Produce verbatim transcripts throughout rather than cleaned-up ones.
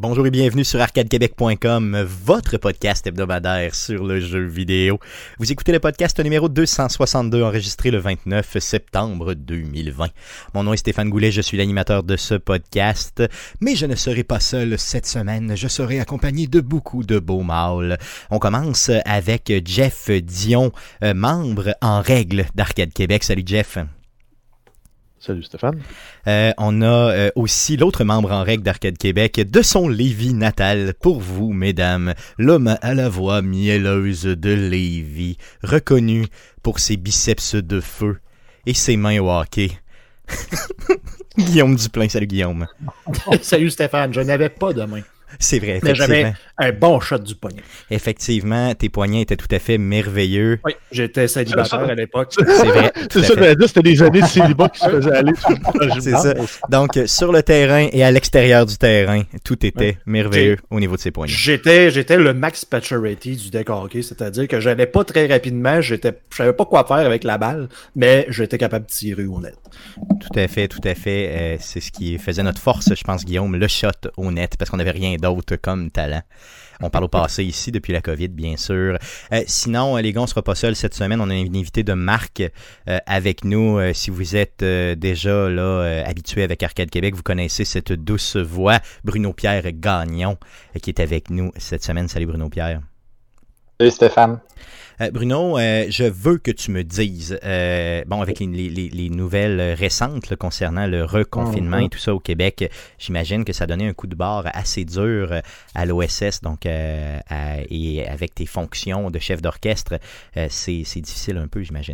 Bonjour et bienvenue sur arcade québec point com, votre podcast hebdomadaire sur le jeu vidéo. Vous écoutez le podcast numéro deux cent soixante-deux, enregistré le vingt-neuf septembre deux mille vingt. Mon nom est Stéphane Goulet, je suis l'animateur de ce podcast, mais je ne serai pas seul cette semaine, je serai accompagné de beaucoup de beaux mâles. On commence avec Jeff Dion, euh, membre en règle d'Arcade Québec. Salut Jeff. Salut Stéphane. Euh, on a euh, aussi l'autre membre en règle d'Arcade Québec, de son Lévis natal, pour vous, mesdames, l'homme à la voix mielleuse de Lévis, reconnu pour ses biceps de feu et ses mains au hockey. Guillaume Duplain, salut Guillaume. Salut Stéphane, je n'avais pas de main. C'est vrai, mais effectivement. j'avais un bon shot du poignet. Effectivement, tes poignets étaient tout à fait merveilleux. Oui, j'étais célibataire à l'époque. C'est vrai. C'est ça, mais c'était des années de célibat qui se faisaient aller sur le C'est ça. Donc, sur le terrain et à l'extérieur du terrain, tout était ouais. merveilleux J'ai... au niveau de ses poignets. J'étais, j'étais le max maturity du deck hockey, c'est-à-dire que j'allais pas très rapidement, j'étais, je savais pas quoi faire avec la balle, mais j'étais capable de tirer au net. Tout à fait, tout à fait. Euh, c'est ce qui faisait notre force, je pense, Guillaume, le shot au net, parce qu'on n'avait rien d'autre comme talent. On parle au passé ici depuis la COVID, bien sûr. Euh, sinon, les gars, on ne sera pas seuls cette semaine. On a une invité de Marc euh, avec nous. Euh, si vous êtes euh, déjà là euh, habitué avec Arcade Québec, vous connaissez cette douce voix, Bruno-Pierre Gagnon, euh, qui est avec nous cette semaine. Salut Bruno-Pierre. Salut Stéphane. Euh, Bruno, euh, je veux que tu me dises, euh, bon, avec les, les, les nouvelles récentes là, concernant le reconfinement mm-hmm. et tout ça au Québec, j'imagine que ça donnait un coup de barre assez dur à l'O S S, donc euh, à, et avec tes fonctions de chef d'orchestre, euh, c'est, c'est difficile un peu, j'imagine.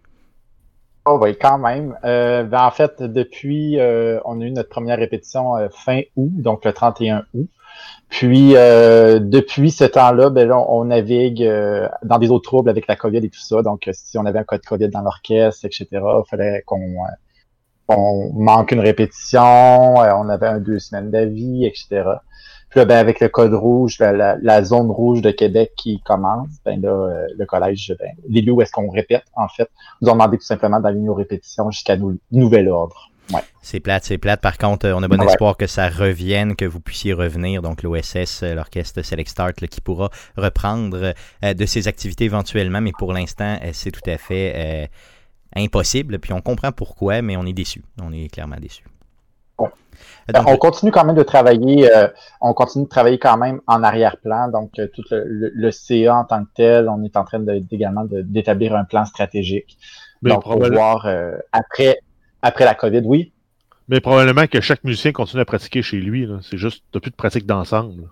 Oh oui, quand même. Euh, ben, en fait, depuis, euh, on a eu notre première répétition euh, fin août, donc le trente et un août. Puis, euh, depuis ce temps-là, ben là, on navigue euh, dans des autres troubles avec la COVID et tout ça. Donc, si on avait un cas de COVID dans l'orchestre, et cetera, il fallait qu'on, euh, qu'on manque une répétition. Euh, on avait un deux semaines d'avis, et cetera. Puis là, ben, avec le code rouge, la, la, la zone rouge de Québec qui commence, ben là, euh, le collège, ben, les lieux où est-ce qu'on répète, en fait, nous ont demandé tout simplement d'aller nos répétitions jusqu'à nou- nouvel ordre. Ouais. C'est plate, c'est plate. Par contre, on a bon ouais. espoir que ça revienne, que vous puissiez revenir. Donc, l'O S S, l'orchestre Select Start, là, qui pourra reprendre euh, de ses activités éventuellement. Mais pour l'instant, euh, c'est tout à fait euh, impossible. Puis on comprend pourquoi, mais on est déçus. On est clairement déçus. Bon. Donc, on continue quand même de travailler. Euh, on continue de travailler quand même en arrière-plan. Donc, euh, tout le, le, le C A en tant que tel, on est en train de, également de, d'établir un plan stratégique. Mais donc, pour voir euh, après... Après la COVID, oui. Mais probablement que chaque musicien continue à pratiquer chez lui. Là. C'est juste, t'as plus de pratique d'ensemble.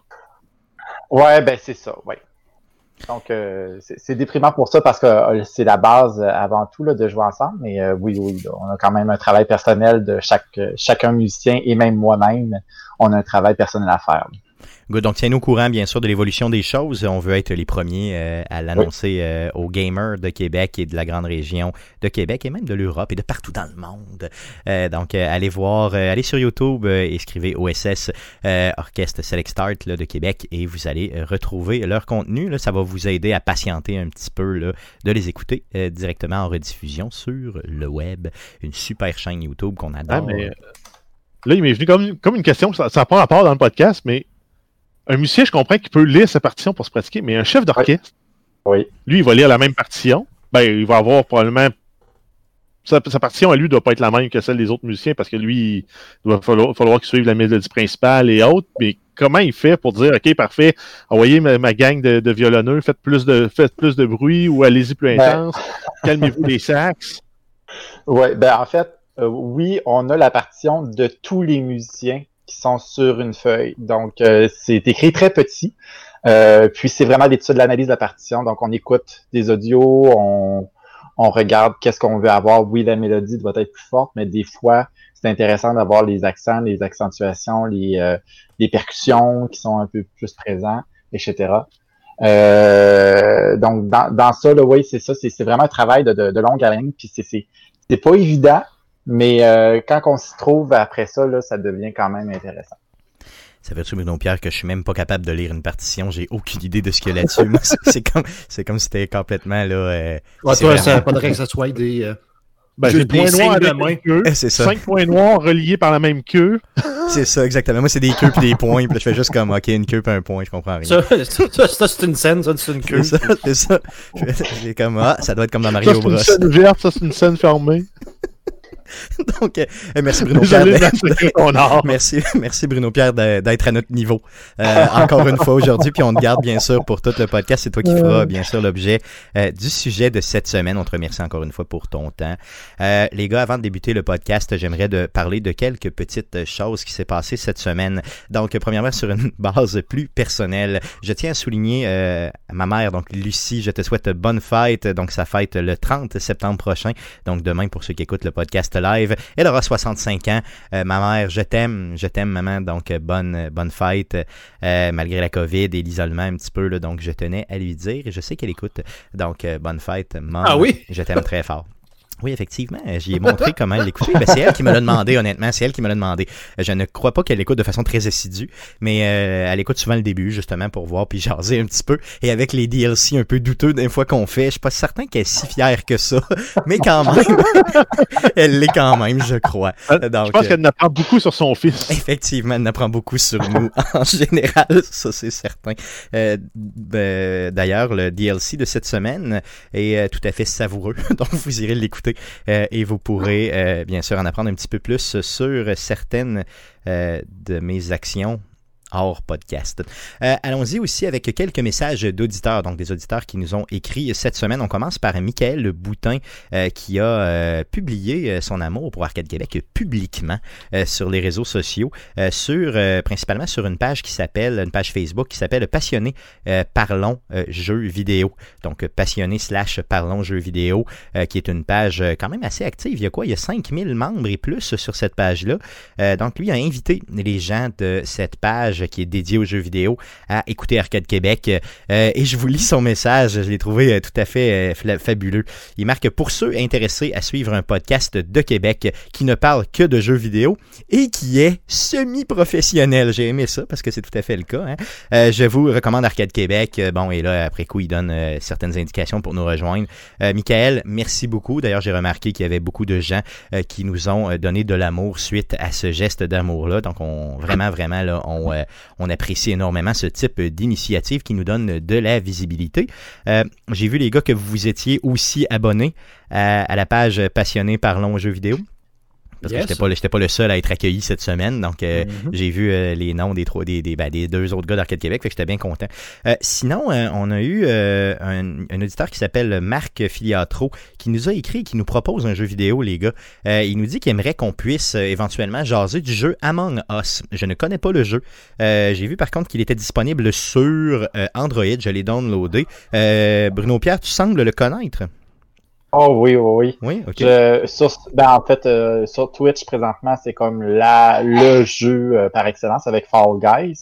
Ouais, ben c'est ça, ouais. Donc, euh, c'est, c'est déprimant pour ça parce que euh, c'est la base euh, avant tout là, de jouer ensemble. Mais euh, oui, oui, là, on a quand même un travail personnel de chaque euh, chacun musicien et même moi-même, on a un travail personnel à faire. Là. Good. Donc, tiens-nous au courant, bien sûr, de l'évolution des choses. On veut être les premiers euh, à l'annoncer oui. euh, aux gamers de Québec et de la grande région de Québec et même de l'Europe et de partout dans le monde. Euh, donc, euh, allez voir, euh, allez sur YouTube, euh, écrivez O S S euh, Orchestre Select Start là, de Québec et vous allez euh, retrouver leur contenu. Là, ça va vous aider à patienter un petit peu, là, de les écouter euh, directement en rediffusion sur le web. Une super chaîne YouTube qu'on adore. Ah, mais, euh, là, il m'est venu comme, comme une question, ça n'a pas rapport dans le podcast, mais un musicien, je comprends qu'il peut lire sa partition pour se pratiquer, mais un chef d'orchestre, oui. lui, il va lire la même partition. Ben, il va avoir probablement... Sa, sa partition à lui ne doit pas être la même que celle des autres musiciens parce que lui, il va falloir, falloir qu'il suive la mélodie principale et autres. Mais comment il fait pour dire, OK, parfait, envoyez ma, ma gang de, de violonneux, faites plus de, faites plus de bruit ou allez-y plus intense, ben... calmez-vous les sax. Oui, ben en fait, euh, oui, on a la partition de tous les musiciens qui sont sur une feuille. Donc, euh, c'est écrit très petit. Euh, puis, c'est vraiment l'étude de l'analyse de la partition. Donc, on écoute des audios, on, on regarde qu'est-ce qu'on veut avoir. Oui, la mélodie doit être plus forte, mais des fois, c'est intéressant d'avoir les accents, les accentuations, les, euh, les percussions qui sont un peu plus présents, et cetera. Euh, donc, dans, dans ça, là, oui, c'est ça. C'est, c'est vraiment un travail de, de, de longue haleine. Puis, c'est, c'est, c'est pas évident. Mais euh, quand on s'y trouve après ça, là, ça devient quand même intéressant. Ça veut dire, Bruno-Pierre, que je suis même pas capable de lire une partition. J'ai aucune idée de ce qu'il y a là-dessus. Moi, c'est, c'est, comme, c'est comme si c'était complètement là. Euh, ouais, toi, vraiment... ça faudrait que ça soit des, euh, Ben, Juste c'est des points des noirs signes de avec main. une queue. Eh, c'est ça. Cinq points noirs reliés par la même queue. C'est ça, exactement. Moi, c'est des queues puis des points. Puis là, je fais juste comme, OK, une queue puis un point, je comprends rien. Ça, ça, ça, c'est une scène, ça, c'est une queue. C'est ça, c'est ça. Je fais- J'ai comme, ah, ça doit être comme dans Ça, Mario c'est une Bros. scène ouverte, ça, c'est une scène fermée. Donc, euh, merci Bruno Pierre. Désolé de d'être- massacrer ton art. Merci, merci Bruno Pierre de- d'être à notre niveau euh, encore une fois aujourd'hui, puis on te garde bien sûr pour tout le podcast. C'est toi qui feras bien sûr l'objet euh, du sujet de cette semaine. On te remercie encore une fois pour ton temps. Euh, les gars, avant de débuter le podcast, j'aimerais de parler de quelques petites choses qui s'est passées cette semaine. Donc, premièrement, sur une base plus personnelle, je tiens à souligner euh, ma mère, donc Lucie, je te souhaite bonne fête. Donc, sa fête le trente septembre prochain. Donc, demain, pour ceux qui écoutent le podcast live, elle aura soixante-cinq ans. Euh, ma mère, je t'aime, je t'aime maman, donc euh, bonne euh, bonne fête, euh, malgré la COVID et l'isolement un petit peu, là, donc je tenais à lui dire, et je sais qu'elle écoute, donc euh, bonne fête, maman, Ah oui? je t'aime très fort. Oui, effectivement, j'y ai montré comment l'écouter. Ben, c'est elle qui me l'a demandé, honnêtement, c'est elle qui me l'a demandé. Je ne crois pas qu'elle l'écoute de façon très assidue, mais euh, elle écoute souvent le début, justement, pour voir puis jaser un petit peu. Et avec les D L C un peu douteux des fois qu'on fait, je suis pas certain qu'elle est si fière que ça, mais quand même, elle l'est quand même, je crois. Donc, Je pense euh, qu'elle en apprend beaucoup sur son fils. effectivement, elle en apprend beaucoup sur nous en général, ça c'est certain. Euh, ben, d'ailleurs, le D L C de cette semaine est euh, tout à fait savoureux, donc vous irez l'écouter euh, et vous pourrez euh, bien sûr en apprendre un petit peu plus sur certaines euh, de mes actions hors podcast. Euh, allons-y aussi avec quelques messages d'auditeurs, donc des auditeurs qui nous ont écrit cette semaine. On commence par Michael Boutin euh, qui a euh, publié euh, son amour pour Arcade Québec publiquement euh, sur les réseaux sociaux, euh, sur euh, principalement sur une page qui s'appelle, une page Facebook qui s'appelle Passionné euh, Parlons euh, Jeux vidéo. Donc Passionné slash Parlons Jeux vidéo, euh, qui est une page euh, quand même assez active. Il y a quoi? Il y a cinq mille membres et plus sur cette page-là. Euh, donc lui a invité les gens de cette page qui est dédié aux jeux vidéo à écouter Arcade Québec euh, et je vous lis son message, je l'ai trouvé euh, tout à fait euh, fabuleux. Il marque: pour ceux intéressés à suivre un podcast de Québec qui ne parle que de jeux vidéo et qui est semi-professionnel. J'ai aimé ça parce que c'est tout à fait le cas. Hein? Euh, je vous recommande Arcade Québec. Bon, et là, après coup, il donne euh, certaines indications pour nous rejoindre. Euh, Michael, merci beaucoup. D'ailleurs, j'ai remarqué qu'il y avait beaucoup de gens euh, qui nous ont euh, donné de l'amour suite à ce geste d'amour-là. Donc, on vraiment, vraiment, là, on, euh, on apprécie énormément ce type d'initiative qui nous donne de la visibilité. Euh, j'ai vu, les gars, que vous étiez aussi abonnés à, à la page Passionné Parlons Jeux vidéo. Parce yes. que j'étais pas, j'étais pas le seul à être accueilli cette semaine, donc euh, mm-hmm. j'ai vu euh, les noms des trois, des, des, ben, des deux autres gars d'Arcade Québec, fait que j'étais bien content. Euh, sinon, euh, on a eu euh, un, un auditeur qui s'appelle Marc Filiatro qui nous a écrit et qui nous propose un jeu vidéo, les gars. Euh, il nous dit qu'il aimerait qu'on puisse euh, éventuellement jaser du jeu Among Us. Je ne connais pas le jeu. Euh, j'ai vu par contre qu'il était disponible sur euh, Android. Je l'ai downloadé. Euh, Bruno Pierre, tu sembles le connaître. Oh oui, oui, oui. Oui, ok. Je, sur, ben, en fait, euh, sur Twitch, présentement, c'est comme la, le jeu euh, par excellence avec Fall Guys.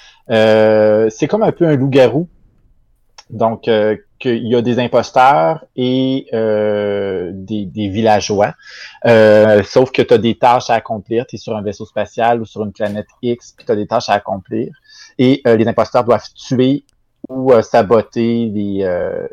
Euh, c'est comme un peu un loup-garou. Donc, euh, qu'il y a des imposteurs et euh, des, des villageois. Euh, sauf que tu as des tâches à accomplir. Tu es sur un vaisseau spatial ou sur une planète X, puis tu as des tâches à accomplir. Et euh, les imposteurs doivent tuer ou euh, saboter les... Euh,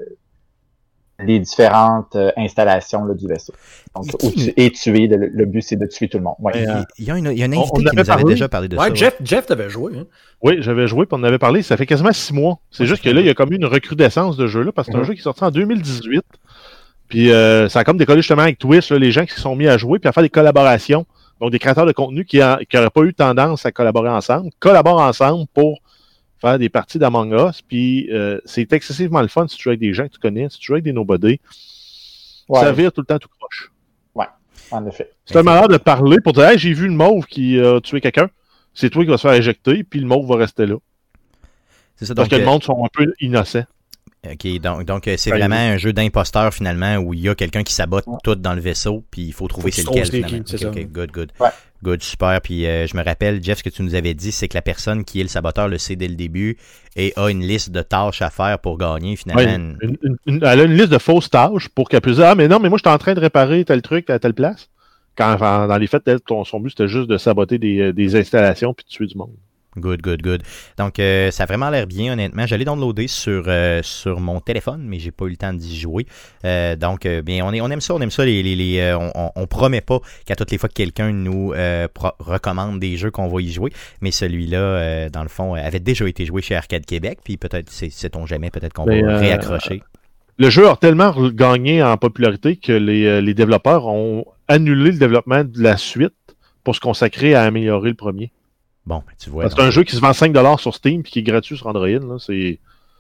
les différentes euh, installations là, du vaisseau. Donc, ou tu es tué, le, le but c'est de tuer tout le monde. Ouais. Euh, il, y a une, il y a un invité on, on qui nous parlé. avait déjà parlé de ouais, ça. Jeff, ouais, Jeff t'avais joué. Hein? Oui, j'avais joué, puis on en avait parlé, ça fait quasiment six mois. C'est ouais, juste que là, il y a comme une recrudescence de jeu là, parce que c'est mm-hmm. un jeu qui est sorti en deux mille dix-huit. Puis euh, ça a comme décollé justement avec Twitch, là, les gens qui se sont mis à jouer, puis à faire des collaborations. Donc des créateurs de contenu qui n'auraient pas eu tendance à collaborer ensemble, collaborent ensemble pour faire des parties d'Among Us, puis euh, c'est excessivement le fun si tu joues avec des gens que tu connais, si tu joues avec des nobody. Ouais. Ça vire tout le temps tout croche. Ouais, en effet. C'est un malheur de parler pour dire hey, j'ai vu le mauve qui a tué quelqu'un. C'est toi qui vas se faire éjecter, puis le mauve va rester là. C'est ça, Parce donc, que le monde sont un peu innocents. OK, donc, donc c'est ouais, vraiment oui. un jeu d'imposteur finalement où il y a quelqu'un qui sabote ouais. tout dans le vaisseau, puis il faut trouver faut c'est lequel finalement. Qui, c'est okay, OK, good, good. Ouais. Good, super. Puis euh, je me rappelle, Jeff, ce que tu nous avais dit, c'est que la personne qui est le saboteur le sait dès le début et a une liste de tâches à faire pour gagner finalement. Ouais, une, une, une, elle a une liste de fausses tâches pour qu'elle puisse dire ah mais non, mais moi je suis en train de réparer tel truc à telle place. Quand enfin, dans les faits, elle, ton, son but c'était juste de saboter des, des installations puis de tuer du monde. Good, good, good. Donc, euh, ça a vraiment l'air bien, honnêtement. J'allais downloader sur, euh, sur mon téléphone, mais j'ai pas eu le temps d'y jouer. Euh, donc, euh, bien, on, est, on aime ça, on aime ça. Les, les, les, euh, on, on promet pas qu'à toutes les fois que quelqu'un nous euh, pro- recommande des jeux qu'on va y jouer, mais celui-là, euh, dans le fond, avait déjà été joué chez Arcade Québec, puis peut-être, c'est, sait-on jamais, peut-être qu'on mais, va euh, réaccrocher. Le jeu a tellement gagné en popularité que les, les développeurs ont annulé le développement de la suite pour se consacrer à améliorer le premier. Bon, tu vois. C'est un jeu qui se vend cinq dollars sur Steam et qui est gratuit sur Android. Là. C'est...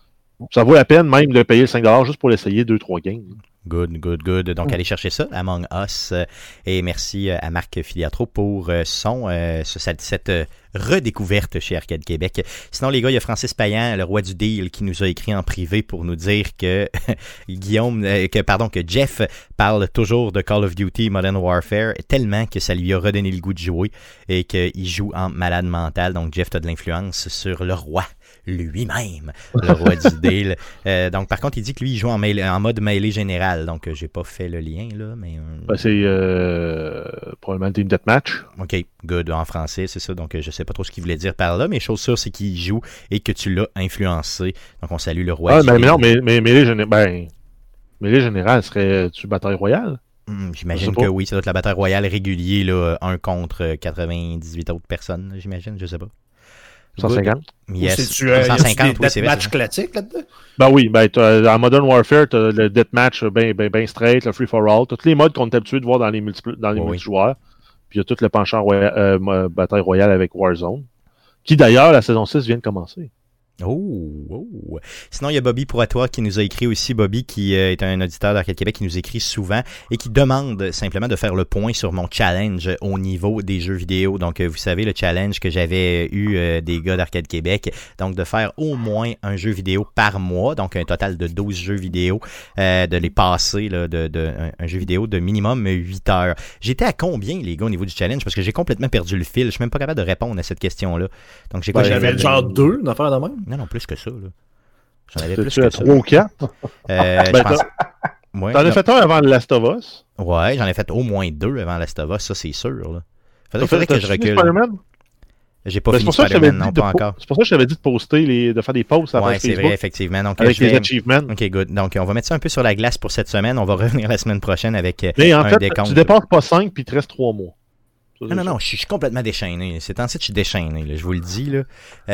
Ça vaut la peine même de payer cinq dollars juste pour l'essayer deux trois games. Good, good, good. Donc, mm. allez chercher ça, Among Us. Et merci à Marc Filiatro pour son, euh, cette, cette redécouverte chez Arcade Québec. Sinon, les gars, il y a Francis Payan, le roi du deal, qui nous a écrit en privé pour nous dire que Guillaume, euh, que pardon, que Jeff parle toujours de Call of Duty Modern Warfare tellement que ça lui a redonné le goût de jouer et qu'il joue en malade mental. Donc, Jeff, tu as de l'influence sur le roi lui-même, le roi du deal. Euh, donc, par contre, il dit que lui, il joue en, mail, en mode mêlée générale. Donc, euh, j'ai pas fait le lien, là, mais... Euh... Ben, c'est euh, probablement Team Deathmatch. OK, good, en français, c'est ça. Donc, euh, je sais pas trop ce qu'il voulait dire par là, mais chose sûre, c'est qu'il joue et que tu l'as influencé. Donc, on salue le roi ah, du ben, deal. Mais non, mais, mais mêlée générale, ben, mêlée générale serait-tu bataille royale? Hum, j'imagine que oui, ça doit être la bataille royale régulier, là, un contre quatre-vingt-dix-huit autres personnes, j'imagine, je sais pas. cent cinquante? Yes. C'est-tu euh, cent cinquante, des oui, c'est vrai. match classique là-dedans? Ben oui, ben en Modern Warfare, t'as le deathmatch ben, ben, ben straight, le free-for-all, tous les modes qu'on est habitué de voir dans les, multipl- dans les oui, multijoueurs. Puis il y a tout le penchant roya- euh, bataille royale avec Warzone. Qui d'ailleurs, la saison six vient de commencer. Oh, oh. Sinon, il y a Bobby Pouratois qui nous a écrit aussi. Bobby, qui euh, est un auditeur d'Arcade Québec, qui nous écrit souvent et qui demande simplement de faire le point sur mon challenge au niveau des jeux vidéo. Donc, euh, vous savez, le challenge que j'avais eu euh, des gars d'Arcade Québec, donc de faire au moins un jeu vidéo par mois, donc un total de douze jeux vidéo, euh, de les passer, là, de, de, un, un jeu vidéo de minimum huit heures. J'étais à combien, les gars, au niveau du challenge? Parce que j'ai complètement perdu le fil. Je suis même pas capable de répondre à cette question-là. Donc, j'ai quoi? Ben, j'avais genre deux d'affaires de même. Non, non, plus que ça, là. J'en avais T'as plus tu que à ça. trois ou quatre? Euh, ben, je pense... ouais, T'en as fait un avant le Last of Us? Ouais, j'en ai fait au moins deux avant Last of Us, ça c'est sûr. Là. Faudrait, T'as faudrait fait, que je recule. Spider-Man? J'ai pas ben, fini c'est Spider-Man, non, pas po- encore. C'est pour ça que je t'avais dit de poster, les, de faire des posts à Ouais, page c'est Facebook vrai, effectivement. Donc, avec je vais... les achievements. Ok, good. Donc, on va mettre ça un peu sur la glace pour cette semaine. On va revenir la semaine prochaine avec Mais en un fait, décompte. tu dépasses pas cinq puis il te reste trois mois. Non, non, non, je suis, je suis complètement déchaîné. C'est en fait, je suis déchaîné, là, je vous le dis. Là.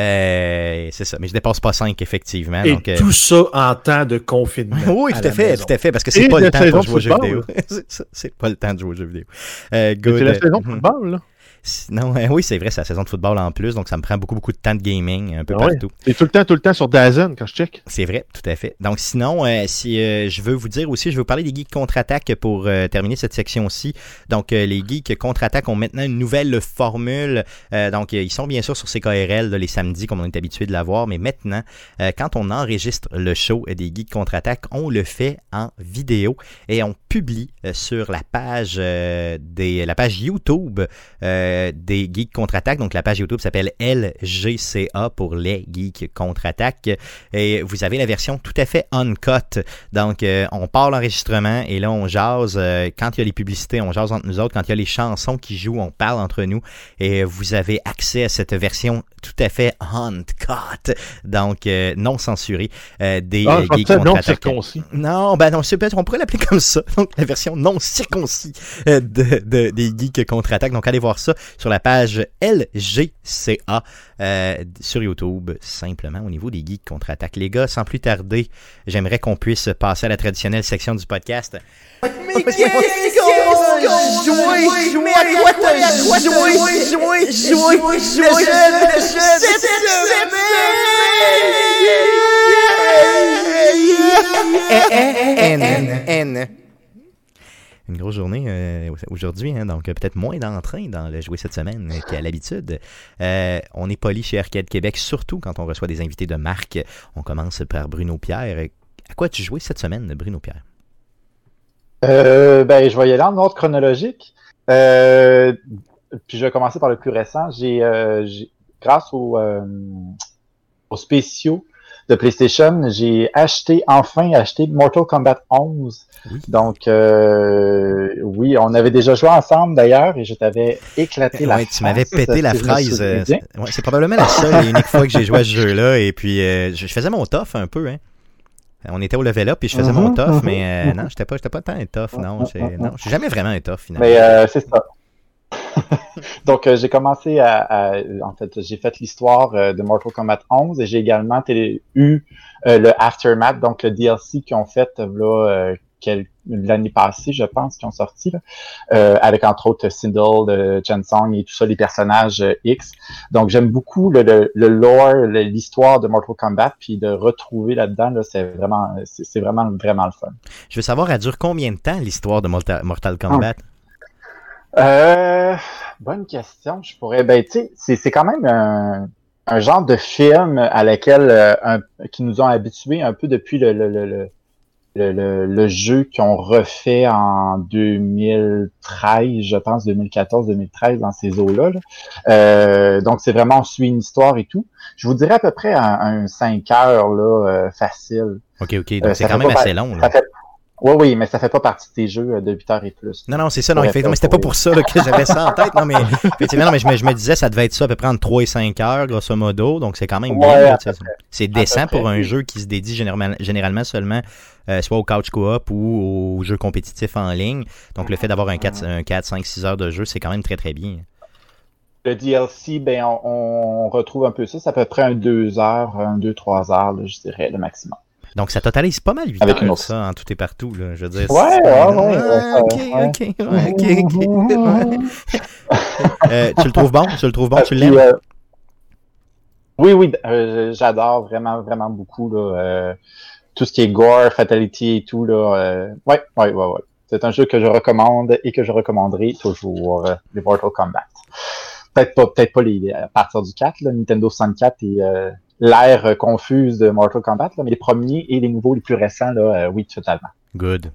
Euh, c'est ça, mais je dépasse pas cinq, effectivement. Et donc, euh... tout ça en temps de confinement. oui, tout à, à fait, maison. tout à fait, parce que c'est Et pas le temps pour de jouer aux jeux football, vidéo. c'est, ça, c'est pas le temps de jouer aux jeux vidéo. Euh, good. C'est la saison de euh, football, là. Non, euh, oui, c'est vrai, c'est la saison de football en plus, donc ça me prend beaucoup, beaucoup de temps de gaming un peu ah partout. Ouais. C'est tout le temps, tout le temps sur Dazen quand je check. C'est vrai, tout à fait. Donc sinon, euh, si euh, je veux vous dire aussi, je veux vous parler des geeks contre-attaque pour euh, terminer cette section-ci. Donc euh, les geeks contre-attaque ont maintenant une nouvelle formule. Euh, donc ils sont bien sûr sur C K R L là, les samedis comme on est habitué de l'avoir, mais maintenant, euh, quand on enregistre le show des geeks contre-attaque, on le fait en vidéo et on publie euh, sur la page euh, des la page YouTube euh, des Geeks Contre-Attaque. Donc, la page YouTube s'appelle L G C A pour les Geeks Contre-Attaque. Et vous avez la version tout à fait uncut. Donc, euh, on part l'enregistrement et là, on jase. Euh, quand il y a les publicités, on jase entre nous autres. Quand il y a les chansons qui jouent, on parle entre nous. Et vous avez accès à cette version tout à fait uncut. Donc, euh, non censurée euh, des ah, euh, Geeks Contre-Attaque. Non circoncis. Non, ben non, c'est, on pourrait l'appeler comme ça. Donc, la version non circoncis euh, de, de, des Geeks Contre-Attaque. Donc, allez voir ça sur la page L G C A euh, sur YouTube, simplement au niveau des Geeks Contre-Attaque. Les gars, sans plus tarder, j'aimerais qu'on puisse passer à la traditionnelle section du podcast. Mais qu'est-ce qu'on jouer, jouer, à quoi t'as joué, jouer, jouer, jouer, jouer, une grosse journée euh, aujourd'hui, hein, donc peut-être moins d'entrain dans le jouer cette semaine qu'à l'habitude. Euh, on est poli chez Arcade Québec, surtout quand on reçoit des invités de marque. On commence par Bruno Pierre. À quoi as-tu joué cette semaine, Bruno Pierre? Euh, ben, je vais y aller en ordre chronologique. Euh, puis je vais commencer par le plus récent. J'ai, euh, j'ai grâce aux, euh, aux spéciaux de PlayStation, j'ai acheté, enfin acheté Mortal Kombat onze. Oui. Donc, euh, oui, on avait déjà joué ensemble d'ailleurs et je t'avais éclaté la ouais, phrase. Tu m'avais pété la phrase. Euh, c'est, ouais, c'est probablement la seule et unique fois que j'ai joué à ce jeu-là. Et puis, euh, je, je faisais mon tough un peu, hein. On était au level up et je faisais mm-hmm, mon tough, mm-hmm, mais euh, mm-hmm. non, j'étais pas, j'étais pas tant un tough, non. C'est, mm-hmm. non, je suis jamais vraiment un tough, finalement. Mais euh, c'est ça. Donc, euh, j'ai commencé à, à... En fait, j'ai fait l'histoire euh, de Mortal Kombat onze et j'ai également télé- eu euh, le Aftermath, donc le D L C qu'ils ont fait là, euh, quel... l'année passée, je pense, qui ont sorti, là, euh, avec entre autres Sindel, euh, Chen Song et tout ça, les personnages euh, X. Donc, j'aime beaucoup le, le, le lore, le, l'histoire de Mortal Kombat, puis de retrouver là-dedans, là, c'est vraiment, c'est, c'est vraiment, vraiment le fun. Je veux savoir, elle dure combien de temps, l'histoire de Mortal, Mortal Kombat? Hum. Euh, bonne question. Je pourrais, ben, tu sais, c'est, c'est quand même un, un genre de film à laquelle, euh, un, qui nous ont habitués un peu depuis le, le, le, le, le, le jeu qu'ils ont refait en deux mille treize, je pense, deux mille quatorze, deux mille treize, dans ces eaux-là, là. Euh, donc, c'est vraiment, on suit une histoire et tout. Je vous dirais à peu près un, un cinq heures, là, euh, facile. OK, OK. Donc, euh, c'est quand même assez long, là. Fait, Oui, oui, mais ça fait pas partie de tes jeux de huit heures et plus. Non, non, c'est ça. Non, effectivement, mais c'était pas pour ça là, que j'avais ça en tête. Non, mais effectivement, non, mais je me, je me disais, ça devait être ça à peu près entre trois et cinq heures, grosso modo. Donc, c'est quand même bien. Ouais, là, c'est décent pour un jeu qui se dédie généralement, généralement seulement euh, soit au couch co-op ou aux jeux compétitifs en ligne. Donc, le fait d'avoir un quatre, un quatre, cinq, six heures de jeu, c'est quand même très, très bien. Le D L C, ben, on, on retrouve un peu ça. C'est à peu près un deux heures, un deux, trois heures, là, je dirais, le maximum. Donc, ça totalise pas mal huit Avec heures, ça, en tout et partout, là. Je veux dire, ouais, ouais, ouais, ah, ok, ok, ouais, ok, ok. Ouais. euh, tu le trouves bon? Tu le trouves bon? Tu l'aimes? Euh, oui, oui, euh, j'adore vraiment, vraiment beaucoup, là. Euh, tout ce qui est gore, fatality et tout, là. Euh, ouais, ouais, ouais, ouais. C'est un jeu que je recommande et que je recommanderai toujours, euh, les Mortal Kombat. Peut-être pas, peut-être pas les, à partir du quatre, là, Nintendo soixante-quatre et, euh, l'ère euh, confuse de Mortal Kombat, là, mais les premiers et les nouveaux, les plus récents, là, euh, oui, totalement. Good.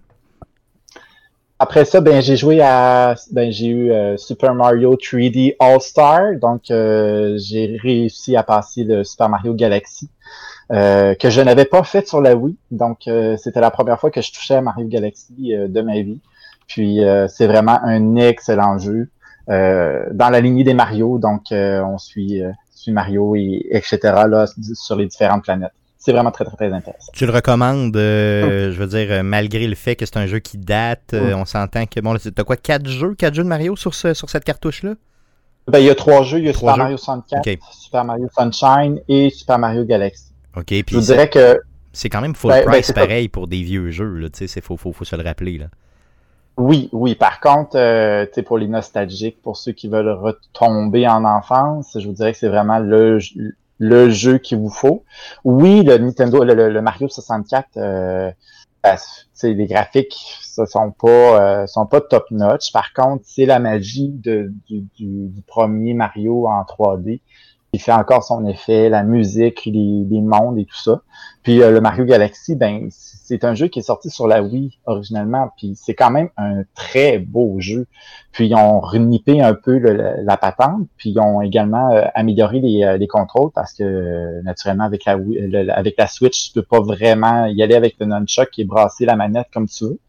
Après ça, ben j'ai joué à, ben j'ai eu euh, Super Mario trois D All Star, donc euh, j'ai réussi à passer le Super Mario Galaxy, euh, que je n'avais pas fait sur la Wii, donc euh, c'était la première fois que je touchais à Mario Galaxy euh, de ma vie. Puis euh, c'est vraiment un excellent jeu euh, dans la lignée des Mario, donc euh, on suit. Euh, Mario et etc. là sur les différentes planètes. C'est vraiment très très très intéressant. Tu le recommandes, euh, mm. je veux dire, euh, malgré le fait que c'est un jeu qui date, euh, mm. on s'entend que bon, t'as quoi, quatre jeux, quatre jeux de Mario sur ce, sur cette cartouche-là? Ben il y a trois jeux, il y a trois Super jeux? Mario soixante-quatre, okay. Super Mario Sunshine et Super Mario Galaxy. Ok, puis je dirais que c'est quand même full ben, price ben, pareil pour des vieux jeux, là, tu sais, c'est faut, faut, faut se le rappeler là. Oui, oui. Par contre, euh, tu sais, pour les nostalgiques, pour ceux qui veulent retomber en enfance, je vous dirais que c'est vraiment le, le jeu qu'il vous faut. Oui, le Nintendo, le, le Mario soixante-quatre, euh, ben, les graphiques, ce sont pas, euh, sont pas top notch. Par contre, c'est la magie de, du, du, du premier Mario en trois D. Il fait encore son effet, la musique, les, les mondes et tout ça. Puis euh, le Mario Galaxy, ben c'est un jeu qui est sorti sur la Wii originalement, puis c'est quand même un très beau jeu. Puis ils ont renippé un peu le, la, la patente, puis ils ont également euh, amélioré les, euh, les contrôles parce que euh, naturellement avec la Wii, le, avec la Switch, tu peux pas vraiment y aller avec le nunchuck et brasser la manette comme tu veux.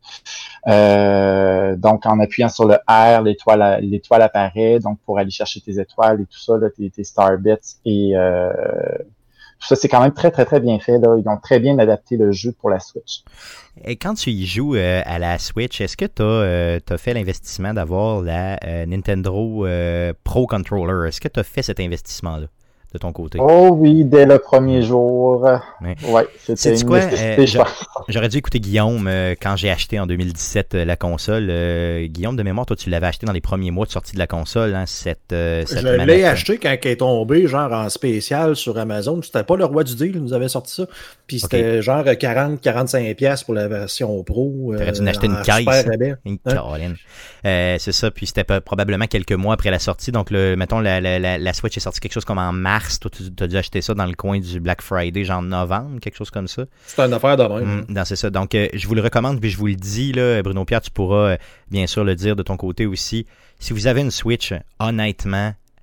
Euh, donc en appuyant sur le R, l'étoile, l'étoile apparaît, donc pour aller chercher tes étoiles et tout ça, là, tes, tes star bits et euh, tout ça, c'est quand même très, très, très bien fait. Là. Ils ont très bien adapté le jeu pour la Switch. Et quand tu y joues euh, à la Switch, est-ce que tu as euh, fait l'investissement d'avoir la euh, Nintendo euh, Pro Controller? Est-ce que tu as fait cet investissement-là de ton côté? Oh oui, dès le premier jour. Ouais, ouais c'était une quoi? nécessité, euh, je pense. J'aurais dû écouter Guillaume euh, quand j'ai acheté en deux mille dix-sept euh, la console. Euh, Guillaume, de mémoire, toi, tu l'avais acheté dans les premiers mois de sortie de la console, hein, cette, euh, cette Je l'ai acheté quand elle est tombée, genre en spécial sur Amazon. C'était pas le roi du deal, il nous avait sorti ça. Puis c'était okay. genre quarante à quarante-cinq piastres pour la version Pro. T'aurais dû en acheter une caisse. Une Caroline. Euh, c'est ça, puis c'était probablement quelques mois après la sortie. Donc, le, mettons, la, la, la, la Switch est sortie quelque chose comme en mars. Toi, tu as dû acheter ça dans le coin du Black Friday, genre novembre, quelque chose comme ça. C'est une affaire de même. Mmh, non, c'est ça. Donc, euh, je vous le recommande, puis je vous le dis, là, Bruno Pierre, tu pourras euh, bien sûr le dire de ton côté aussi. Si vous avez une Switch, honnêtement,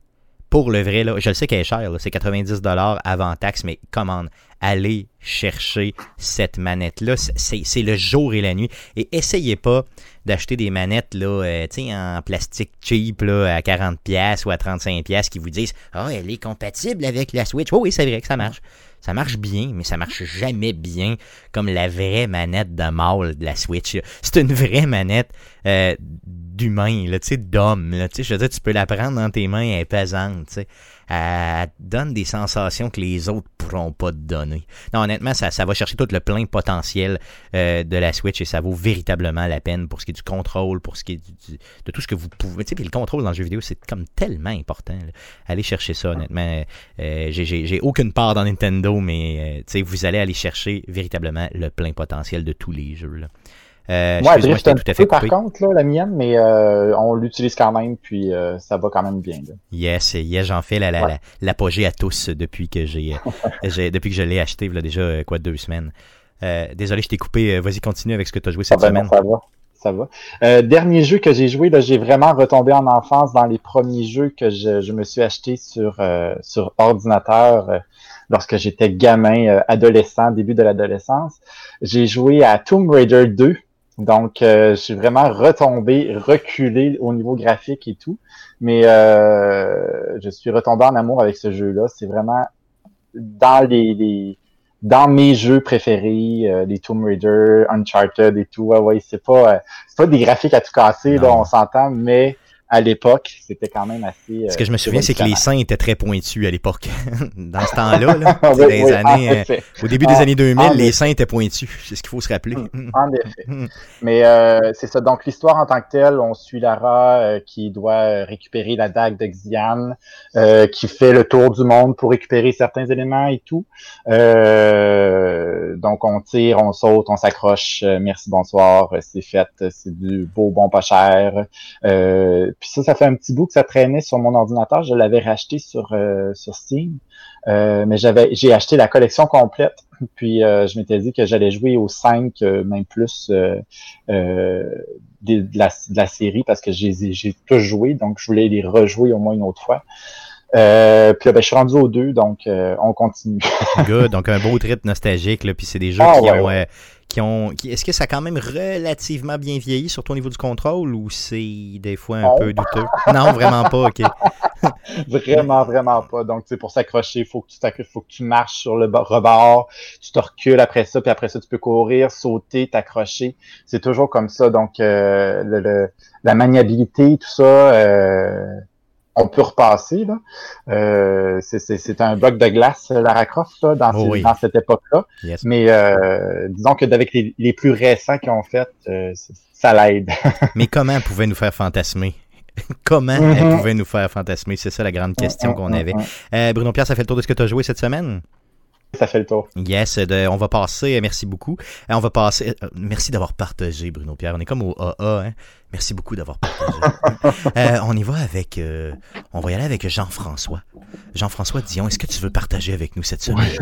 pour le vrai, là, je le sais qu'elle est chère, là, c'est quatre-vingt-dix dollars avant taxe, mais commande, allez chercher cette manette-là. C'est, c'est le jour et la nuit. Et essayez pas d'acheter des manettes là, euh, en plastique cheap là, à quarante dollars ou à trente-cinq dollars qui vous disent « Ah, oh, elle est compatible avec la Switch. » Oh, oui, c'est vrai que ça marche. Ça marche bien, mais ça marche jamais bien comme la vraie manette de mâle de la Switch. Là. C'est une vraie manette euh, d'humain, là, d'homme. Là, je veux dire, tu peux la prendre dans tes mains, elle est pesante. T'sais. Elle donne des sensations que les autres pourront pas te donner. Non, honnêtement, ça, ça va chercher tout le plein potentiel euh, de la Switch et ça vaut véritablement la peine pour ce qui est du contrôle, pour ce qui est du, du, de tout ce que vous pouvez. Tu sais, puis le contrôle dans le jeu vidéo, c'est comme tellement important. Là. Allez chercher ça, honnêtement. Euh, j'ai, j'ai, j'ai aucune part dans Nintendo, mais euh, tu sais, vous allez aller chercher véritablement le plein potentiel de tous les jeux. Là. Euh, Moi, Adrien, je t'ai tout à fait coupé, par contre, là, la mienne, mais euh, on l'utilise quand même, puis euh, ça va quand même bien. Là. Yes, yes, j'en fais la, la, ouais. la, l'apogée à tous depuis que j'ai, j'ai depuis que je l'ai acheté, il y a déjà quoi deux semaines. Euh, désolé, je t'ai coupé. Vas-y, continue avec ce que tu as joué cette ah ben semaine. Non, ça va, ça va. Euh, dernier jeu que j'ai joué, là, j'ai vraiment retombé en enfance dans les premiers jeux que je, je me suis acheté sur euh, sur ordinateur. Euh, lorsque j'étais gamin, euh, adolescent, début de l'adolescence. J'ai joué à Tomb Raider deux. Donc, euh, je suis vraiment retombé, reculé au niveau graphique et tout. Mais euh, je suis retombé en amour avec ce jeu-là. C'est vraiment dans les, les dans mes jeux préférés, euh, les Tomb Raider, Uncharted et tout. Ouais, ouais, c'est pas euh, c'est pas des graphiques à tout casser, non. Là, on s'entend, mais à l'époque, c'était quand même assez... Euh, ce que je me souviens, c'est que les seins étaient très pointus à l'époque. Dans ce temps-là, là, oui, des oui, années, euh, au début des en, années deux mille, les effet. seins étaient pointus. C'est ce qu'il faut se rappeler. En effet. Mais euh, c'est ça. Donc, l'histoire en tant que telle, on suit Lara euh, qui doit récupérer la dague de Xian, euh, qui fait le tour du monde pour récupérer certains éléments et tout. Euh, donc, on tire, on saute, on s'accroche. Euh, merci, bonsoir. C'est fait. C'est du beau, bon, pas cher. Euh, Puis ça, ça fait un petit bout que ça traînait sur mon ordinateur. Je l'avais racheté sur euh, sur Steam, euh, mais j'avais j'ai acheté la collection complète. Puis euh, je m'étais dit que j'allais jouer aux cinq, euh, même plus euh, euh, de, de, la, de la série parce que j'ai j'ai tous joué, donc je voulais les rejouer au moins une autre fois. Euh, puis là, ben, je suis rendu aux deux, donc euh, on continue. Good, donc un beau trip nostalgique, là, puis c'est des jeux ah, qui ouais, ont... Ouais. Euh, Qui ont, qui, est-ce que ça a quand même relativement bien vieilli, surtout au niveau du contrôle, ou c'est des fois un oh. peu douteux? Non, vraiment pas, ok. Vraiment, vraiment pas. Donc, tu sais, pour s'accrocher, il faut que tu t'accroches, faut que tu marches sur le rebord, tu te recules après ça, puis après ça, tu peux courir, sauter, t'accrocher. C'est toujours comme ça. Donc, euh, le, le, la maniabilité, tout ça... Euh, on peut repasser, là. Euh, c'est, c'est, c'est un bloc de glace, Lara Croft, là, dans, oh, ces, oui. dans cette époque-là. Yes. Mais euh, disons que avec les, les plus récents qu'ils ont fait, euh, ça l'aide. Mais comment elle pouvait nous faire fantasmer? Comment mm-hmm. elle pouvait nous faire fantasmer? C'est ça la grande question mm-hmm. qu'on avait. Euh, Bruno Pierre, ça fait le tour de ce que tu as joué cette semaine? Ça fait le tour. Yes, de, on va passer, merci beaucoup. On va passer, euh, merci d'avoir partagé, Bruno Pierre. On est comme au A A, hein. Merci beaucoup d'avoir partagé. euh, on y va avec, euh, on va y aller avec Jean-François. Jean-François Dion, est-ce que tu veux partager avec nous cette semaine?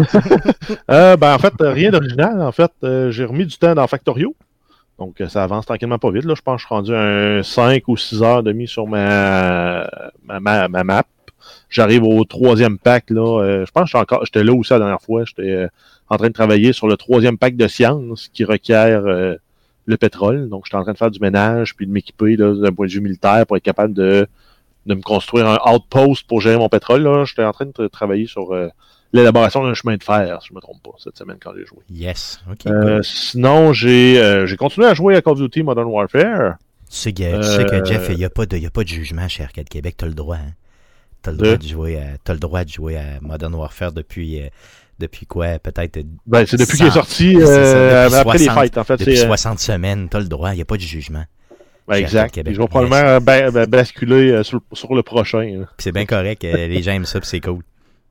euh, ben, en fait, rien d'original. En fait, euh, j'ai remis du temps dans Factorio. Donc, ça avance tranquillement pas vite. Là, je pense que je suis rendu à cinq ou six heures et demie sur ma, ma, ma, ma map. J'arrive au troisième pack, là. Euh, je pense que j'étais encore, j'étais là aussi la dernière fois. J'étais euh, en train de travailler sur le troisième pack de science qui requiert euh, le pétrole. Donc, j'étais en train de faire du ménage puis de m'équiper là, d'un point de vue militaire pour être capable de, de me construire un outpost pour gérer mon pétrole. Là. J'étais en train de travailler sur euh, l'élaboration d'un chemin de fer, si je me trompe pas, cette semaine quand j'ai joué. Yes. OK. Euh, sinon, j'ai, euh, j'ai continué à jouer à Call of Duty Modern Warfare. Tu sais que, euh, tu sais que Jeff, il n'y a, a pas de jugement chez Arcade Québec. Tu as le droit, hein? T'as le droit de, de jouer à, t'as le droit de jouer à Modern Warfare depuis, euh, depuis quoi, peut-être. Ben, c'est depuis cent, qu'il est sorti, euh, ça, après soixante, les fêtes, en fait. Depuis c'est, soixante semaines, t'as le droit, il n'y a pas de jugement. Ben, exact. Je vais probablement ben, ben, basculer euh, sur, sur le prochain. Puis c'est bien correct, euh, les gens aiment ça, puis c'est cool.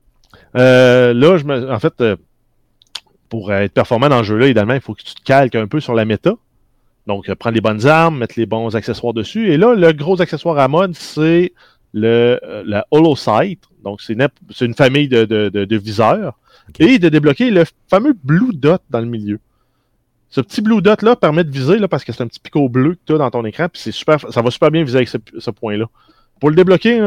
Euh, là, je me, en fait, euh, pour être performant dans le jeu-là, évidemment, il faut que tu te calques un peu sur la méta. Donc, euh, prendre les bonnes armes, mettre les bons accessoires dessus. Et là, le gros accessoire à mode, c'est le euh, la HoloSight. Donc, c'est une, c'est une famille de, de, de, de viseurs. Okay. Et de débloquer le fameux Blue Dot dans le milieu. Ce petit Blue Dot-là permet de viser, là, parce que c'est un petit picot bleu que tu as dans ton écran, puis c'est super, ça va super bien viser avec ce, ce point-là. Pour le débloquer, là,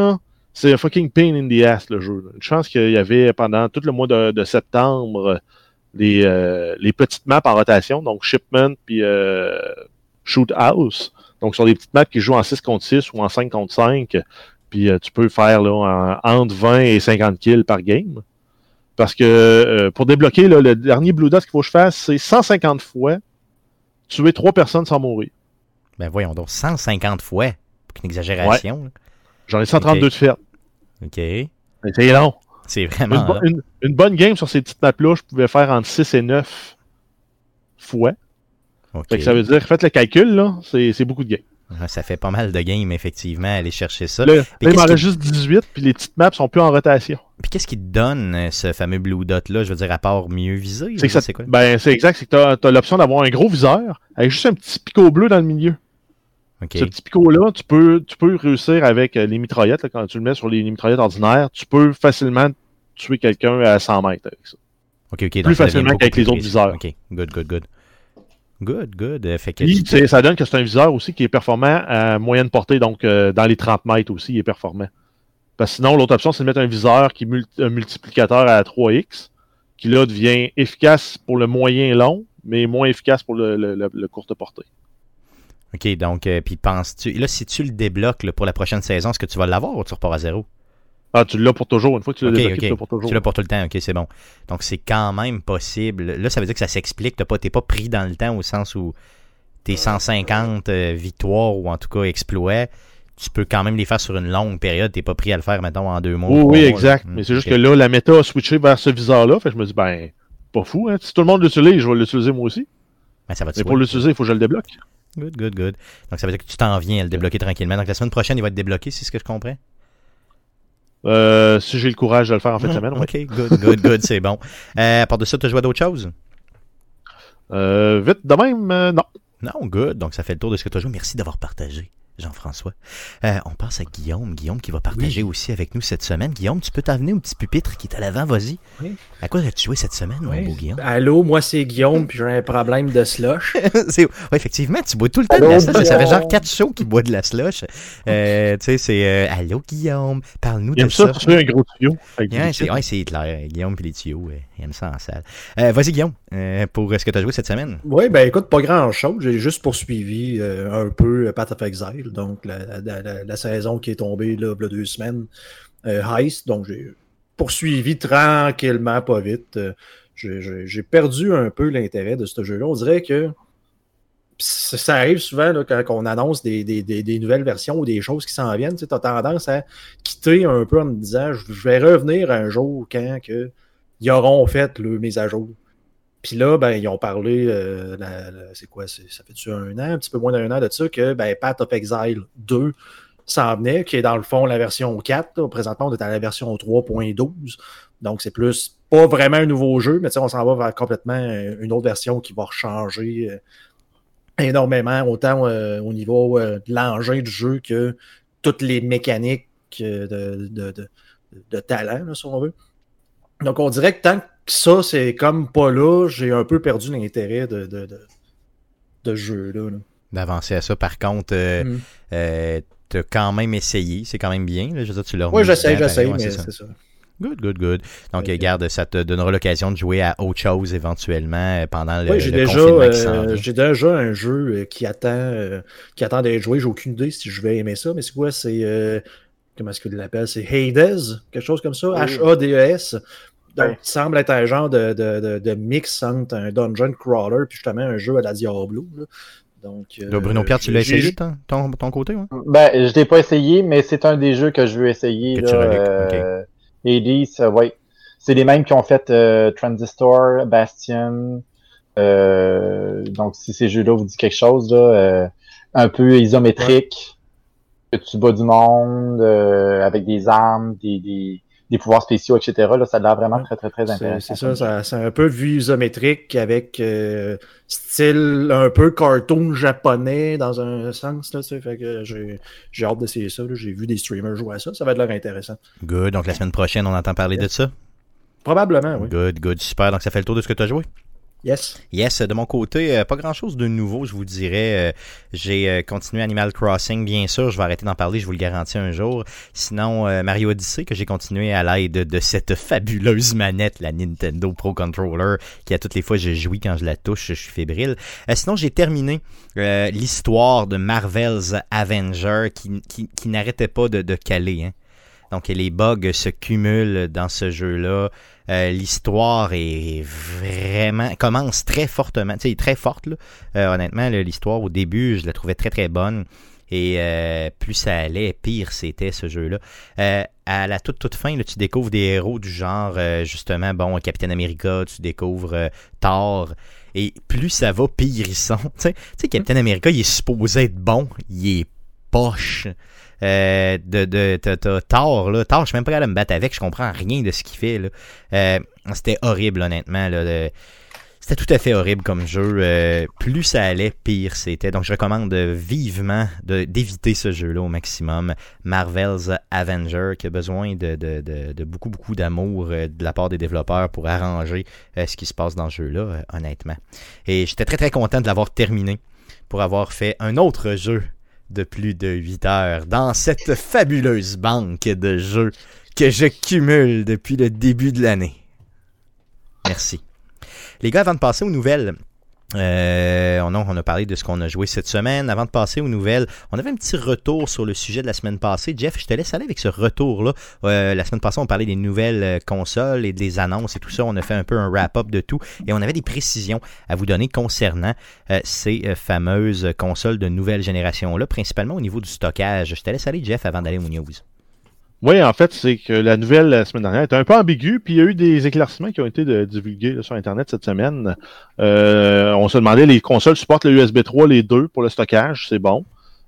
c'est un fucking pain in the ass, le jeu. Là. Une chance qu'il y avait, pendant tout le mois de, de septembre, les, euh, les petites maps en rotation, donc Shipment puis euh, Shoot House. Donc, ce sont des petites maps qui jouent en six contre six ou en cinq contre cinq. Puis, euh, tu peux faire là, en, entre vingt et cinquante kills par game. Parce que euh, pour débloquer, là, le dernier Blue Dot qu'il faut que je fasse, c'est cent cinquante fois tuer trois personnes sans mourir. Ben voyons donc, cent cinquante fois. Une exagération. Ouais. J'en ai cent trente-deux okay. de fait. OK. Mais c'est long. C'est vraiment une, une, une bonne game sur ces petites maps-là, je pouvais faire entre six et neuf fois. Okay. Fait que ça veut dire, faites le calcul, là, c'est, c'est beaucoup de games. Ça fait pas mal de games, effectivement, aller chercher ça. Là, là il m'en reste juste dix-huit, puis les petites maps sont plus en rotation. Puis qu'est-ce qui te donne ce fameux Blue Dot-là, je veux dire, à part mieux viser? C'est, que ça, c'est quoi? Ben, c'est exact, c'est que tu as l'option d'avoir un gros viseur avec juste un petit picot bleu dans le milieu. Okay. Ce petit picot-là, tu peux, tu peux réussir avec les mitraillettes, là, quand tu le mets sur les mitraillettes ordinaires, tu peux facilement tuer quelqu'un à cent mètres avec ça. OK, OK. Plus donc facilement qu'avec les autres précis. viseurs. OK, good, good, good. Good, good. Fait que Puis, tu... ça donne que c'est un viseur aussi qui est performant à moyenne portée, donc euh, dans les trente mètres aussi, il est performant. Parce que sinon, l'autre option, c'est de mettre un viseur qui est multi- un multiplicateur à trois x, qui là devient efficace pour le moyen long, mais moins efficace pour le, le, le, le courte portée. OK, donc, euh, puis penses-tu... Là, si tu le débloques là, pour la prochaine saison, est-ce que tu vas l'avoir ou tu repars à zéro? Ah, tu l'as pour toujours. Une fois que tu l'as okay, débloqué, okay. tu l'as pour toujours. Tu l'as pour tout le temps, OK, c'est bon. Donc, c'est quand même possible. Là, ça veut dire que ça s'explique. Tu n'es pas pris dans le temps au sens où tes cent cinquante euh, victoires ou en tout cas exploits, tu peux quand même les faire sur une longue période. Tu n'es pas pris à le faire, mettons, en deux mois. Oui, oui, mois, exact. Là. Mais c'est mmh, juste okay. que là, la méta a switché vers ce viseur-là. Fait que je me dis, ben, pas fou, hein. Si tout le monde l'utilise, je vais l'utiliser moi aussi. Ben, ça va Mais pour l'utiliser, il faut que je le débloque. Good, good, good. Donc, ça veut dire que tu t'en viens à le débloquer tranquillement. Donc, la semaine prochaine, il va être débloqué, c'est ce que je comprends? Euh, si j'ai le courage de le faire en fin de semaine, oui. OK, good, good, good, c'est bon. Euh, à part de ça, tu as joué à d'autres choses? Euh, vite, de même, euh, non. Non, good. Donc, ça fait le tour de ce que tu as joué. Merci d'avoir partagé, Jean-François. Euh, on passe à Guillaume. Guillaume qui va partager oui. aussi avec nous cette semaine. Guillaume, tu peux t'amener au petit pupitre qui est à l'avant, vas-y. Oui. À quoi as-tu joué cette semaine, oui. mon beau Guillaume? Allô, moi c'est Guillaume, puis j'ai un problème de slush. c'est... Ouais, effectivement, tu bois tout le temps Allô, de la slush. Guillaume. Ça fait genre quatre shows qui boit de la slush. Euh, tu sais, c'est euh, Allô, Guillaume, parle-nous il de ça. ça. Tu fais un gros tuyau. Ouais, c'est, ouais, c'est clair. Guillaume et les tuyaux, euh, il aime ça en salle. Euh, vas-y, Guillaume, euh, pour ce que tu as joué cette semaine. Oui, ben écoute, pas grand-chose. J'ai juste poursuivi euh, un peu Path of Exile, donc la, la, la, la saison qui est tombée là, il y a deux semaines. Euh, Heist, donc j'ai poursuivi tranquillement, pas vite. Euh, j'ai, j'ai, j'ai perdu un peu l'intérêt de ce jeu-là. On dirait que ça, ça arrive souvent là, quand on annonce des, des, des, des nouvelles versions ou des choses qui s'en viennent. Tu as tendance à quitter un peu en me disant je, je vais revenir un jour quand que, ils auront fait le mise à jour. Puis là, ben, ils ont parlé, euh, la, la, c'est quoi, c'est, ça fait-tu un an, un petit peu moins d'un an de ça, que ben, Path of Exile deux s'en venait, qui est dans le fond la version quatre. Là. Présentement, on est à la version trois point douze. Donc, c'est plus pas vraiment un nouveau jeu, mais on s'en va vers complètement une autre version qui va changer euh, énormément, autant euh, au niveau euh, de l'engin du jeu que toutes les mécaniques euh, de, de, de, de talent, là, si on veut. Donc, on dirait que tant que ça, c'est comme pas là, j'ai un peu perdu l'intérêt de, de, de, de ce jeu-là. Là. D'avancer à ça. Par contre, euh, mm. euh, tu as quand même essayé. C'est quand même bien. Là. Je veux dire, tu l'as Oui, j'essaie, j'essaie, ouais, mais c'est ça. c'est ça. Good, good, good. Donc, okay. Garde, ça te donnera l'occasion de jouer à autre chose éventuellement pendant le, oui, j'ai le déjà, confinement euh, qui s'en vient. J'ai déjà un jeu qui attend, euh, qui attend d'être joué. J'ai aucune idée si je vais aimer ça, mais c'est quoi? C'est, euh, comment est-ce qu'il l'appelle? C'est Hades, quelque chose comme ça, oui. H A D E S. Donc, ouais. Il semble être un genre de, de, de, de mix entre un dungeon crawler puis justement un jeu à la Diablo. Là. Donc, euh, Bruno Pierre, tu l'as essayé ton, ton, ton côté? Ouais? Ben, je l'ai pas essayé, mais c'est un des jeux que je veux essayer. Que là, tu euh, okay. Hades, euh, ouais. C'est les mêmes qui ont fait euh, Transistor, Bastion. Euh, donc, si ces jeux-là vous disent quelque chose, là, euh, un peu isométrique, ouais. Que tu bats du monde euh, avec des armes, des, des, des pouvoirs spéciaux, et cetera. Là, ça a l'air vraiment très, très, très intéressant. C'est, c'est ça, ça, c'est un peu vue isométrique avec euh, style un peu cartoon japonais dans un sens. Là, tu sais, fait que j'ai, j'ai hâte d'essayer ça. Là. J'ai vu des streamers jouer à ça. Ça va être l'air intéressant. Good. Donc, la semaine prochaine, on entend parler yes. de ça? Probablement, oui. Good, good. Super. Donc, ça fait le tour de ce que tu as joué? Yes. Yes, de mon côté, euh, pas grand-chose de nouveau, je vous dirais. Euh, j'ai euh, continué Animal Crossing, bien sûr, je vais arrêter d'en parler, je vous le garantis un jour. Sinon, euh, Mario Odyssey, que j'ai continué à l'aide de cette fabuleuse manette, la Nintendo Pro Controller, qui à toutes les fois je jouis quand je la touche, je suis fébrile. Euh, sinon, j'ai terminé euh, l'histoire de Marvel's Avenger, qui, qui, qui n'arrêtait pas de, de caler, hein. Donc, les bugs se cumulent dans ce jeu-là. Euh, l'histoire est vraiment... commence très fortement. Tu sais, très forte, là. Euh, honnêtement, là, l'histoire, au début, je la trouvais très, très bonne. Et euh, plus ça allait, pire c'était, ce jeu-là. Euh, à la toute, toute fin, là, tu découvres des héros du genre, euh, justement, bon, Captain America, tu découvres euh, Thor... Et plus ça va, pire ils sont. Tu sais, tu sais, Captain America, il est supposé être bon. Il est poche. Euh, de, de, de, de Thor, là. Thor, je suis même pas capable de me battre avec, je comprends rien de ce qu'il fait, là. Euh, c'était horrible, honnêtement, là. De, c'était tout à fait horrible comme jeu. Euh, plus ça allait, pire c'était. Donc, je recommande vivement de, d'éviter ce jeu-là au maximum. Marvel's Avenger, qui a besoin de, de, de, de beaucoup, beaucoup d'amour euh, de la part des développeurs pour arranger euh, ce qui se passe dans ce jeu-là, euh, honnêtement. Et j'étais très, très content de l'avoir terminé pour avoir fait un autre jeu de plus de huit heures dans cette fabuleuse banque de jeux que je cumule depuis le début de l'année. Merci. Les gars, avant de passer aux nouvelles, euh, on, a, on a parlé de ce qu'on a joué cette semaine. Avant de passer aux nouvelles, on avait un petit retour sur le sujet de la semaine passée. Jeff, je te laisse aller avec ce retour-là. Euh, la semaine passée, on parlait des nouvelles consoles et des annonces et tout ça. On a fait un peu un wrap-up de tout et on avait des précisions à vous donner concernant euh, ces euh, fameuses consoles de nouvelle génération-là, principalement au niveau du stockage. Je te laisse aller, Jeff, avant d'aller aux news. Oui, en fait, c'est que la nouvelle la semaine dernière était un peu ambiguë, puis il y a eu des éclaircissements qui ont été de, divulgués là, sur Internet cette semaine. Euh, on se demandait, les consoles supportent le U S B trois, les deux, pour le stockage, c'est bon.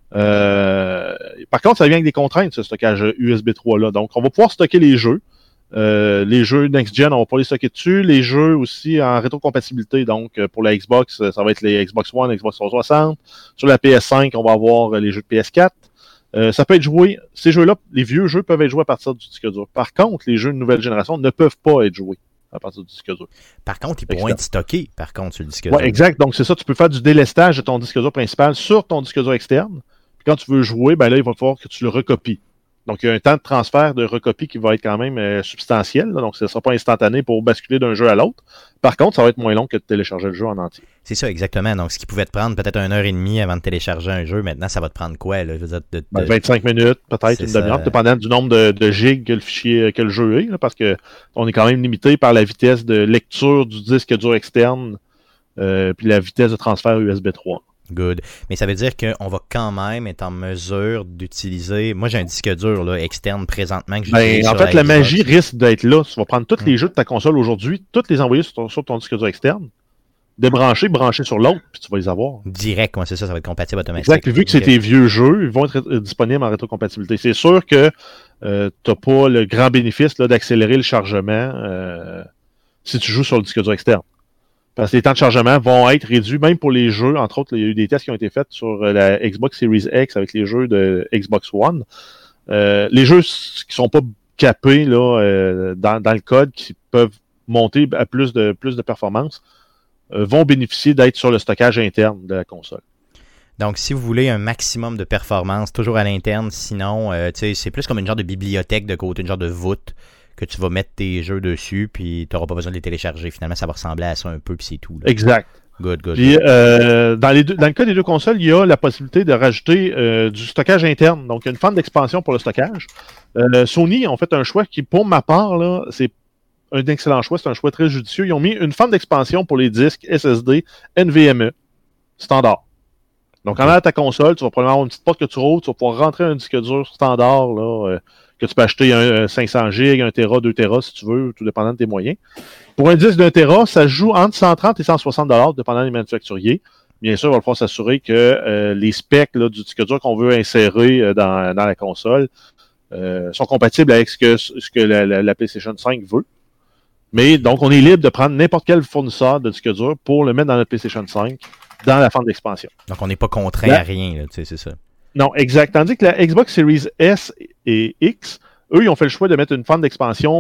Euh, par contre, ça vient avec des contraintes, ce stockage U S B trois-là. Donc, on va pouvoir stocker les jeux. Euh, les jeux next-gen, on va pouvoir les stocker dessus. Les jeux aussi en rétrocompatibilité. Donc, pour la Xbox, ça va être les Xbox One, Xbox trois cent soixante. Sur la P S cinq, on va avoir les jeux de P S quatre. Euh, ça peut être joué, ces jeux-là, les vieux jeux peuvent être joués à partir du disque dur. Par contre, les jeux de nouvelle génération ne peuvent pas être joués à partir du disque dur. Par contre, ils pourront être stockés, par contre, sur le disque dur. Oui, dur. exact. Donc, c'est ça, tu peux faire du délestage de ton disque dur principal sur ton disque dur externe. Puis quand tu veux jouer, ben là, il va falloir que tu le recopies. Donc, il y a un temps de transfert de recopie qui va être quand même euh, substantiel. Là, donc, ce ne sera pas instantané pour basculer d'un jeu à l'autre. Par contre, ça va être moins long que de télécharger le jeu en entier. C'est ça, exactement. Donc, ce qui pouvait te prendre peut-être une heure et demie avant de télécharger un jeu, maintenant, ça va te prendre quoi? Là? Je veux dire, de, de... Ben, vingt-cinq minutes, peut-être une demi-heure, dépendant du nombre de, de gigs que le fichier, que le jeu est. Là, parce que on est quand même limité par la vitesse de lecture du disque dur externe euh, puis la vitesse de transfert U S B trois. Good. Mais ça veut dire qu'on va quand même être en mesure d'utiliser... Moi, j'ai un disque dur là, externe présentement que j'utilise ben, en fait, la, la magie risque d'être là. Tu vas prendre tous mm. les jeux de ta console aujourd'hui, tous les envoyer sur ton, sur ton disque dur externe, débrancher, brancher sur l'autre, puis tu vas les avoir. Direct, moi, c'est ça, ça va être compatible automatiquement. Exact. Puis vu que c'est tes vieux jeux, ils vont être disponibles en rétrocompatibilité. C'est sûr que euh, tu n'as pas le grand bénéfice là, d'accélérer le chargement euh, si tu joues sur le disque dur externe. Parce que les temps de chargement vont être réduits, même pour les jeux. Entre autres, il y a eu des tests qui ont été faits sur la Xbox Series X avec les jeux de Xbox One. Euh, les jeux qui sont pas capés là, euh, dans, dans le code, qui peuvent monter à plus de, plus de performance, euh, vont bénéficier d'être sur le stockage interne de la console. Donc, si vous voulez un maximum de performance, toujours à l'interne, sinon, euh, c'est plus comme une genre de bibliothèque de côté, une genre de voûte, que tu vas mettre tes jeux dessus, puis tu n'auras pas besoin de les télécharger. Finalement, ça va ressembler à ça un peu, puis c'est tout. Là. Exact. Good, good. Puis, euh, dans, les deux, dans le cas des deux consoles, il y a la possibilité de rajouter euh, du stockage interne. Donc, il y a une fente d'expansion pour le stockage. Euh, Sony ont fait un choix qui, pour ma part, là, c'est un excellent choix. C'est un choix très judicieux. Ils ont mis une fente d'expansion pour les disques S S D N V M E standard. Donc, en allant à ta console, tu vas probablement avoir une petite porte que tu rouvres, tu vas pouvoir rentrer un disque dur standard, là, euh, que tu peux acheter un cinq cents gigs, un téra, deux téra si tu veux, tout dépendant de tes moyens. Pour un disque d'un téra, ça se joue entre cent trente et cent soixante dollars, dépendant des manufacturiers. Bien sûr, il va falloir s'assurer que euh, les specs là, du disque dur qu'on veut insérer euh, dans, dans la console euh, sont compatibles avec ce que, ce que la, la, la PlayStation cinq veut. Mais donc, on est libre de prendre n'importe quel fournisseur de disque dur pour le mettre dans notre PlayStation cinq, dans la fente d'expansion. Donc, on n'est pas contraint là, à rien, là, tu sais, c'est ça. Non, exact. Tandis que la Xbox Series S et X, eux, ils ont fait le choix de mettre une fente d'expansion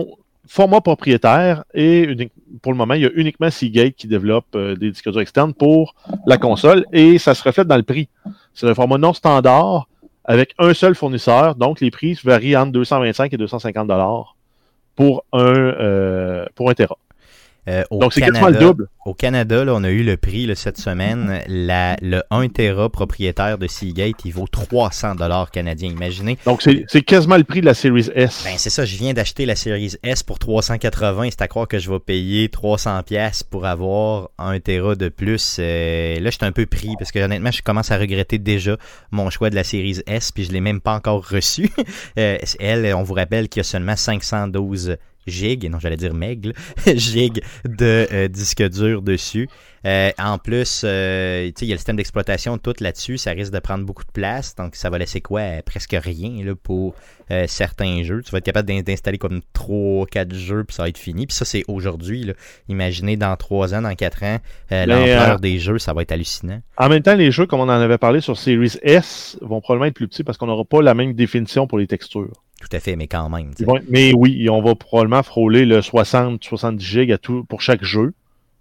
format propriétaire et unique, pour le moment, il y a uniquement Seagate qui développe euh, des disques durs externes pour la console et ça se reflète dans le prix. C'est un format non standard avec un seul fournisseur, donc les prix varient entre deux cent vingt-cinq et deux cent cinquante dollars pour un, euh, pour un Tera. Euh, au Donc, c'est Canada, quasiment le double. Au Canada, là, on a eu le prix là, cette semaine. La, le un Tera propriétaire de Seagate, il vaut trois cents dollars canadiens. Imaginez. Donc, c'est, c'est quasiment le prix de la Series S. Ben, c'est ça. Je viens d'acheter la Series S pour trois cent quatre-vingts. C'est à croire que je vais payer trois cents dollars pour avoir un Tera de plus. Euh, là, je suis un peu pris parce que honnêtement, je commence à regretter déjà mon choix de la Series S puis je ne l'ai même pas encore reçue. euh, elle, on vous rappelle qu'il y a seulement cinq cent douze gigs, non j'allais dire meg, gigs de euh, disque dur dessus. Euh, en plus, euh, il y a le système d'exploitation tout là-dessus, ça risque de prendre beaucoup de place, donc ça va laisser quoi? Euh, presque rien là, pour euh, certains jeux. Tu vas être capable d'in- d'installer comme trois quatre jeux, puis ça va être fini. Puis ça, c'est aujourd'hui. Là. Imaginez dans trois ans, dans quatre ans, euh, l'ampleur euh, des jeux, ça va être hallucinant. En même temps, les jeux, comme on en avait parlé sur Series S, vont probablement être plus petits parce qu'on n'aura pas la même définition pour les textures. Tout à fait, mais quand même. Vont, mais oui, on va probablement frôler le soixante à soixante-dix gigs à tout, pour chaque jeu.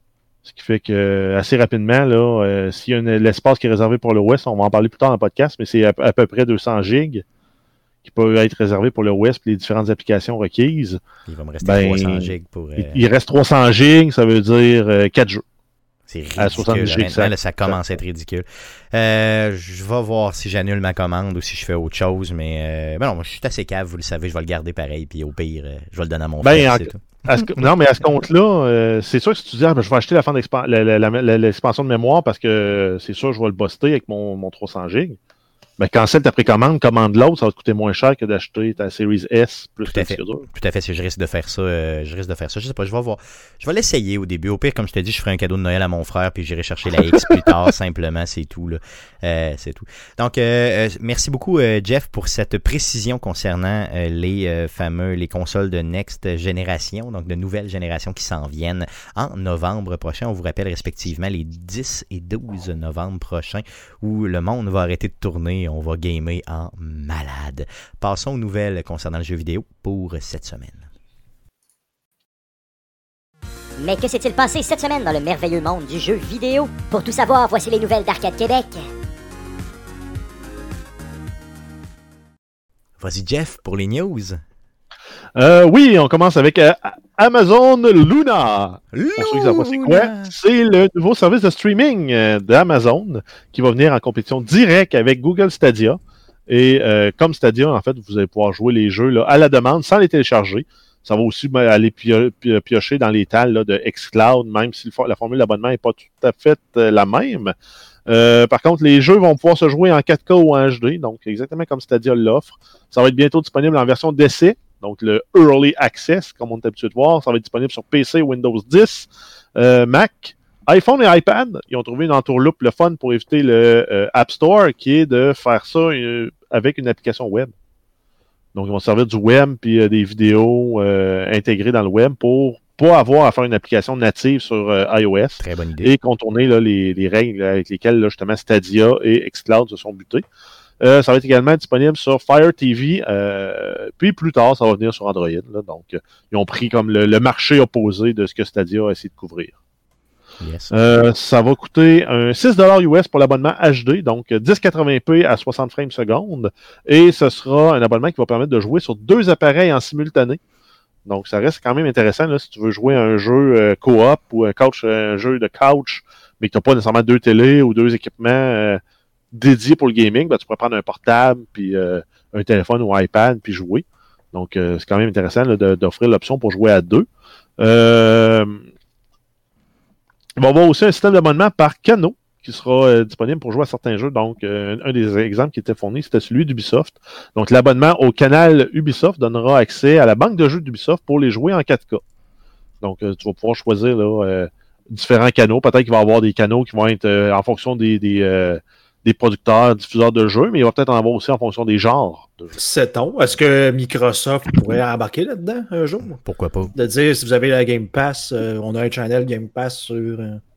Ce qui fait que assez rapidement, là, euh, s'il y a une, l'espace qui est réservé pour le West, on va en parler plus tard dans le podcast, mais c'est à, à peu près deux cents gigs qui peuvent être réservés pour le West et les différentes applications requises. Il va me rester ben, trois cents gigs pour... Euh... Il, il reste trois cents gigs, ça veut dire euh, quatre jeux. C'est ridicule. Gigs, ça, là, ça commence à être ridicule. Euh, je vais voir si j'annule ma commande ou si je fais autre chose, mais euh, ben non, moi, je suis assez cave, vous le savez, je vais le garder pareil, puis au pire, euh, je vais le donner à mon ben, frère, en, c'est tout. À ce, non, mais à ce compte-là, euh, c'est sûr que si tu dis, ah, ben, je vais acheter la fin d'expansion, la, la, la, l'expansion de mémoire parce que c'est sûr, je vais le buster avec mon, mon trois cents gigs. Ben, cancelle ta précommande, commande l'autre, ça va te coûter moins cher que d'acheter ta Series S plus tout à fait. Tout à fait, si je risque de faire ça, euh, je risque de faire ça. Je sais pas, je vais voir. Je vais l'essayer au début. Au pire, comme je t'ai dit, je ferai un cadeau de Noël à mon frère, puis j'irai chercher la X plus tard, simplement, c'est tout, là. Euh, c'est tout. Donc, euh, merci beaucoup, euh, Jeff, pour cette précision concernant euh, les euh, fameux, les consoles de Next Génération, donc de nouvelles générations qui s'en viennent en novembre prochain. On vous rappelle respectivement les dix et douze novembre prochains, où le monde va arrêter de tourner. On va gamer en malade. Passons aux nouvelles concernant le jeu vidéo pour cette semaine. Mais que s'est-il passé cette semaine dans le merveilleux monde du jeu vidéo? Pour tout savoir, voici les nouvelles d'Arcade Québec. Vas-y Jeff, pour les news. Euh, oui, on commence avec euh, Amazon Luna. Luna. Pour ceux qui savent pas c'est quoi, c'est le nouveau service de streaming euh, d'Amazon qui va venir en compétition directe avec Google Stadia. Et euh, comme Stadia, en fait, vous allez pouvoir jouer les jeux là, à la demande sans les télécharger. Ça va aussi ben, aller pio- pio- piocher dans les tales là, de xCloud, même si le, la formule d'abonnement n'est pas tout à fait euh, la même. Euh, par contre, les jeux vont pouvoir se jouer en quatre K ou en H D, donc exactement comme Stadia l'offre. Ça va être bientôt disponible en version d'essai. Donc, le Early Access, comme on est habitué de voir, ça va être disponible sur P C, Windows dix, euh, Mac, iPhone et iPad. Ils ont trouvé une entourloupe le fun pour éviter le euh, App Store, qui est de faire ça euh, avec une application web. Donc, ils vont servir du web puis euh, des vidéos euh, intégrées dans le web pour pas avoir à faire une application native sur euh, iOS. Très bonne idée. Et contourner là, les, les règles avec lesquelles là, justement Stadia et xCloud se sont butés. Euh, ça va être également disponible sur Fire T V, euh, puis plus tard, ça va venir sur Android. Là, donc, euh, ils ont pris comme le, le marché opposé de ce que Stadia a essayé de couvrir. Yes. Euh, ça va coûter un six dollars U S pour l'abonnement H D, donc dix quatre-vingts p à soixante frames secondes, et ce sera un abonnement qui va permettre de jouer sur deux appareils en simultané. Donc, ça reste quand même intéressant là, si tu veux jouer à un jeu euh, coop ou un, couch, un jeu de couch, mais que tu n'as pas nécessairement deux télés ou deux équipements euh, dédié pour le gaming, ben, tu pourrais prendre un portable, puis euh, un téléphone ou un iPad, puis jouer. Donc, euh, c'est quand même intéressant là, de, d'offrir l'option pour jouer à deux. Euh, il va y avoir aussi un système d'abonnement par canot qui sera euh, disponible pour jouer à certains jeux. Donc, euh, un des exemples qui était fourni, c'était celui d'Ubisoft. Donc, l'abonnement au canal Ubisoft donnera accès à la banque de jeux d'Ubisoft pour les jouer en quatre K. Donc, euh, tu vas pouvoir choisir là, euh, différents canaux. Peut-être qu'il va y avoir des canaux qui vont être euh, en fonction des... des euh, des producteurs, diffuseurs de jeux, mais il va peut-être en avoir aussi en fonction des genres de jeux. Sait-on, est-ce que Microsoft pourrait embarquer là-dedans un jour? Pourquoi pas? De dire, si vous avez la Game Pass, euh, on a un channel Game Pass sur... Euh...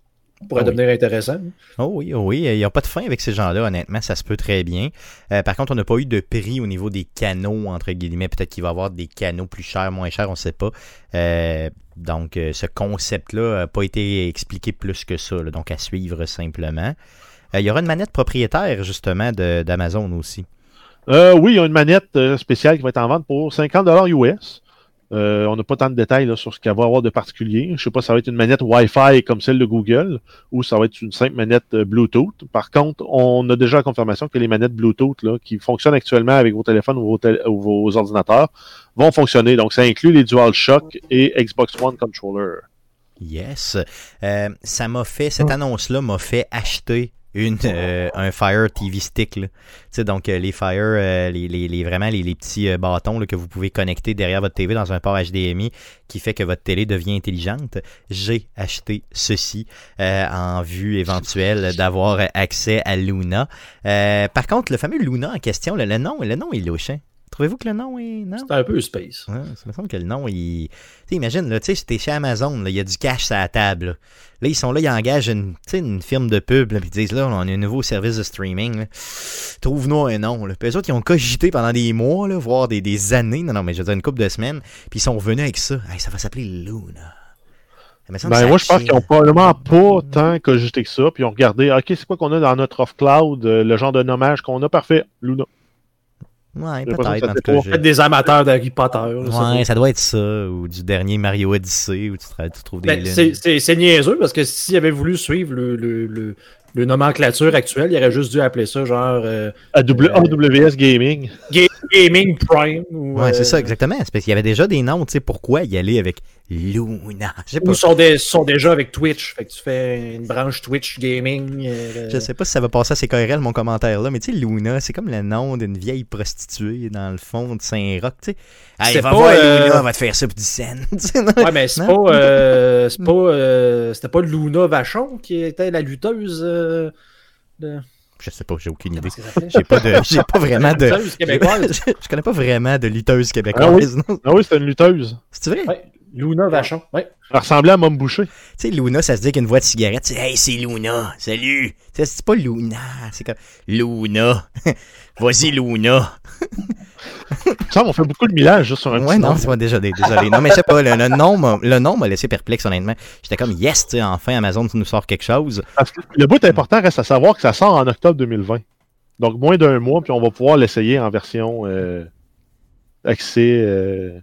pourrait oh, devenir oui. intéressant. Oh oui, oh oui. Il n'y a pas de fin avec ces gens-là, honnêtement, ça se peut très bien. Euh, par contre, on n'a pas eu de prix au niveau des canaux, entre guillemets. Peut-être qu'il va y avoir des canaux plus chers, moins chers, on ne sait pas. Euh, donc, euh, ce concept-là n'a pas été expliqué plus que ça, là, donc à suivre simplement. Euh, il y aura une manette propriétaire, justement, de, d'Amazon aussi. Euh, oui, il y a une manette euh, spéciale qui va être en vente pour cinquante dollars U S. Euh, on n'a pas tant de détails là, sur ce qu'elle va avoir de particulier. Je ne sais pas si ça va être une manette Wi-Fi comme celle de Google ou ça va être une simple manette euh, Bluetooth. Par contre, on a déjà la confirmation que les manettes Bluetooth là, qui fonctionnent actuellement avec vos téléphones ou vos, tél- ou vos ordinateurs vont fonctionner. Donc, ça inclut les DualShock et Xbox One Controller. Yes. Euh, ça m'a fait, cette annonce-là m'a fait acheter une euh, un Fire T V Stick. Là. Tu sais, donc euh, les Fire, euh, les, les, les vraiment les, les petits euh, bâtons là, que vous pouvez connecter derrière votre T V dans un port H D M I qui fait que votre télé devient intelligente. J'ai acheté ceci euh, en vue éventuelle d'avoir accès à Luna. Euh, par contre, le fameux Luna en question, le, le nom, le nom est louche. Hein? Trouvez-vous que le nom est... Non? C'est un peu space. Ouais, ça me semble que le nom, il... Tu sais, imagine, là, tu sais, t'es chez Amazon, il y a du cash sur la table. Là, là ils sont là, ils engagent une, une firme de pub, puis ils disent, là, on a un nouveau service de streaming. Là. Trouve-nous un nom. Là. Puis eux autres, ils ont cogité pendant des mois, là, voire des, des années, non, non, mais je veux dire une couple de semaines, puis ils sont revenus avec ça. Hey, ça va s'appeler Luna. Ben, moi, je pense qu'ils n'ont probablement pas tant cogité que ça, puis ils ont regardé, OK, c'est quoi qu'on a dans notre off-cloud, euh, le genre de nommage qu'on a, parfait, Luna. Ouais, J'ai peut-être. En tout cas, Peut-être je... des amateurs d'Harry Potter. Là, ouais, ça doit être ça, ou du dernier Mario Odyssey, où tu, tra- tu trouves des ben, lunes. c'est, c'est, c'est niaiseux, parce que s'il avait voulu suivre le, le, le, le nomenclature actuelle, il aurait juste dû appeler ça genre... Euh, A W S Gaming. Ga- Gaming Prime. Ou, Ouais, euh, c'est ça, exactement. C'est parce qu'il y avait déjà des noms, tu sais, pourquoi y aller avec Luna? Je sais pas. Ou sont, des, sont déjà avec Twitch. Fait que tu fais une branche Twitch Gaming. Euh, Je sais pas si ça va passer à C K R L, mon commentaire là, mais tu sais, Luna, c'est comme le nom d'une vieille prostituée dans le fond de Saint-Roch, tu sais. Hey, C'est va pas, voir euh, Luna, va te faire ça pour dix cents. Ouais, mais c'est Non? pas, euh, c'est pas, euh, c'était pas Luna Vachon qui était la lutteuse. Euh, de... Je sais pas, j'ai aucune idée. Comment ça s'appelait? J'ai pas de, j'ai pas vraiment de. La lutteuse québécoise. Je, je connais pas vraiment de lutteuse Ah oui, québécoise. non? ah oui c'était une lutteuse. C'est vrai? Ouais, Luna Vachon. Ouais. Elle ressemblait à Mom Boucher. Tu sais, Luna, ça se dit qu'une voix de cigarette, tu sais, hey, c'est Luna, salut. Tu sais, c'est pas Luna, c'est comme Luna. Vas-y, Luna. Ça, on fait beaucoup de millage juste sur un Ouais, petit non, nom. c'est pas déjà des, désolé. Non, mais je sais pas, le, le nom m'a, le nom m'a laissé perplexe, honnêtement. J'étais comme, yes, tu sais, enfin, Amazon nous sort quelque chose. Parce que le bout important reste à savoir que ça sort en octobre deux mille vingt. Donc, moins d'un mois, puis on va pouvoir l'essayer en version euh, accès. Euh...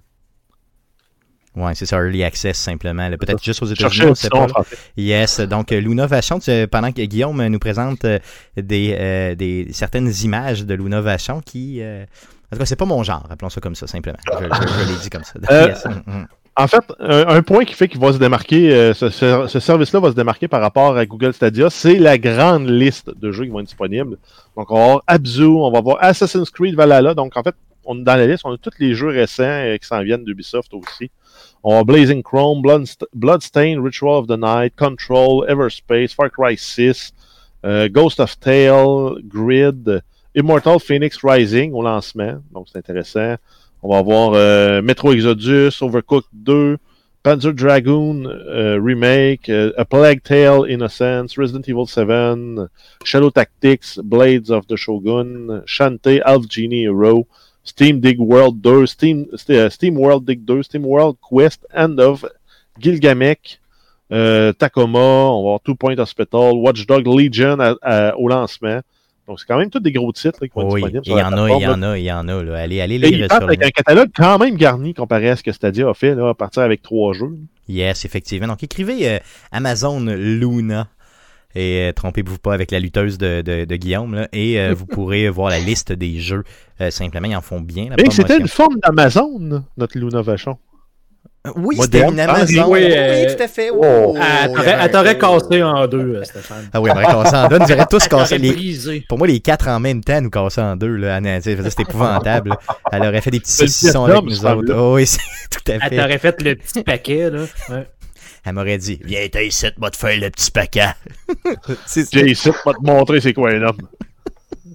Ouais, c'est ça, Early Access, simplement. là. Peut-être juste aux États-Unis, Chercher on un sait petit nom pas. en là. français. Yes, donc euh, Luna Vachon, tu- pendant que Guillaume nous présente euh, des, euh, des certaines images de Luna Vachon qui... euh, en tout cas, c'est pas mon genre, appelons ça comme ça, simplement. Je, je- je l'ai dit comme ça. Euh, Yes, mm, mm. En fait, un, un point qui fait qu'il va se démarquer, euh, ce, ce- ce service-là va se démarquer par rapport à Google Stadia, c'est la grande liste de jeux qui vont être disponibles. Donc, on va avoir Abzu, on va avoir Assassin's Creed Valhalla. Donc, en fait, on, dans la liste, on a tous les jeux récents euh, qui s'en viennent d'Ubisoft aussi. On va avoir Blazing Chrome, Bloodst- Bloodstained, Ritual of the Night, Control, Everspace, Far Cry six, euh, Ghost of Tale, Grid, Immortal Phoenix Rising au lancement. Donc, c'est intéressant. On va avoir euh, Metro Exodus, Overcooked deux, Panzer Dragoon euh, Remake, euh, A Plague Tale Innocence, Resident Evil seven, Shadow Tactics, Blades of the Shogun, Shantae, Half Genie Hero, Steam Dig World deux, Steam, euh, Steam World Dig deux, Steam World Quest, End of, Gilgamesh, euh, Tacoma, on va avoir Two Point Hospital, Watchdog Legion à, à, au lancement. Donc, c'est quand même tous des gros titres là, qui vont être Oui, disponibles il sur y la en a, plateforme, il y là. en a, il y en a. Là. Allez, allez Et lire ils sur partent le... avec un catalogue quand même garni comparé à ce que Stadia a fait, là, à partir avec trois jeux. Yes, effectivement. Donc, écrivez euh, Amazon Luna et euh, trompez-vous pas avec la lutteuse de, de, de Guillaume là, et euh, vous pourrez voir la liste des jeux. Euh, simplement, ils en font bien. La Mais c'était promotion. une forme d'Amazon, notre Luna Vachon. Oui, moderne. c'était une Amazon. Oui, Oui, euh, tout à fait. Oh, Oh, elle il y t'aurait, avait elle t'aurait un- cassé en deux, euh, Stéphane. Ah oui, on aurait cassé en deux. Nous aurait tous Elle cassé. t'aurait Les... brisé. Pour moi, les quatre en même temps nous cassaient en deux. Là. Anna, tu sais, c'était épouvantable. là. Elle aurait fait des petits C'est le saucissons Vietnam, avec nous ce autres. femme-là. Oh, oui, c'est tout à Elle fait. t'aurait fait le petit paquet, là. Ouais. Elle m'aurait dit, viens, t'as ici, moi te faire le petit paquet. C'est ça. J'ai ici pour te montrer c'est quoi un homme.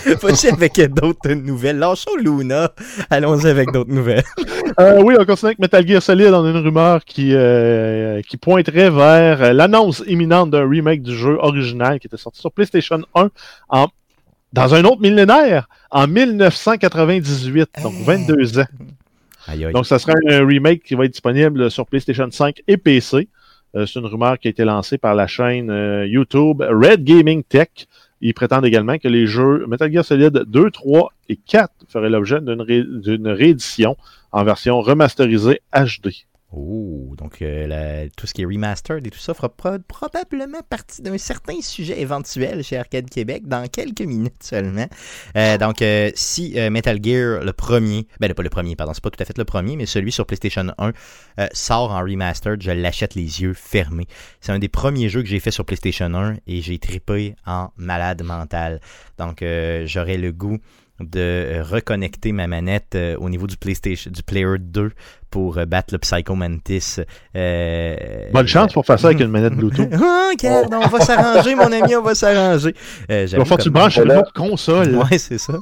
Vas-y avec d'autres nouvelles. Lâchons Luna. Allons-y avec d'autres nouvelles. Euh, oui, on continue avec Metal Gear Solid. On a une rumeur qui, euh, qui pointerait vers l'annonce imminente d'un remake du jeu original qui était sorti sur PlayStation un en, dans un autre millénaire, en dix-neuf cent quatre-vingt-dix-huit, donc vingt-deux ans. Aïe, aïe. Donc, ça sera un remake qui va être disponible sur PlayStation cinq et P C. Euh, c'est une rumeur qui a été lancée par la chaîne euh, YouTube Red Gaming Tech. Ils prétendent également que les jeux Metal Gear Solid deux, trois et quatre feraient l'objet d'une, ré- d'une réédition en version remasterisée H D. Oh, donc euh, la, tout ce qui est remastered et tout ça fera pro- probablement partie d'un certain sujet éventuel chez Arcade Québec dans quelques minutes seulement. Euh, donc, euh, si euh, Metal Gear, le premier, ben pas le premier, pardon, c'est pas tout à fait le premier, mais celui sur PlayStation un euh, sort en remastered, je l'achète les yeux fermés. C'est un des premiers jeux que j'ai fait sur PlayStation un et j'ai trippé en malade mental. Donc, euh, j'aurais le goût de reconnecter ma manette euh, au niveau du PlayStation, du Player deux pour euh, battre le Psycho Mantis. Euh, Bonne chance pour faire ça avec une manette Bluetooth. Ah, regarde, on va s'arranger, mon ami, on va s'arranger. Euh, Il va falloir que tu le branches sur une autre console. Ouais, c'est ça.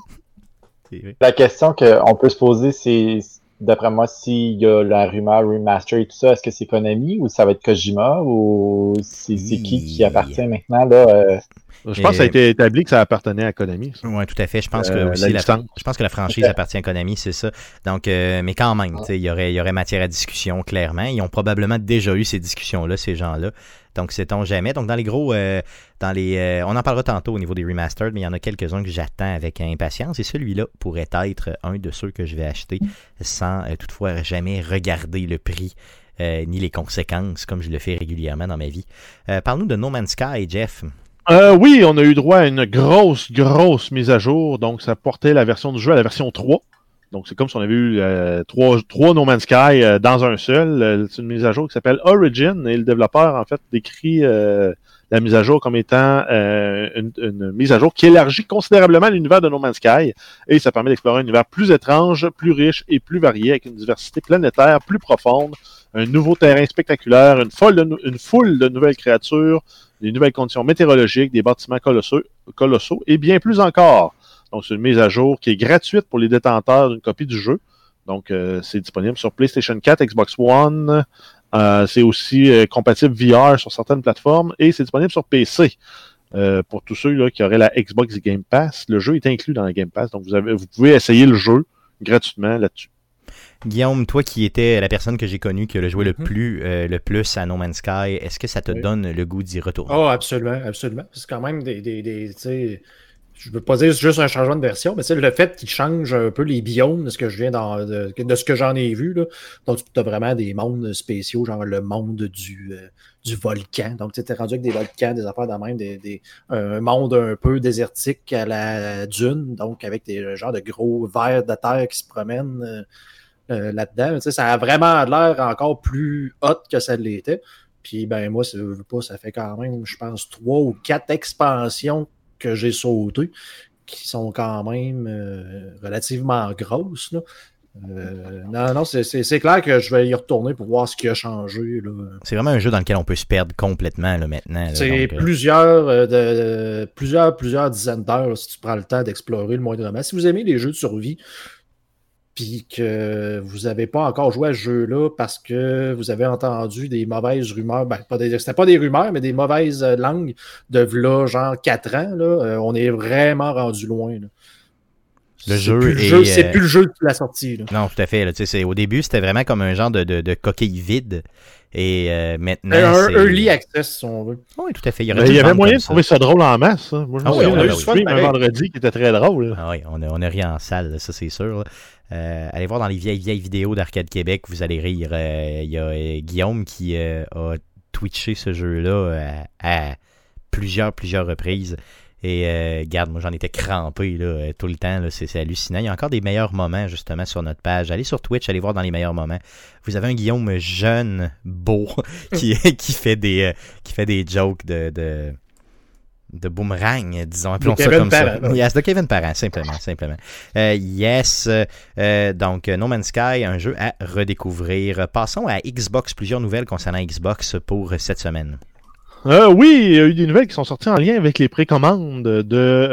La question qu'on peut se poser, c'est, d'après moi, s'il y a la rumeur remaster et tout ça, est-ce que c'est Konami ou ça va être Kojima ou c'est, c'est qui qui appartient maintenant là euh... Je pense que ça a été établi que ça appartenait à Konami. Oui, tout à fait. Je pense que euh, aussi la la, je pense que la franchise appartient à Konami, c'est ça. Donc, euh, mais quand même, il y aurait, il y aurait matière à discussion, clairement. Ils ont probablement déjà eu ces discussions-là, ces gens-là. Donc, sait-on jamais. Donc, dans les gros, euh, dans les, euh, on en parlera tantôt au niveau des remastered, mais il y en a quelques-uns que j'attends avec impatience. Et celui-là pourrait être un de ceux que je vais acheter sans euh, toutefois jamais regarder le prix. Euh, ni les conséquences, comme je le fais régulièrement dans ma vie. Euh, parle-nous de No Man's Sky, Jeff. Euh, oui, on a eu droit à une grosse, grosse mise à jour. Donc, ça portait la version du jeu à la version trois. Donc, c'est comme si on avait eu euh, trois, trois No Man's Sky euh, dans un seul. Euh, c'est une mise à jour qui s'appelle Origin. Et le développeur, en fait, décrit euh, la mise à jour comme étant euh, une, une mise à jour qui élargit considérablement l'univers de No Man's Sky. Et ça permet d'explorer un univers plus étrange, plus riche et plus varié, avec une diversité planétaire plus profonde, un nouveau terrain spectaculaire, une foule de, une foule de nouvelles créatures, des nouvelles conditions météorologiques, des bâtiments colossaux, colossaux et bien plus encore. Donc, c'est une mise à jour qui est gratuite pour les détenteurs d'une copie du jeu. Donc, euh, c'est disponible sur PlayStation quatre, Xbox One. Euh, c'est aussi euh, compatible V R sur certaines plateformes et c'est disponible sur P C. Euh, pour tous ceux là, qui auraient la Xbox Game Pass, le jeu est inclus dans la Game Pass. Donc, vous, avez, vous pouvez essayer le jeu gratuitement là-dessus. Guillaume, toi qui étais la personne que j'ai connue qui a joué le plus euh, le plus à No Man's Sky, est-ce que ça te oui. donne le goût d'y retourner? Oh, absolument, absolument. C'est quand même des, des, des tu sais, je veux pas dire juste un changement de version, mais c'est le fait qu'il change un peu les biomes de ce que je viens dans, de, de ce que j'en ai vu, là. Donc, tu as vraiment des mondes spéciaux, genre le monde du, euh, du volcan. Donc, tu es rendu avec des volcans, des affaires de même, des, des, un monde un peu désertique à la dune, donc avec des genres de gros vers de terre qui se promènent euh, euh, là-dedans. Tu sais, ça a vraiment l'air encore plus hot que ça l'était. Puis, ben, moi, ça, pas, ça fait quand même, je pense, trois ou quatre expansions que j'ai sautées, qui sont quand même euh, relativement grosses, là. Euh, non, non, c'est, c'est, c'est clair que je vais y retourner pour voir ce qui a changé, là. C'est vraiment un jeu dans lequel on peut se perdre complètement là, maintenant. Là, c'est donc, plusieurs, euh, de, plusieurs, plusieurs dizaines d'heures là, si tu prends le temps d'explorer le moindrement. Si vous aimez les jeux de survie, puis que vous n'avez pas encore joué à ce jeu-là parce que vous avez entendu des mauvaises rumeurs, ben, pas des, c'était pas des rumeurs, mais des mauvaises langues de là, genre quatre ans, là, euh, on est vraiment rendu loin, là. Le c'est jeu plus le est, jeu, c'est euh... plus le jeu de la sortie, là. Non, tout à fait. Là, c'est, au début, c'était vraiment comme un genre de, de, de coquille vide. Et euh, maintenant, un c'est... early access, si on veut. Oui, tout à fait. Il y, il y avait moyen de trouver ça drôle en masse. Hein. Moi, je ah me oui, souviens on a d'un eu stream un vendredi qui était très drôle. Ah oui, on a, on a ri en salle, ça c'est sûr. Euh, allez voir dans les vieilles vieilles vidéos d'Arcade Québec, vous allez rire. Il euh, y a euh, Guillaume qui euh, a twitché ce jeu-là à, à plusieurs, plusieurs reprises. Et euh, regarde, moi j'en étais crampé là, tout le temps, là, c'est, c'est hallucinant. Il y a encore des meilleurs moments justement sur notre page. Allez sur Twitch, allez voir dans les meilleurs moments. Vous avez un Guillaume jeune, beau, qui, qui, fait, des, euh, qui fait des jokes de... de de boomerang, disons, appelons ça comme Parent, ça. Ouais. Yes, de Kevin Parent, simplement, simplement. Euh, yes, euh, donc No Man's Sky, un jeu à redécouvrir. Passons à Xbox, plusieurs nouvelles concernant Xbox pour cette semaine. Euh, oui, il y a eu des nouvelles qui sont sorties en lien avec les précommandes de,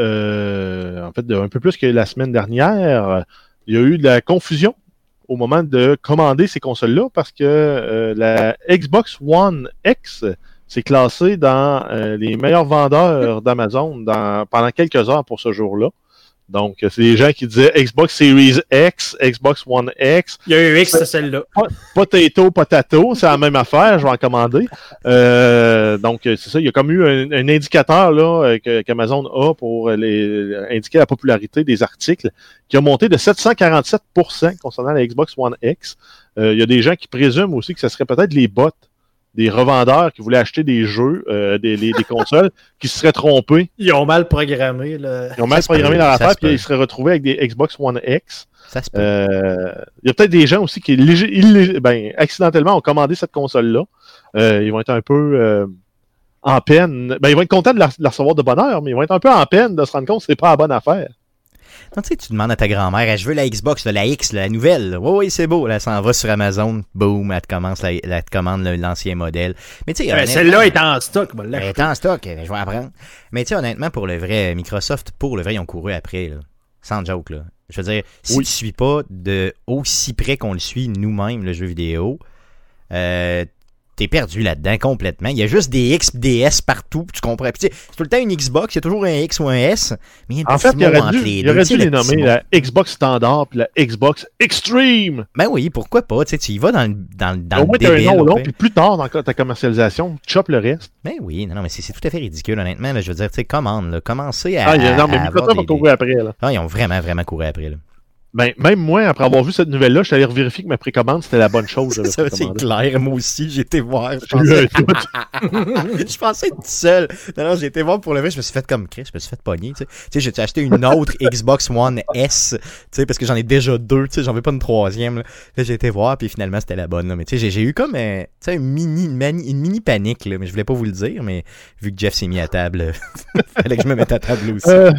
euh, en fait, de un peu plus que la semaine dernière. Il y a eu de la confusion au moment de commander ces consoles-là parce que euh, la Xbox One X s'est classée dans euh, les meilleurs vendeurs d'Amazon dans, pendant quelques heures pour ce jour-là. Donc, c'est des gens qui disaient Xbox Series X, Xbox One X. Il y a eu X, c'est celle-là. Potato, potato, c'est la même affaire, je vais en commander. Euh, donc, c'est ça, il y a comme eu un, un indicateur là que, qu'Amazon a pour les, indiquer la popularité des articles qui a monté de sept cent quarante-sept pour cent concernant la Xbox One X. Euh, il y a des gens qui présument aussi que ce serait peut-être les bots des revendeurs qui voulaient acheter des jeux, euh, des, les, des consoles, qui se seraient trompés. Ils ont mal programmé. Là. Ils ont mal Ça programmé peut, leur affaire, puis peut. ils seraient retrouvés avec des Xbox One X. Ça se peut. Euh, il y a peut-être des gens aussi qui, illég- illég- ben, accidentellement, ont commandé cette console-là. Euh, ils vont être un peu euh, en peine. Ben, ils vont être contents de la, de la recevoir de bonne heure, mais ils vont être un peu en peine de se rendre compte que c'est pas la bonne affaire. Non, tu sais, tu demandes à ta grand-mère, je veux la Xbox, là, la X, là, la nouvelle. Oui, oui, c'est beau. Là, ça en va sur Amazon. Boum, elle te, commence la, elle te commande le, l'ancien modèle. Mais tu sais, Ben, celle-là est en stock. Bon, elle est en stock, je vais apprendre. Mais tu sais, honnêtement, pour le vrai, Microsoft, pour le vrai, ils ont couru après. Là. Sans joke, là. Je veux dire, si Oui. tu suis pas de aussi près qu'on le suit nous-mêmes, le jeu vidéo, euh, t'es perdu là-dedans complètement. Il y a juste des X et des S partout, tu comprends. Puis, tu sais, c'est tout le temps une Xbox, il y a toujours un X ou un S, mais il y a un En petit fait, il mot aurait entre dû, les il deux. aurait Tu sais, dû les le petit nommer mot. la Xbox Standard puis la Xbox Extreme. Ben oui, pourquoi pas? Tu sais, tu y vas dans le dans, dans Au moins, le tu as un débile. nom long, ouais. puis plus tard dans ta commercialisation, tu chopes le reste. Ben oui, non, non, mais c'est, c'est tout à fait ridicule, honnêtement. Là, je veux dire, tu sais, commande, là, commencez à. Ah, il y a- à- non, mais à Microsoft avoir va des- courir après. Là. Ah, ils ont vraiment, vraiment couru après, là. Ben, même moi, après avoir vu cette nouvelle-là, je suis allé vérifier que ma précommande, c'était la bonne chose. Ça, c'est clair, moi aussi, j'ai été voir. Je J'ai eu un pensais, doute. je pensais être tout seul. Non, non, j'ai été voir pour le vrai, je me suis fait comme Chris, je me suis fait pogner, tu sais. Tu sais, j'ai acheté une autre Xbox One S, tu sais, parce que j'en ai déjà deux, tu sais, j'en veux pas une troisième, là. Là, j'ai été voir, puis finalement, c'était la bonne, là. Mais tu sais, j'ai, j'ai eu comme, euh, tu sais, une mini, une, mani- une mini panique, là, mais je voulais pas vous le dire, mais vu que Jeff s'est mis à table, fallait que je me mette à table aussi. Euh,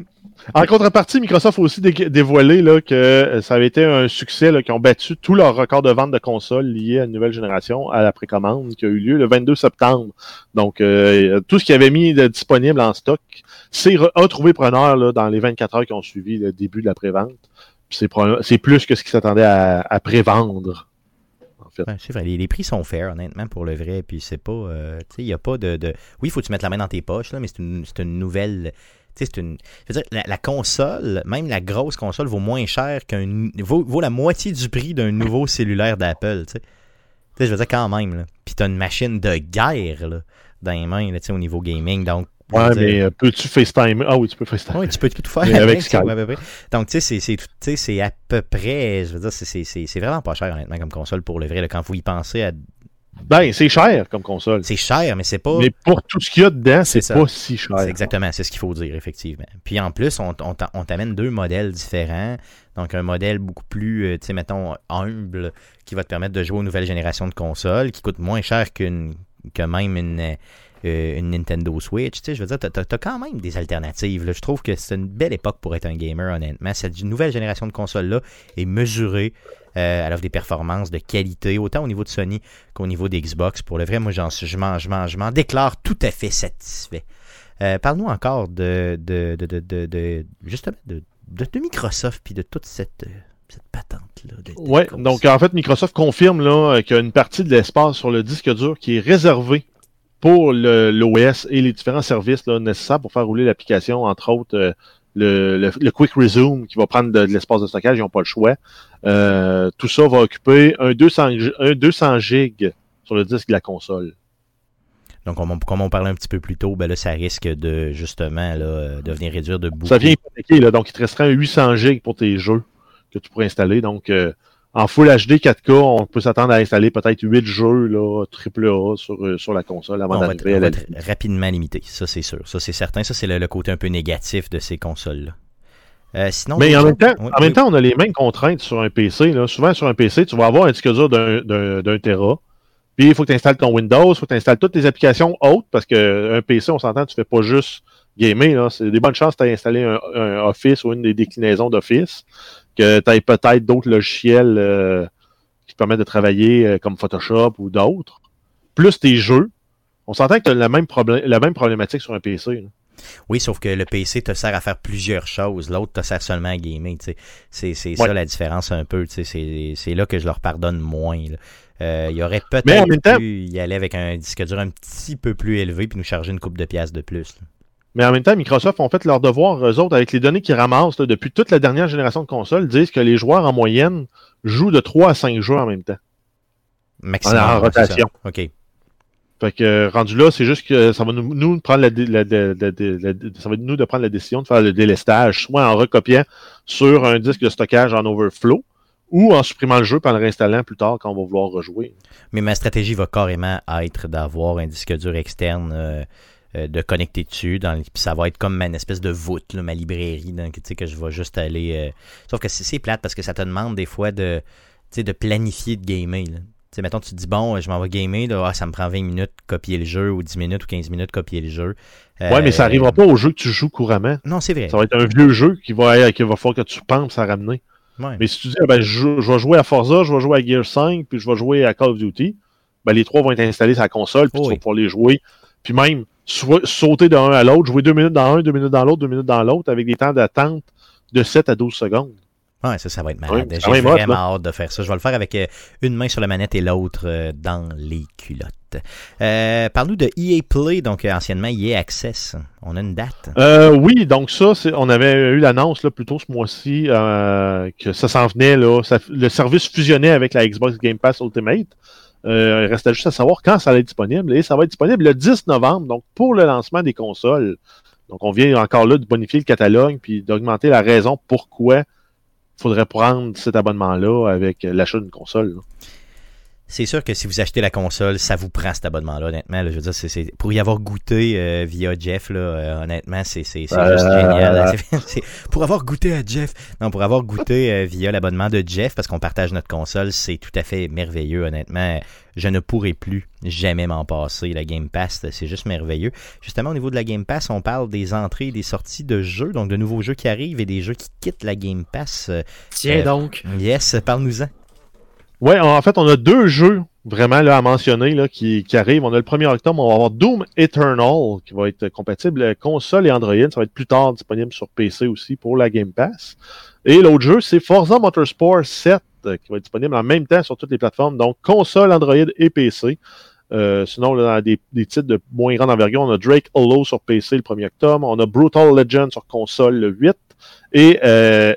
en contrepartie, Microsoft a aussi dé- dévoilé là, que ça avait été un succès, là, qu'ils ont battu tous leurs records de vente de consoles liés à une nouvelle génération, à la précommande qui a eu lieu le vingt-deux septembre. Donc, euh, tout ce qu'ils avaient mis de disponible en stock, c'est re- a trouvé preneur là, dans les vingt-quatre heures qui ont suivi le début de la prévente. Puis c'est, pro- c'est plus que ce qui s'attendait à, à prévendre. En fait. Ouais, c'est vrai, les, les prix sont fair, honnêtement, pour le vrai, puis c'est pas, euh, tu sais, il y a pas de, de... Oui, il faut que tu mettes la main dans tes poches, là, mais c'est une, c'est une nouvelle... Tu sais, c'est une... Je veux dire, la, la console, même la grosse console, vaut moins cher qu'un... Vaut, vaut la moitié du prix d'un nouveau cellulaire d'Apple, tu sais. Tu sais, je veux dire, quand même, là. Puis t'as une machine de guerre, là, dans les mains, là, tu sais, au niveau gaming, donc... Ouais, je veux mais dire- euh, peux-tu FaceTime? Ah oui, tu peux FaceTime. Oui, tu peux, tu peux tout faire Mais avec tu sais, Skype. ouais, à peu près. Donc, tu sais, c'est, c'est, tout- tu sais, c'est à peu près, je veux dire, c'est, c'est, c'est, c'est vraiment pas cher, honnêtement, comme console, pour le vrai, là, quand vous y pensez à... Ben, c'est cher comme console. C'est cher, mais c'est pas... Mais pour tout ce qu'il y a dedans, c'est, C'est ça. pas si cher. C'est exactement, c'est ce qu'il faut dire, effectivement. Puis en plus, on, on, t'a- on t'amène deux modèles différents. Donc un modèle beaucoup plus, euh, tu sais, mettons, humble, qui va te permettre de jouer aux nouvelles générations de consoles, qui coûte moins cher qu'une, que même une, euh, une Nintendo Switch. Tu sais, je veux dire, t'as, t'as- t'as quand même des alternatives, là. Je trouve que c'est une belle époque pour être un gamer, honnêtement. Cette nouvelle génération de consoles-là est mesurée. Euh, elle offre des performances de qualité, autant au niveau de Sony qu'au niveau des Xbox. Pour le vrai, moi, j'en, je, m'en, je, m'en, je m'en déclare tout à fait satisfait. Euh, parle-nous encore de, de, de, de, de, de justement, de, de, de Microsoft puis de toute cette, cette patente-là. De, de Ouais, cause. donc en fait, Microsoft confirme là, qu'il y a une partie de l'espace sur le disque dur qui est réservé pour le, l'O S et les différents services là, nécessaires pour faire rouler l'application, entre autres euh, le, le, le Quick Resume qui va prendre de, de l'espace de stockage, ils n'ont pas le choix. Euh, tout ça va occuper un deux cents, un deux cents gigs sur le disque de la console. Donc, on, comme on parlait un petit peu plus tôt, ben là, ça risque de, justement, là, de venir réduire de beaucoup. Ça vient hypothéquer, là, donc il te resterait un huit cents gigs pour tes jeux que tu pourrais installer. Donc, euh, en Full H D quatre K, on peut s'attendre à installer peut-être huit jeux là, triple A sur, euh, sur la console avant on va, être, d'arriver on à va la être rapidement limité, ça c'est sûr. Ça c'est certain, ça c'est le, le côté un peu négatif de ces consoles-là. Euh, sinon, Mais en même, temps, oui, en même oui. temps, on a les mêmes contraintes sur un P C. Là. Souvent, sur un P C, tu vas avoir un disque dur d'un, d'un, d'un Tera. Puis, il faut que tu installes ton Windows, il faut que tu installes toutes tes applications hautes, parce qu'un P C, on s'entend, tu fais pas juste gamer. Là. C'est des bonnes chances que tu aies installé un, un Office ou une des déclinaisons d'Office, que tu aies peut-être d'autres logiciels euh, qui te permettent de travailler euh, comme Photoshop ou d'autres. Plus tes jeux. On s'entend que tu as la même, problème, la même problématique sur un P C. Là. Oui, sauf que le P C te sert à faire plusieurs choses. L'autre te sert seulement à gamer. T'sais. C'est, c'est ouais. ça la différence un peu. C'est, c'est là que je leur pardonne moins. Il euh, y aurait peut-être pu temps... y aller avec un disque dur un petit peu plus élevé puis nous charger une couple de piastres de plus. Là. Mais en même temps, Microsoft ont fait leur devoir, eux autres, avec les données qu'ils ramassent là, depuis toute la dernière génération de consoles, disent que les joueurs en moyenne jouent de trois à cinq jeux en même temps. Maximum. En, en rotation. OK. Fait que rendu là, c'est juste que ça va nous, nous prendre la, la, la, la, la, la ça va nous de prendre la décision de faire le délestage, soit en recopiant sur un disque de stockage en overflow, ou en supprimant le jeu et en le réinstallant plus tard quand on va vouloir rejouer. Mais ma stratégie va carrément être d'avoir un disque dur externe euh, euh, de connecter dessus, dans, puis ça va être comme une espèce de voûte, là, ma librairie, donc, que je vais juste aller... Euh, sauf que c'est, c'est plate parce que ça te demande des fois de, de planifier de gamer, là. Tu sais, mettons, tu te dis, bon, je m'en vais gamer, là, ah, ça me prend vingt minutes de copier le jeu, ou dix minutes ou quinze minutes de copier le jeu. Euh, ouais, mais ça n'arrivera pas au jeu que tu joues couramment. Non, c'est vrai. Ça va être un vieux jeu qui va, qui va falloir que tu penses à ramener. Ouais. Mais si tu dis, ben, je, je vais jouer à Forza, je vais jouer à Gear cinq, puis je vais jouer à Call of Duty, ben, les trois vont être installés sur la console, puis oh, tu oui. vas pouvoir les jouer. Puis même, soit, sauter d'un à l'autre, jouer deux minutes dans un, deux minutes dans l'autre, deux minutes dans l'autre, avec des temps d'attente de sept à douze secondes. Ouais, ça, ça va être malade. Oui, J'ai vraiment hâte, hâte de faire ça. Je vais le faire avec euh, une main sur la manette et l'autre euh, dans les culottes. Euh, Parle-nous de E A Play, donc euh, anciennement E A Access. On a une date? Euh, oui, donc ça, c'est, on avait eu l'annonce là, plus tôt ce mois-ci euh, que ça s'en venait. Là, ça, le service fusionnait avec la Xbox Game Pass Ultimate. Euh, il restait juste à savoir quand ça allait être disponible. Et ça va être disponible le dix novembre, donc pour le lancement des consoles. Donc on vient encore là de bonifier le catalogue puis d'augmenter la raison pourquoi il faudrait prendre cet abonnement-là avec l'achat d'une console. Là. C'est sûr que si vous achetez la console, ça vous prend cet abonnement-là, honnêtement. Là, je veux dire, c'est, c'est, pour y avoir goûté euh, via Jeff, là, euh, honnêtement, c'est, c'est, c'est euh... juste génial. C'est, c'est, pour avoir goûté à Jeff, non, pour avoir goûté euh, via l'abonnement de Jeff, parce qu'on partage notre console, c'est tout à fait merveilleux, honnêtement. Je ne pourrai plus jamais m'en passer. La Game Pass, c'est juste merveilleux. Justement, au niveau de la Game Pass, on parle des entrées et des sorties de jeux, donc de nouveaux jeux qui arrivent et des jeux qui quittent la Game Pass. Tiens euh, donc. Yes, parle-nous-en. Ouais, en fait, on a deux jeux vraiment là à mentionner là, qui, qui arrivent. On a le premier octobre, on va avoir Doom Eternal qui va être compatible console et Android. Ça va être plus tard disponible sur P C aussi pour la Game Pass. Et l'autre jeu, c'est Forza Motorsport sept qui va être disponible en même temps sur toutes les plateformes, donc console, Android et P C. Euh, sinon, là, dans des, des titres de moins grande envergure, on a Drake Hollow sur P C le premier octobre, on a Brutal Legend sur console le huit et euh,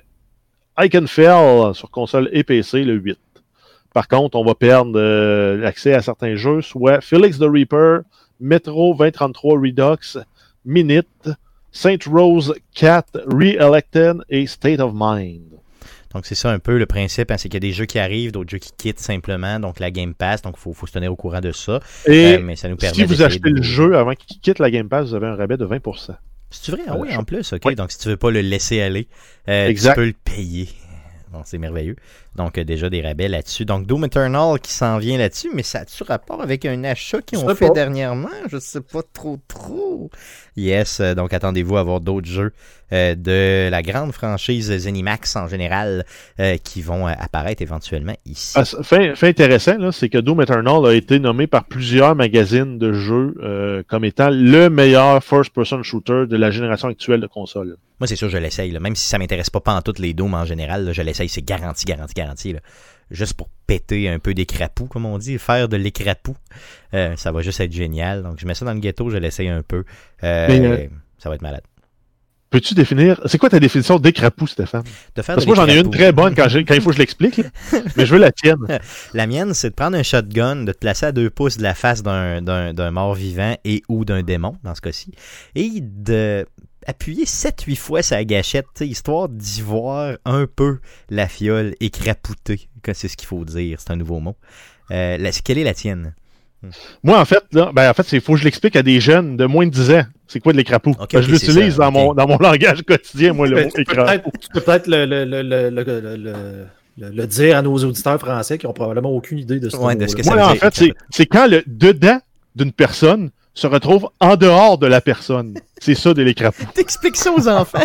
Iconfell sur console et P C le huit. Par contre, on va perdre euh, l'accès à certains jeux, soit Felix the Reaper, Metro vingt trente-trois Redux, Minute, Saint Rose quatre, Re-Elected et State of Mind. Donc, c'est ça un peu le principe, hein, c'est qu'il y a des jeux qui arrivent, d'autres jeux qui quittent simplement, donc la Game Pass, donc il faut, faut se tenir au courant de ça. Et euh, mais ça nous permet si vous achetez de... le jeu avant qu'il quitte la Game Pass, vous avez un rabais de vingt pour cent. C'est vrai? Ah oui, en plus, ok. Oui. Donc, si tu veux pas le laisser aller, euh, tu peux le payer. Bon, c'est merveilleux. Donc, euh, déjà des rabais là-dessus. Donc, Doom Eternal qui s'en vient là-dessus, mais ça a-tu rapport avec un achat qu'ils ont fait pas. dernièrement? Je sais pas trop trop. Yes, euh, donc attendez-vous à avoir d'autres jeux euh, de la grande franchise ZeniMax en général euh, qui vont euh, apparaître éventuellement ici. Ah, fait, fait intéressant, là, c'est que Doom Eternal a été nommé par plusieurs magazines de jeux euh, comme étant le meilleur first-person shooter de la génération actuelle de consoles. Moi, c'est sûr, je l'essaye. Là. Même si ça m'intéresse pas pantoute les Dooms en général, là, je l'essaye. C'est garanti, garanti, garanti. Là. Juste pour péter un peu des crapous, comme on dit. Faire de l'écrapou. Euh, ça va juste être génial. Donc, je mets ça dans le ghetto, je l'essaye un peu. Euh, Mais, euh, ça va être malade. Peux-tu définir... C'est quoi ta définition d'écrapou, Stéphane? De faire Parce que moi, j'en ai une très bonne quand, quand il faut que je l'explique. Mais je veux la tienne. La mienne, c'est de prendre un shotgun, de te placer à deux pouces de la face d'un, d'un, d'un mort-vivant et ou d'un démon, dans ce cas-ci, et de... appuyer sept huit fois sa gâchette, histoire d'y voir un peu la fiole écrapoutée, que c'est ce qu'il faut dire, c'est un nouveau mot. Euh, la, quelle est la tienne? Moi, en fait, là, ben, en fait, il faut que je l'explique à des jeunes de moins de dix ans. C'est quoi de l'écrapou? Okay, okay, je l'utilise dans, okay. mon, dans mon langage quotidien, moi, le mot écrapou. Tu peux peut-être le, le, le, le, le, le, le, le dire à nos auditeurs français qui n'ont probablement aucune idée de ce, ouais, de ce que ça veut dire. Moi, en fait, c'est, c'est quand le dedans d'une personne se retrouve en dehors de la personne. C'est ça de l'écrapou. T'expliques ça aux enfants.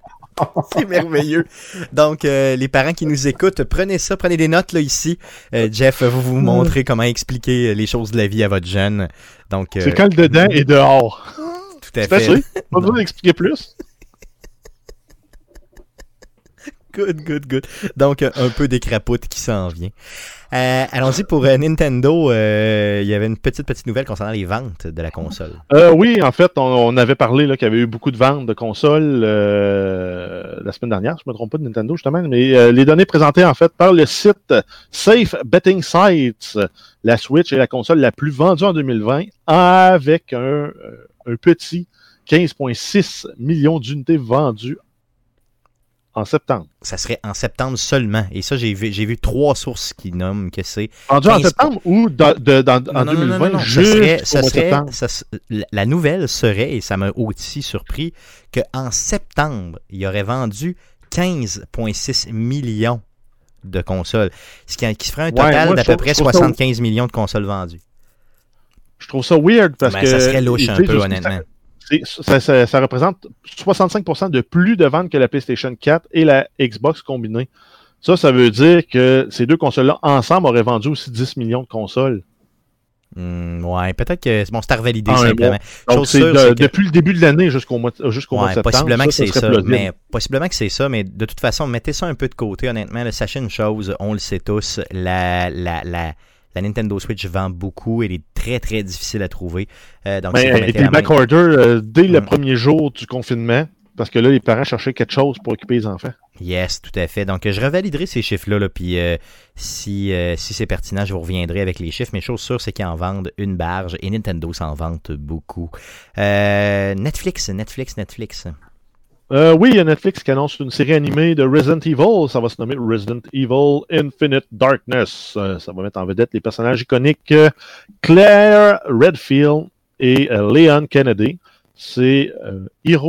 C'est merveilleux. Donc, euh, les parents qui nous écoutent, prenez ça, prenez des notes là ici. Euh, Jeff va vous montrer comment expliquer les choses de la vie à votre jeune. Donc, euh, c'est quand le dedans est dehors. Tout à C'est fait. assez. Pas besoin d'expliquer plus. Good, good, good. Donc, un peu des crapoutes qui s'en vient. Euh, allons-y pour euh, Nintendo. Euh, il y avait une petite, petite nouvelle concernant les ventes de la console. Euh, oui, en fait, on, on avait parlé là, qu'il y avait eu beaucoup de ventes de consoles euh, la semaine dernière, je ne me trompe pas de Nintendo justement, mais euh, les données présentées en fait par le site Safe Betting Sites, la Switch est la console la plus vendue en deux mille vingt avec un, un petit quinze virgule six millions d'unités vendues en septembre. Ça serait en septembre seulement. Et ça, j'ai vu, j'ai vu trois sources qui nomment que c'est... Vendu en septembre ou dans, de, dans, en non, deux mille vingt, non, non, non. juste ça serait, au ça mois de serait, septembre. ça, la nouvelle serait, et ça m'a aussi surpris, qu'en septembre, il aurait vendu quinze virgule six millions de consoles. Ce qui, qui ferait un total ouais, d'à peu près soixante-quinze ça... millions de consoles vendues. Je trouve ça weird parce ben, que... Ça serait louche un peu, honnêtement. Ça, ça, ça représente soixante-cinq pour cent de plus de ventes que la PlayStation quatre et la Xbox combinée. Ça, ça veut dire que ces deux consoles-là, ensemble, auraient vendu aussi dix millions de consoles. Mmh, ouais, peut-être que bon, c'est à revalider ah, simplement. Bon. Donc, c'est, sûre, de, c'est que... depuis le début de l'année jusqu'au mois, jusqu'au ouais, mois de septembre. Possiblement ça, que c'est ça, ça, plausible. mais possiblement que c'est ça, mais de toute façon, mettez ça un peu de côté, honnêtement. Là, sachez une chose, on le sait tous, la, la, la, la Nintendo Switch vend beaucoup, elle est très très difficile à trouver. Euh, donc, mais, c'est et puis le backorder euh, dès mmh. le premier jour du confinement, parce que là, les parents cherchaient quelque chose pour occuper les enfants. Yes, tout à fait. Donc, je revaliderai ces chiffres-là, là, puis euh, si, euh, si c'est pertinent, je vous reviendrai avec les chiffres. Mais chose sûre, c'est qu'ils en vendent une barge et Nintendo s'en vante beaucoup. Euh, Netflix, Netflix, Netflix. Euh, oui, il y a Netflix qui annonce une série animée de Resident Evil. Ça va se nommer Resident Evil Infinite Darkness. Euh, ça va mettre en vedette les personnages iconiques euh, Claire Redfield et euh, Leon Kennedy. C'est euh,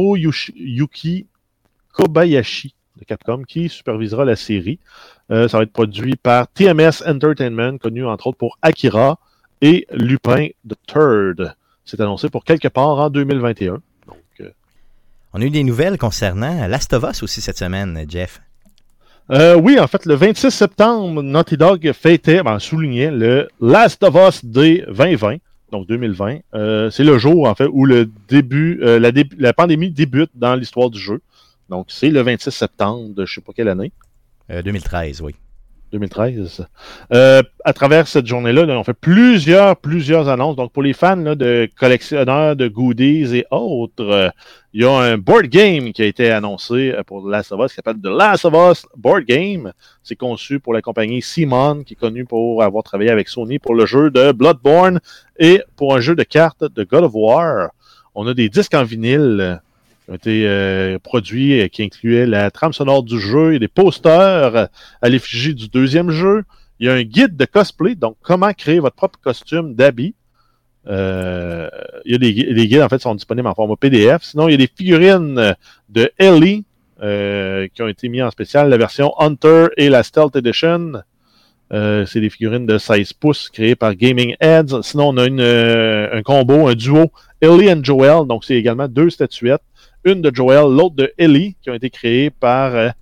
Hiroyuki Kobayashi de Capcom qui supervisera la série. Euh, ça va être produit par T M S Entertainment, connu entre autres pour Akira et Lupin the Third. C'est annoncé pour quelque part en deux mille vingt et un. Donc, euh... On a eu des nouvelles concernant Last of Us aussi cette semaine, Jeff. Euh, oui, en fait, le vingt-six septembre, Naughty Dog fêtait, ben, soulignait le Last of Us Day vingt vingt. Donc deux mille vingt, euh, c'est le jour en fait où le début, euh, la, dé- la pandémie débute dans l'histoire du jeu. Donc c'est le vingt-six septembre de je sais pas quelle année. Euh, deux mille treize, oui. deux mille treize. Euh, à travers cette journée-là, là, on fait plusieurs, plusieurs annonces. Donc pour les fans là, de collectionneurs de goodies et autres, euh, il y a un board game qui a été annoncé pour The Last of Us qui s'appelle The Last of Us Board Game. C'est conçu pour la compagnie Simon, qui est connue pour avoir travaillé avec Sony pour le jeu de Bloodborne et pour un jeu de cartes de God of War. On a des disques en vinyle qui ont été euh, produits et qui incluaient la trame sonore du jeu et des posters à l'effigie du deuxième jeu. Il y a un guide de cosplay, donc comment créer votre propre costume d'habit. Euh, il y a des, les guides en fait sont disponibles en format P D F. Sinon, il y a des figurines de Ellie euh, qui ont été mises en spécial, la version Hunter et la Stealth Edition. Euh, c'est des figurines de seize pouces créées par Gaming Heads. Sinon, on a une, euh, un combo, un duo Ellie and Joel. Donc, c'est également deux statuettes. Une de Joel, l'autre de Ellie, qui ont été créées par euh,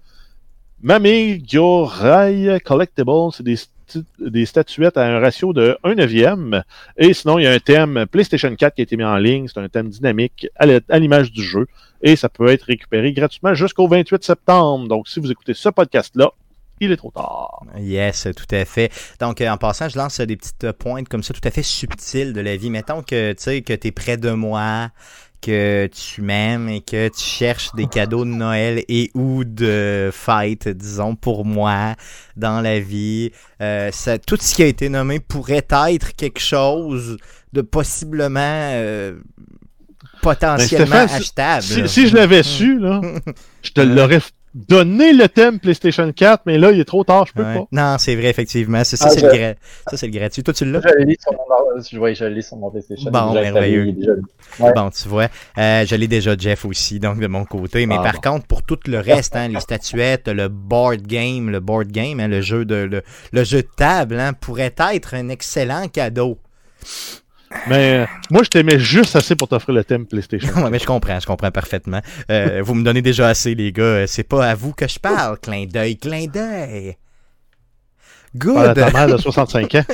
Mami Gyorai Collectibles. C'est des, st- des statuettes à un ratio de un neuvième. Et sinon, il y a un thème PlayStation quatre qui a été mis en ligne. C'est un thème dynamique à, l- à l'image du jeu. Et ça peut être récupéré gratuitement jusqu'au vingt-huit septembre. Donc, si vous écoutez ce podcast-là, il est trop tard. Yes, tout à fait. Donc, euh, en passant, je lance euh, des petites euh, pointes comme ça, tout à fait subtiles de la vie. Mettons que tu sais que t'es près de moi, que tu m'aimes et que tu cherches des cadeaux de Noël et ou de fête, disons, pour moi, dans la vie. Euh, ça, tout ce qui a été nommé pourrait être quelque chose de possiblement... Euh, potentiellement ben, Stéphane, achetable. Si, si je l'avais su, là, je te l'aurais donné le thème PlayStation quatre, mais là, il est trop tard, je peux ouais. pas. Non, c'est vrai, effectivement. C'est, ça, ah, c'est je... le gra... ça, c'est le gratuit. Toi, tu l'as? Je l'ai sur mon, je, ouais, je l'ai sur mon PlayStation. Bon, merveilleux. Ouais. Bon, tu vois. Euh, je l'ai déjà, Jeff, aussi, donc de mon côté. Mais ah, par bon. contre, pour tout le reste, hein, les statuettes, le board game, le board game, hein, le jeu de le, le jeu de table, hein, pourrait être un excellent cadeau. Mais euh, moi, je t'aimais juste assez pour t'offrir le thème PlayStation. Ouais, mais je comprends, je comprends parfaitement. Euh, vous me donnez déjà assez, les gars. C'est pas à vous que je parle. Clin d'œil, clin d'œil. Good! Par ta mère de soixante-cinq ans.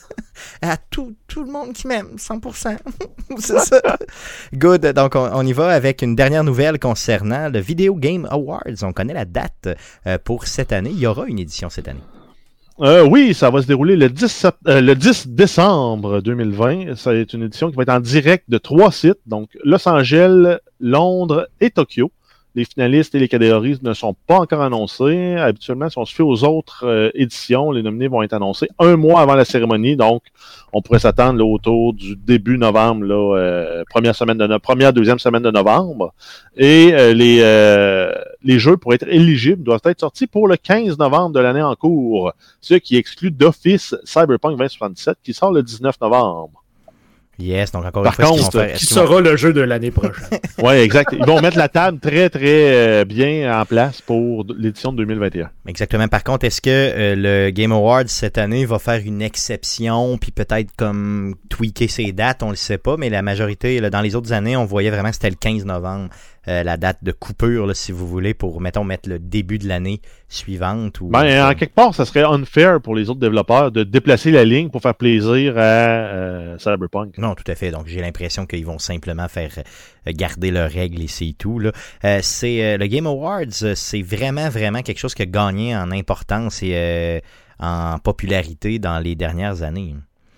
À tout, tout le monde qui m'aime, cent pour cent. C'est ça. Good. Donc, on, on y va avec une dernière nouvelle concernant le Video Game Awards. On connaît la date euh, pour cette année. Il y aura une édition cette année. Euh, oui, ça va se dérouler le dix, euh, le dix décembre deux mille vingt. Ça va être une édition qui va être en direct de trois sites, donc Los Angeles, Londres et Tokyo. Les finalistes et les catégories ne sont pas encore annoncés. Habituellement, si on se fait aux autres euh, éditions, les nominés vont être annoncés un mois avant la cérémonie. Donc, on pourrait s'attendre là, autour du début novembre, là, euh, première semaine de no- première, deuxième semaine de novembre. Et euh, les euh, les jeux pour être éligibles doivent être sortis pour le quinze novembre de l'année en cours, ce qui exclut d'office Cyberpunk vingt soixante-dix-sept qui sort le dix-neuf novembre. Yes, donc encore Par une fois, contre, ce qu'ils vont faire, Qui est-ce qu'ils vont- sera le jeu de l'année prochaine. Oui, exact. Ils vont mettre la table très, très euh, bien en place pour l'édition de deux mille vingt et un. Exactement. Par contre, est-ce que euh, le Game Awards cette année va faire une exception, puis peut-être comme tweaker ses dates, on le sait pas, mais la majorité, là, dans les autres années, on voyait vraiment que c'était le quinze novembre, euh, la date de coupure, là, si vous voulez, pour, mettons, mettre le début de l'année suivante. Ou, Ben, euh, en quelque part, ça serait unfair pour les autres développeurs de déplacer la ligne pour faire plaisir à euh, Cyberpunk. Non, tout à fait. Donc, j'ai l'impression qu'ils vont simplement faire euh, garder leurs règles et c'est tout. Là. Euh, c'est euh, le Game Awards, euh, c'est vraiment, vraiment quelque chose qui a gagné en importance et euh, en popularité dans les dernières années.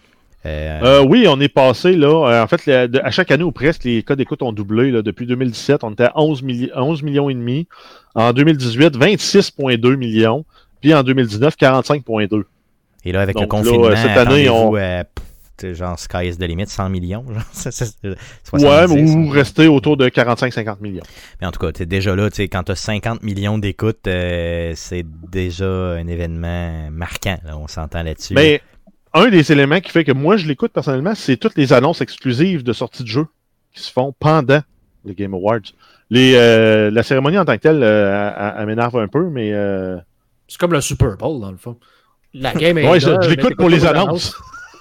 Euh, Euh, oui, on est passé, là, euh, en fait, le- de- à chaque année ou presque, les cas d'écoute ont doublé. Là, depuis deux mille dix-sept, on était à onze, milli- onze millions et demi. En deux mille dix-huit, vingt-six virgule deux millions. Puis en deux mille dix-neuf, quarante-cinq virgule deux. et là, avec donc le confinement, là, cette année, attendez-vous, on- euh, pff, genre Sky is the limit, cent millions, genre, c'est- c'est- Ouais, soixante-dix. ou rester autour de quarante-cinq à cinquante millions. Mais en tout cas, t'es déjà là, t'sais, quand tu as cinquante millions d'écoutes, euh, c'est déjà un événement marquant. Là, on s'entend là-dessus. Mais un des éléments qui fait que moi, je l'écoute personnellement, c'est toutes les annonces exclusives de sortie de jeu qui se font pendant les Game Awards. Les, euh, la cérémonie en tant que telle, euh, elle, elle m'énerve un peu, mais... Euh... C'est comme le Super Bowl, dans le fond. La game est Ouais, je, là, je mais l'écoute t'écoutes pour les pas annonces.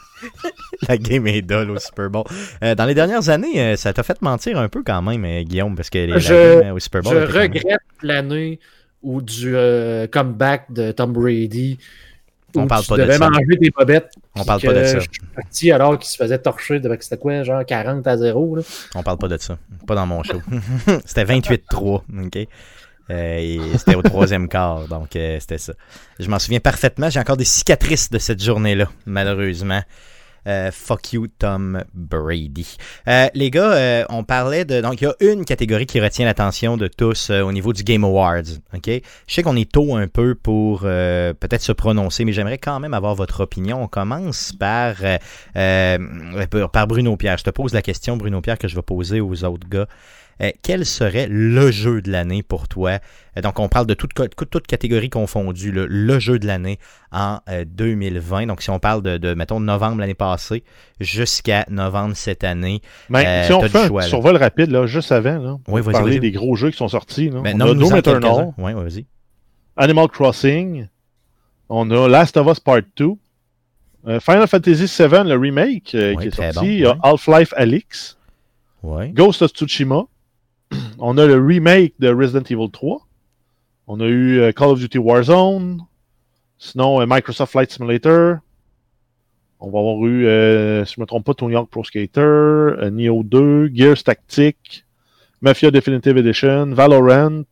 La game est dull au Super Bowl. Euh, dans les dernières années, euh, ça t'a fait mentir un peu quand même, euh, Guillaume, parce que les, Je- la game au Super Bowl... Je était quand même- regrette l'année où du euh, comeback de Tom Brady. On où parle tu pas de devais ça. manger des bobettes. On parle puis pas de que ça. Je suis parti alors qu'il se faisait torcher de c'était quoi, genre quarante à zéro. Là. On parle pas de ça. Pas dans mon show. C'était vingt-huit trois, OK? Euh, et c'était au troisième quart, donc euh, c'était ça. Je m'en souviens parfaitement. J'ai encore des cicatrices de cette journée-là, malheureusement. Euh, fuck you, Tom Brady. Euh, les gars, euh, on parlait de... Donc, il y a une catégorie qui retient l'attention de tous euh, au niveau du Game Awards. OK? Je sais qu'on est tôt un peu pour euh, peut-être se prononcer, mais j'aimerais quand même avoir votre opinion. On commence par, euh, euh, par Bruno Pierre. Je te pose la question, Bruno Pierre, que je vais poser aux autres gars. Euh, quel serait le jeu de l'année pour toi? Euh, donc, on parle de toute, toute, toute catégorie confondue, le, le jeu de l'année en euh, deux mille vingt. Donc, si on parle de, de mettons, novembre l'année passée jusqu'à novembre cette année, Mais euh, si on t'as fait du un choix, là. survol rapide, là, juste avant, là, pour Oui, vas-y, parler vas-y. des gros jeux qui sont sortis. Là. Ben, on a nomme-nous-en Doom Eternal, quelques-uns. Oui, vas-y. Animal Crossing, on a Last of Us Part deux, euh, Final Fantasy sept, le remake euh, Ouais, qui est très sorti, bon, euh, ouais. Half-Life Alyx, Ouais. Ghost of Tsushima, on a le remake de Resident Evil trois, on a eu euh, Call of Duty Warzone, sinon euh, Microsoft Flight Simulator, on va avoir eu, euh, si je ne me trompe pas, Tony Hawk Pro Skater, euh, Neo deux, Gears Tactics, Mafia Definitive Edition, Valorant,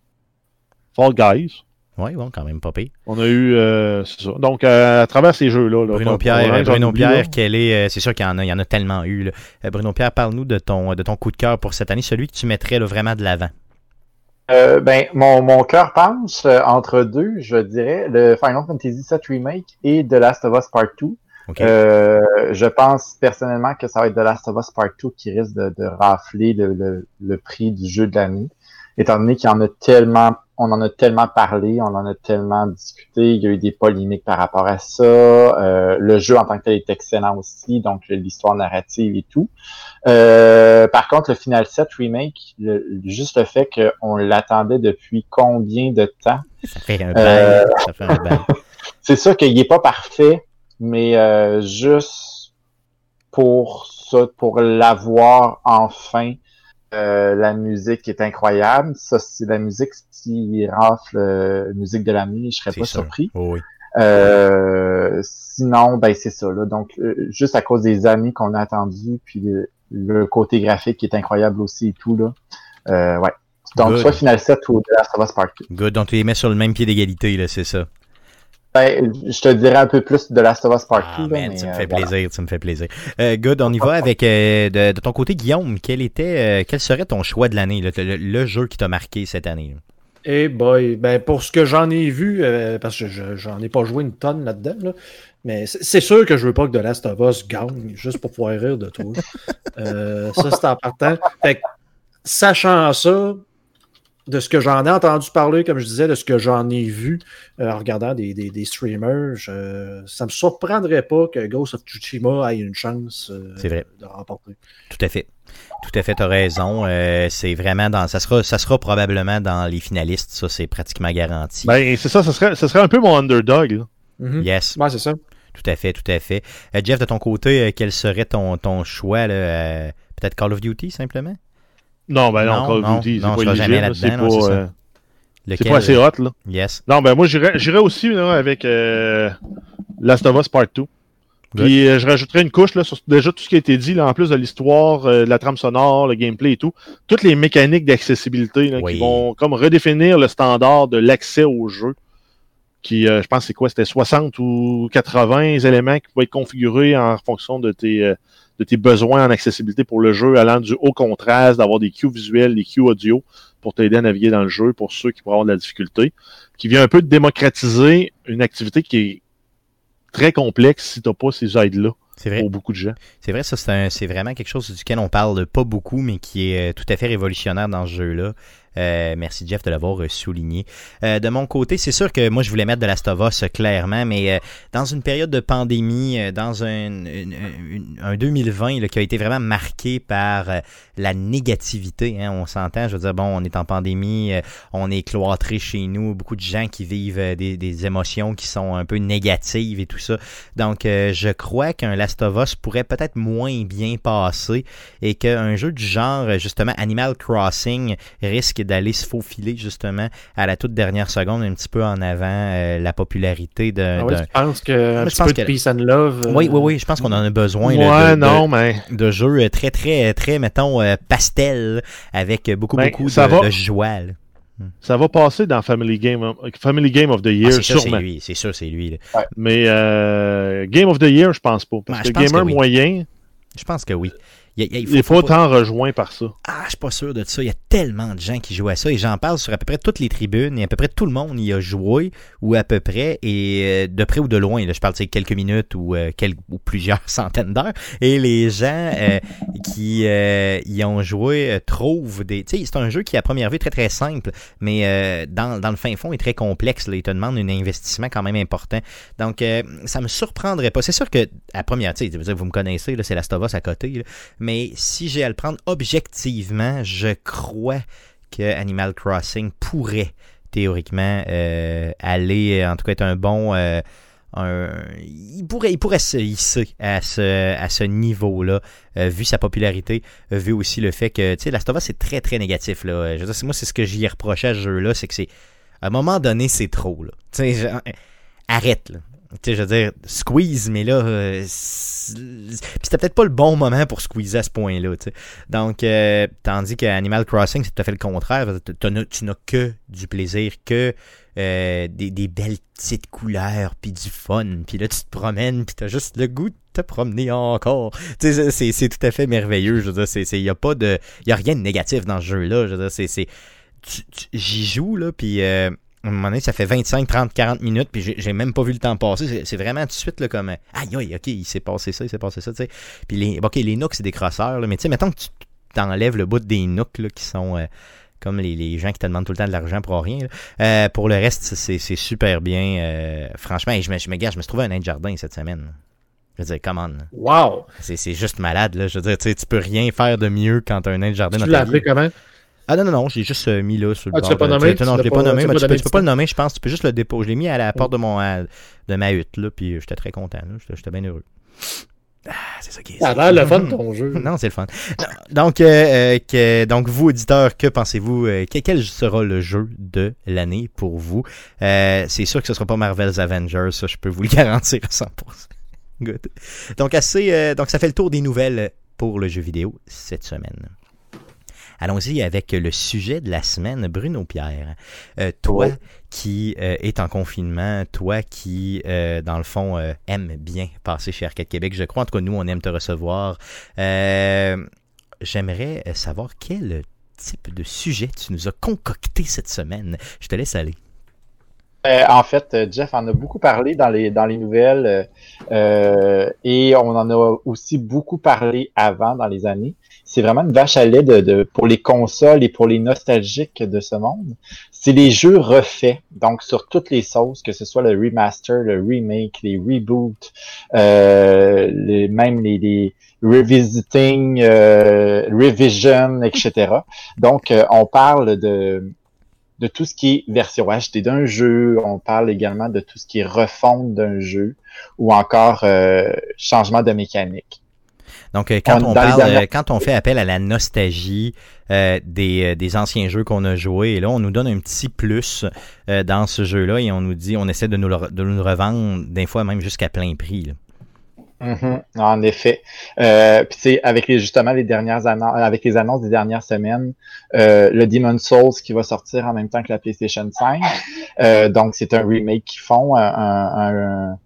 Fall Guys. Oui, bon, quand même pas pire. On a eu, euh, c'est ça. Donc, euh, à travers ces jeux-là. Là, Bruno pas- Pierre, pas- euh, j'en Bruno oublie, Pierre, là. quel est, euh, c'est sûr qu'il y en a, il y en a tellement eu. Là. Euh, Bruno Pierre, parle-nous de ton, de ton coup de cœur pour cette année, celui que tu mettrais là, vraiment de l'avant. Euh, ben, mon, mon cœur penche euh, entre deux, je dirais, le Final Fantasy sept Remake et The Last of Us Part deux. Okay. Euh, je pense personnellement que ça va être The Last of Us Part deux qui risque de, de rafler le, le, le prix du jeu de l'année, étant donné qu'il y en a tellement, on en a tellement parlé, on en a tellement discuté, il y a eu des polémiques par rapport à ça, euh, le jeu en tant que tel est excellent aussi, donc l'histoire narrative et tout. Euh, par contre, le Final sept Remake, le, juste le fait qu'on l'attendait depuis combien de temps, Ça fait un bail. euh... Ça fait un bail. C'est sûr qu'il est pas parfait, mais euh, juste pour ça, pour l'avoir enfin, euh, la musique est incroyable. Ça, c'est la musique, s'il rafle euh, musique de l'année, je serais C'est pas sûr. surpris. Oh, oui. Euh, sinon, ben c'est ça. Là. Donc, euh, juste à cause des années qu'on a attendues, puis le, le côté graphique qui est incroyable aussi et tout, là. Euh, ouais. Donc, Good. soit Final sept ou The Last of Us Part deux. Good, donc tu les mets sur le même pied d'égalité, là, c'est ça. Ben, je te dirais un peu plus de Last of Us Part Ah, deux. man, mais, ça me euh, fait voilà. plaisir, ça me fait plaisir. Euh, good, on y va avec, euh, de, de ton côté, Guillaume, quel était, euh, quel serait ton choix de l'année, là, le, le jeu qui t'a marqué cette année? Là? Eh boy, ben pour ce que j'en ai vu, euh, parce que je, j'en ai pas joué une tonne là-dedans, là, mais c'est, c'est sûr que je veux pas que The Last of Us gagne, juste pour pouvoir rire de toi. euh, ça, c'est en partant. Fait que, sachant ça, de ce que j'en ai entendu parler, comme je disais, de ce que j'en ai vu euh, en regardant des, des, des streamers, je, ça me surprendrait pas que Ghost of Tsushima ait une chance euh, C'est vrai. de remporter. Tout à fait. Tout à fait, t'as raison. Euh, c'est vraiment dans. Ça sera, ça sera probablement dans les finalistes, ça, c'est pratiquement garanti. Ben, c'est ça, ça serait, ça serait un peu mon underdog, là. Mm-hmm. Yes. Ouais, c'est ça. Tout à fait, tout à fait. Euh, Jeff, de ton côté, euh, quel serait ton, ton choix, là, euh, peut-être Call of Duty, simplement? Non, ben non, Non, Call of non, Duty, c'est non, pas je serai jamais éligible, là-dedans, c'est non, pas, c'est ça. euh, c'est Lequel, pas assez euh, hot, là. Yes. Non, ben moi, j'irais, j'irais aussi là, avec euh, Last of Us Part deux. Puis euh, je rajouterais une couche là, sur déjà tout ce qui a été dit, là, en plus de l'histoire, euh, de la trame sonore, le gameplay et tout. Toutes les mécaniques d'accessibilité là, Oui. qui vont comme redéfinir le standard de l'accès au jeu. Qui, euh, je pense, c'est quoi? C'était soixante ou quatre-vingts éléments qui vont être configurés en fonction de tes, euh, de tes besoins en accessibilité pour le jeu, allant du haut contraste, d'avoir des cues visuels, des cues audio pour t'aider à naviguer dans le jeu, pour ceux qui pourraient avoir de la difficulté. Qui vient un peu de démocratiser une activité qui est très complexe si tu n'as pas ces aides-là C'est vrai. pour beaucoup de gens. C'est vrai, ça, c'est, un, c'est vraiment quelque chose duquel on parle pas beaucoup, mais qui est euh, tout à fait révolutionnaire dans ce jeu-là. Euh, merci Jeff de l'avoir euh, souligné. Euh, de mon côté, c'est sûr que moi je voulais mettre de Last of Us euh, clairement, mais euh, dans une période de pandémie, euh, dans un, une, une, un deux mille vingt là, qui a été vraiment marqué par euh, la négativité, hein, on s'entend, je veux dire, bon, on est en pandémie, euh, on est cloîtré chez nous, beaucoup de gens qui vivent euh, des, des émotions qui sont un peu négatives et tout ça. Donc euh, je crois qu'un Last of Us pourrait peut-être moins bien passer et qu'un jeu du genre, justement, Animal Crossing risque d'aller se faufiler justement à la toute dernière seconde, un petit peu en avant euh, la popularité de. Ah oui, d'un... tu penses que un je petit pense peu que... de peace and love. Euh... Oui, oui, oui, je pense qu'on en a besoin. Ouais, là, de, non, de, mais. De jeux très, très, très, mettons, euh, pastel, avec beaucoup, ben, beaucoup ça de, va... de joie. Là. Ça va passer dans Family Game of, Family Game of the Year, ah, c'est sûr, sûrement. c'est lui, c'est sûr, c'est lui. Là. Ouais. Mais euh, Game of the Year, je pense pas. Parce Ouais, que je pense gamer que oui. moyen, Je pense que oui. Il, il, il il faut, n'est faut pas tant rejoint par ça. Ah, je suis pas sûr de ça. Il y a tellement de gens qui jouent à ça et j'en parle sur à peu près toutes les tribunes et à peu près tout le monde y a joué ou à peu près et euh, de près ou de loin. Là, je parle de quelques minutes ou, euh, quelques, ou plusieurs centaines d'heures et les gens euh, qui euh, y ont joué euh, trouvent des... Tu sais, c'est un jeu qui à première vue est très très simple mais euh, dans, dans le fin fond est très complexe. Là. Il te demande un investissement quand même important. Donc, euh, ça me surprendrait pas. C'est sûr que à première, tu sais, vous me connaissez, là, c'est Last of Us à côté, là. Mais si j'ai à le prendre objectivement, je crois que Animal Crossing pourrait théoriquement euh, aller, en tout cas être un bon... Euh, un, il, pourrait, il pourrait se hisser à ce, à ce niveau-là, euh, vu sa popularité, euh, vu aussi le fait que, tu sais, Last of Us, c'est très, très négatif. Là. Je veux dire, c'est, moi, c'est ce que j'y ai reproché à ce jeu-là, c'est que c'est... À un moment donné, c'est trop. Là. Tu sais, arrête, là. Tu sais, je veux dire, squeeze, mais là, euh, c'était peut-être pas le bon moment pour squeezer à ce point-là, tu sais. Donc, euh, tandis qu'Animal Crossing, c'est tout à fait le contraire. Tu n'as que du plaisir, que euh, des, des belles petites couleurs, puis du fun. Puis là, tu te promènes, puis t'as juste le goût de te promener encore. Tu sais, c'est, c'est tout à fait merveilleux. Je veux dire, c'est, c'est, y a pas de, y a rien de négatif dans ce jeu-là. Je veux dire, c'est, c'est, tu, tu, j'y joue, là, puis... Euh, à un moment donné, ça fait vingt-cinq, trente, quarante minutes, puis j'ai, j'ai même pas vu le temps passer. C'est, c'est vraiment tout de suite là, comme aïe, aïe, ok, il s'est passé ça, il s'est passé ça, tu sais. Puis les, ok, les nooks, c'est des crosseurs, là, mais tu sais, mettons que tu t'enlèves le bout des nooks là, qui sont euh, comme les, les gens qui te demandent tout le temps de l'argent pour rien. Là. Euh, pour le reste, c'est, c'est super bien. Euh, franchement, et je me, je me gâche, je me suis trouvé un nain de jardin cette semaine. Là. Je veux dire, come on. Wow! C'est, c'est juste malade, là. Je veux dire, tu sais, tu peux rien faire de mieux quand t'as un nain de jardin Tu dans l'as ta vie. appelé comment? Ah non, non, non, j'ai juste euh, mis là sur le Ah, bord. tu l'as pas de- nommé? tu- Non, Tu je l'ai l'as pas pas- nommé, tu mais l'as tu pas peux, tu peux pas le donné nommer, je pense. Tu peux juste le déposer. Je l'ai mis à la porte Mm. de mon euh, de ma hutte, là, puis j'étais très content. Là. J'étais, j'étais bien heureux. Ah, c'est ça qui est. Ça a l'air le fun, ton jeu. Non, c'est le fun. Non, donc, euh, que, donc, vous, auditeurs, que pensez-vous? Euh, quel sera le jeu de l'année pour vous? Euh, c'est sûr que ce ne sera pas Marvel's Avengers, ça, je peux vous le garantir à cent pour cent. Good. Donc, assez, euh, donc, ça fait le tour des nouvelles pour le jeu vidéo cette semaine. Allons-y avec le sujet de la semaine, Bruno Pierre. Euh, toi ouais. qui euh, est en confinement, toi qui, euh, dans le fond, euh, aime bien passer chez Arcade Québec, je crois, en tout cas, nous, on aime te recevoir. Euh, j'aimerais savoir quel type de sujet tu nous as concocté cette semaine. Je te laisse aller. Euh, en fait, Jeff en a beaucoup parlé dans les dans les nouvelles euh, et on en a aussi beaucoup parlé avant dans les années. C'est vraiment une vache à lait de, de, pour les consoles et pour les nostalgiques de ce monde. C'est les jeux refaits, donc sur toutes les sauces, que ce soit le remaster, le remake, les reboots, euh, les, même les, les revisiting, euh, revision, et cetera. Donc, euh, on parle de de tout ce qui est version achetée d'un jeu, on parle également de tout ce qui est refonte d'un jeu ou encore euh, changement de mécanique. Donc, euh, quand on, on parle, dernières... quand on fait appel à la nostalgie euh, des, des anciens jeux qu'on a joués, et là, on nous donne un petit plus euh, dans ce jeu-là et on nous dit, on essaie de nous le, de nous le revendre, des fois même jusqu'à plein prix, là. Mm-hmm, en effet. Euh, puis c'est avec les justement les dernières annonces, avec les annonces des dernières semaines, euh, le Demon's Souls qui va sortir en même temps que la PlayStation cinq. Euh, donc c'est un remake qu'ils font, un, un, un,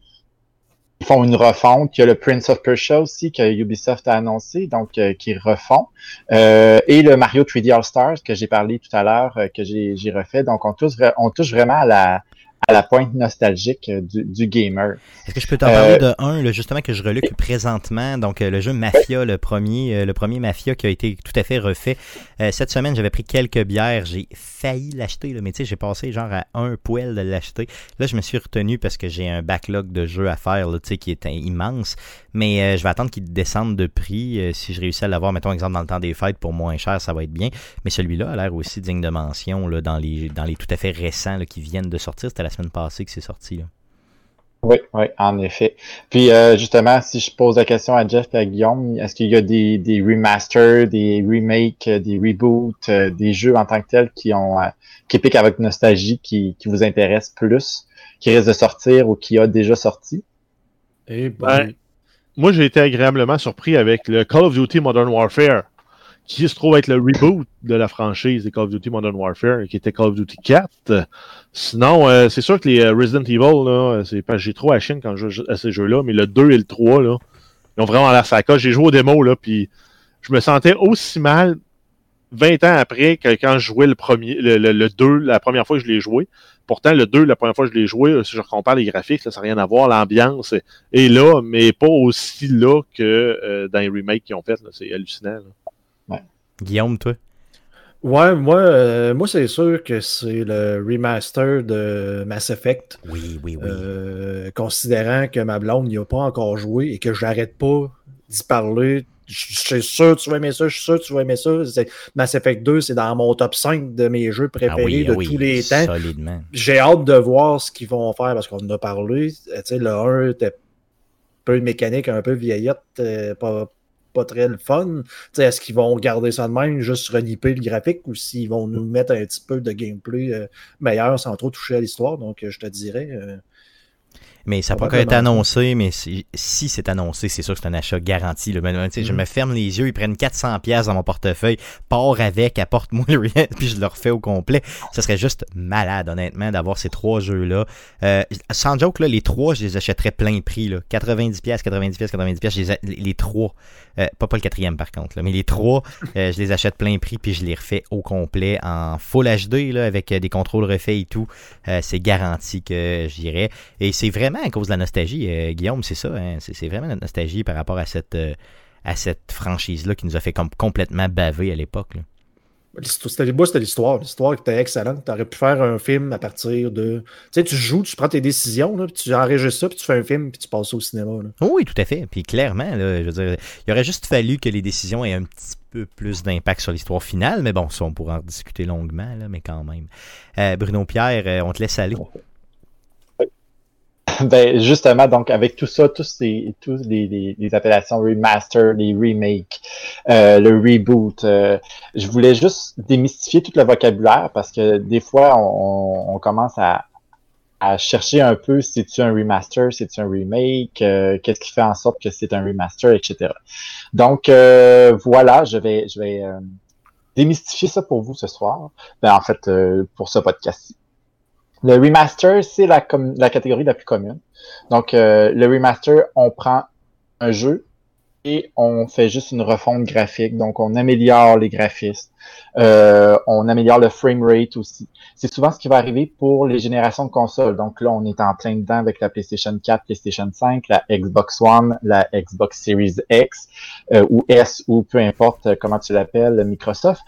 ils font une refonte. Il y a le Prince of Persia aussi que Ubisoft a annoncé, donc euh, qu'ils refont. Euh, et le Mario trois D All Stars que j'ai parlé tout à l'heure, euh, que j'ai, j'ai refait. Donc on touche, on touche vraiment à la à la pointe nostalgique du, du gamer. Est-ce que je peux t'en parler euh, de un, là, justement, que je reluque présentement, donc euh, le jeu Mafia, le premier, euh, le premier Mafia qui a été tout à fait refait. Euh, cette semaine, j'avais pris quelques bières, j'ai failli l'acheter, là, mais tu sais, j'ai passé genre à un poil de l'acheter. Là, je me suis retenu parce que j'ai un backlog de jeux à faire, là, tu sais, qui est immense, mais euh, je vais attendre qu'il descende de prix. Euh, si je réussis à l'avoir, mettons, exemple, dans le temps des fêtes, pour moins cher, ça va être bien. Mais celui-là a l'air aussi digne de mention, là, dans les, dans les tout à fait récents, là, qui viennent de sortir. C'était la semaine passée que c'est sorti, là. Oui, oui, en effet. Puis euh, justement, si je pose la question à Jeff et à Guillaume, est-ce qu'il y a des, des remasters, des remakes, des reboots, euh, des jeux en tant que tels qui ont euh, qui piquent avec nostalgie, qui, qui vous intéressent plus, qui risquent de sortir ou qui a déjà sorti? Eh ben... ben, moi, j'ai été agréablement surpris avec le Call of Duty Modern Warfare, qui se trouve être le reboot de la franchise des Call of Duty Modern Warfare, qui était Call of Duty quatre. Sinon, euh, c'est sûr que les Resident Evil, là, c'est pas, j'ai trop à chienne quand je joue à ces jeux-là, mais le deux et le trois, là, ils ont vraiment l'air sacoche. J'ai joué aux démos, là, puis je me sentais aussi mal vingt ans après que quand je jouais le premier, le, le, le deux, la première fois que je l'ai joué. Pourtant, le deux, la première fois que je l'ai joué, si je compare les graphiques, là, ça n'a rien à voir, l'ambiance est là, mais pas aussi là que euh, dans les remakes qu'ils ont fait, là. C'est hallucinant, là. Ouais. Guillaume, toi? Ouais, moi, euh, moi c'est sûr que c'est le remaster de Mass Effect. Oui, oui, oui. Euh, considérant que ma blonde n'y a pas encore joué et que j'arrête pas d'y parler. Je suis sûr que tu vas aimer ça, je suis sûr que tu vas aimer ça. C'est, Mass Effect deux, c'est dans mon top cinq de mes jeux préférés ah oui, de ah oui, tous les temps. Solidement. J'ai hâte de voir ce qu'ils vont faire parce qu'on en a parlé. Tu sais, le un était un peu mécanique, un peu vieillette, euh, pas pas très le fun. T'sais, est-ce qu'ils vont garder ça de même, juste reniper le graphique, ou s'ils vont nous mettre un petit peu de gameplay euh, meilleur sans trop toucher à l'histoire? Donc, euh, je te dirais... Euh, mais ça n'a pas encore été annoncé, mais si, si c'est annoncé, c'est sûr que c'est un achat garanti. Là. Mm-hmm. Je me ferme les yeux, ils prennent quatre cents dollars dans mon portefeuille, pars avec, apporte-moi le rien, puis je le refais au complet. Ça serait juste malade, honnêtement, d'avoir ces trois jeux-là. Euh, sans joke, là, les trois, je les achèterais plein prix. Là. quatre-vingt-dix dollars, quatre-vingt-dix dollars, quatre-vingt-dix dollars, je les, a, les, les trois. Euh, pas, pas le quatrième, par contre, là, mais les trois, euh, je les achète plein prix, puis je les refais au complet en Full H D, là, avec des contrôles refaits et tout. Euh, c'est garanti que j'irai. Et c'est vraiment à cause de la nostalgie, euh, Guillaume, c'est ça. Hein, c'est, c'est vraiment notre nostalgie par rapport à cette, euh, à cette franchise-là qui nous a fait comme complètement baver à l'époque. Là. C'était, moi, c'était l'histoire. L'histoire était excellente. Tu aurais pu faire un film à partir de... Tu sais, tu joues, tu prends tes décisions, là, puis tu enregistres ça, puis tu fais un film, puis tu passes au cinéma. Là. Oui, tout à fait. Puis clairement, là, je veux dire, il aurait juste fallu que les décisions aient un petit peu plus d'impact sur l'histoire finale, mais bon, ça, on pourra en discuter longuement, là, mais quand même. Euh, Bruno Pierre, on te laisse aller. ben justement, donc avec tout ça, tous ces, tous les, les, les appellations remaster, les remakes, euh, le reboot, euh, je voulais juste démystifier tout le vocabulaire parce que des fois on, on commence à, à chercher un peu si c'est un remaster, si c'est un remake, euh, qu'est-ce qui fait en sorte que c'est un remaster, et cetera. Donc euh, voilà, je vais, je vais euh, démystifier ça pour vous ce soir. Ben en fait euh, pour ce podcast-ci. Le remaster, c'est la, com- la catégorie la plus commune. Donc, euh, le remaster, on prend un jeu et on fait juste une refonte graphique. Donc, on améliore les graphismes. Euh, on améliore le frame rate aussi. C'est souvent ce qui va arriver pour les générations de consoles. Donc là, on est en plein dedans avec la PlayStation quatre, PlayStation cinq, la Xbox One, la Xbox Series X euh, ou S ou peu importe comment tu l'appelles, Microsoft.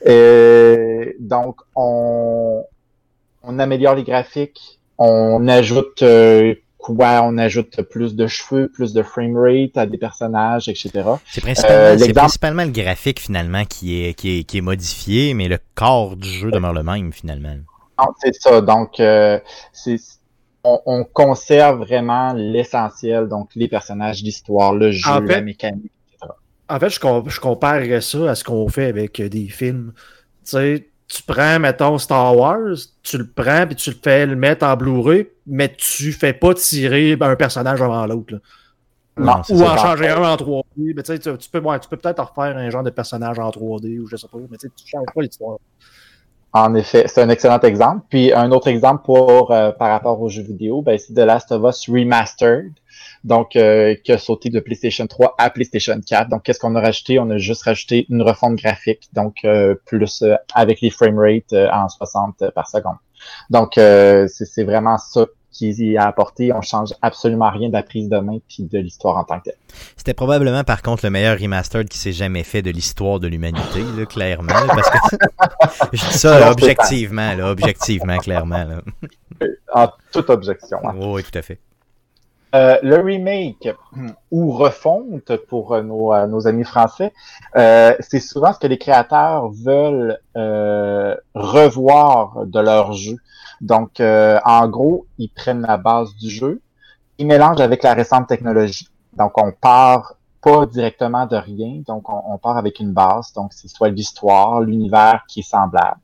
Euh, donc, on... On améliore les graphiques, on ajoute euh, quoi, on ajoute plus de cheveux, plus de framerate à des personnages, et cetera. C'est principalement, euh, c'est principalement le graphique finalement qui est, qui est, qui est modifié, mais le corps du jeu demeure le même finalement. Non, c'est ça. Donc, euh, c'est, on, on conserve vraiment l'essentiel, donc les personnages, l'histoire, le jeu, en fait, la mécanique, et cetera. En fait, je, je comparerais ça à ce qu'on fait avec des films. Tu sais, tu prends, mettons, Star Wars, tu le prends puis tu le fais le mettre en Blu-ray, mais tu fais pas tirer un personnage avant l'autre. Là. Non, ou en changer un en trois D. Mais tu, tu peux, ouais, tu peux peut-être refaire un genre de personnage en trois D ou je sais pas, mais tu changes pas l'histoire. En effet, c'est un excellent exemple. Puis un autre exemple pour euh, par rapport aux jeux vidéo, ben, c'est The Last of Us Remastered. Donc, euh, qui a sauté de PlayStation trois à PlayStation quatre. Donc, qu'est-ce qu'on a rajouté? On a juste rajouté une refonte graphique, donc euh, plus euh, avec les framerates euh, en soixante par seconde. Donc, euh, c'est, c'est vraiment ça qui a apporté. On change absolument rien de la prise de main puis de l'histoire en tant que telle. C'était probablement, par contre, le meilleur remastered qui s'est jamais fait de l'histoire de l'humanité, là, clairement. Là, parce que je dis ça là, objectivement, là, objectivement, clairement. Là. En toute objection. Hein. Oui, tout à fait. Euh, le remake ou refonte pour euh, nos, euh, nos amis français, euh, c'est souvent ce que les créateurs veulent euh, revoir de leur jeu. Donc, euh, en gros, ils prennent la base du jeu, ils mélangent avec la récente technologie. Donc, on part pas directement de rien, donc on, on part avec une base. Donc, c'est soit l'histoire, l'univers qui est semblable.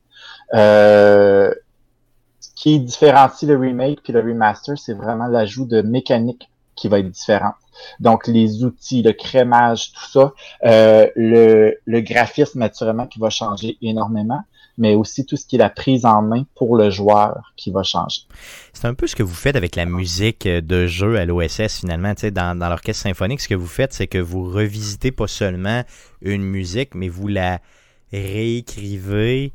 Euh, qui différencie le remake puis le remaster, c'est vraiment l'ajout de mécanique qui va être différente. Donc, les outils, le crémage, tout ça, euh, le, le graphisme, naturellement, qui va changer énormément, mais aussi tout ce qui est la prise en main pour le joueur qui va changer. C'est un peu ce que vous faites avec la musique de jeu à l'O S S, finalement. Tu sais, dans, dans l'orchestre symphonique, ce que vous faites, c'est que vous revisitez pas seulement une musique, mais vous la réécrivez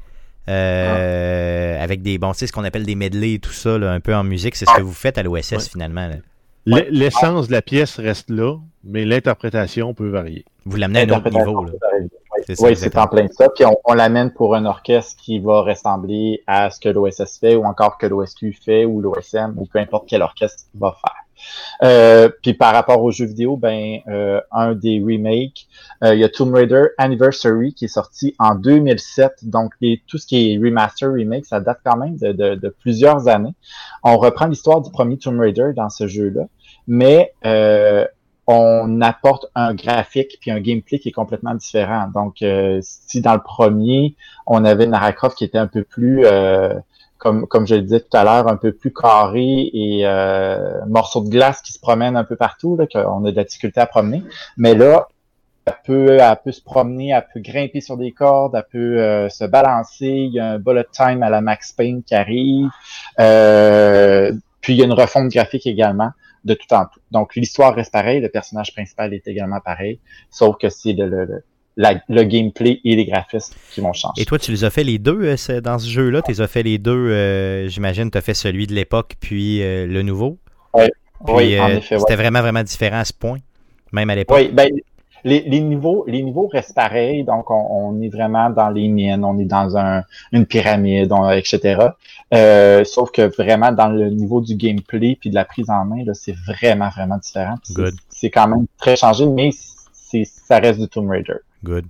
Euh, ah. avec des bons, tu sais, ce qu'on appelle des medleys et tout ça, là, un peu en musique, c'est ce que vous faites à l'O S S ouais. finalement. Là. L'essence de la pièce reste là, mais l'interprétation peut varier. Vous l'amenez à un autre niveau. Là. Oui, c'est, ça, oui, c'est en plein ça. Puis on, on l'amène pour un orchestre qui va ressembler à ce que l'O S S fait, ou encore que l'O S Q fait, ou l'O S M, ou peu importe quel orchestre va faire. Euh, puis par rapport aux jeux vidéo, ben euh, un des remakes, euh, il y a Tomb Raider Anniversary qui est sorti en deux mille sept. Donc les, tout ce qui est remaster, remake, ça date quand même de, de, de plusieurs années. On reprend l'histoire du premier Tomb Raider dans ce jeu-là, mais euh, on apporte un graphique puis un gameplay qui est complètement différent. Donc euh, si dans le premier, on avait Lara Croft qui était un peu plus euh, Comme, comme je le disais tout à l'heure, un peu plus carré et euh, morceaux de glace qui se promènent un peu partout, là, qu'on a de la difficulté à promener. Mais là, elle peut, elle peut se promener, elle peut grimper sur des cordes, elle peut euh, se balancer. Il y a un bullet time à la Max Payne qui arrive. Euh, puis il y a une refonte graphique également de tout en tout. Donc l'histoire reste pareille, le personnage principal est également pareil, sauf que c'est le, le, le La, le gameplay et les graphismes qui vont changer. Et toi, tu les as fait les deux euh, dans ce jeu-là? Tu les as fait les deux, euh, j'imagine, tu as fait celui de l'époque puis euh, le nouveau? Oui, puis, oui euh, en effet. C'était ouais. vraiment, vraiment différent à ce point, même à l'époque? Oui, ben, les, les, niveaux, les niveaux restent pareils, donc on, on est vraiment dans les mines, on est dans un, une pyramide, on, et cetera. Euh, sauf que vraiment, dans le niveau du gameplay puis de la prise en main, là, c'est vraiment, vraiment différent. Good. C'est, c'est quand même très changé, mais c'est, ça reste du Tomb Raider. Good.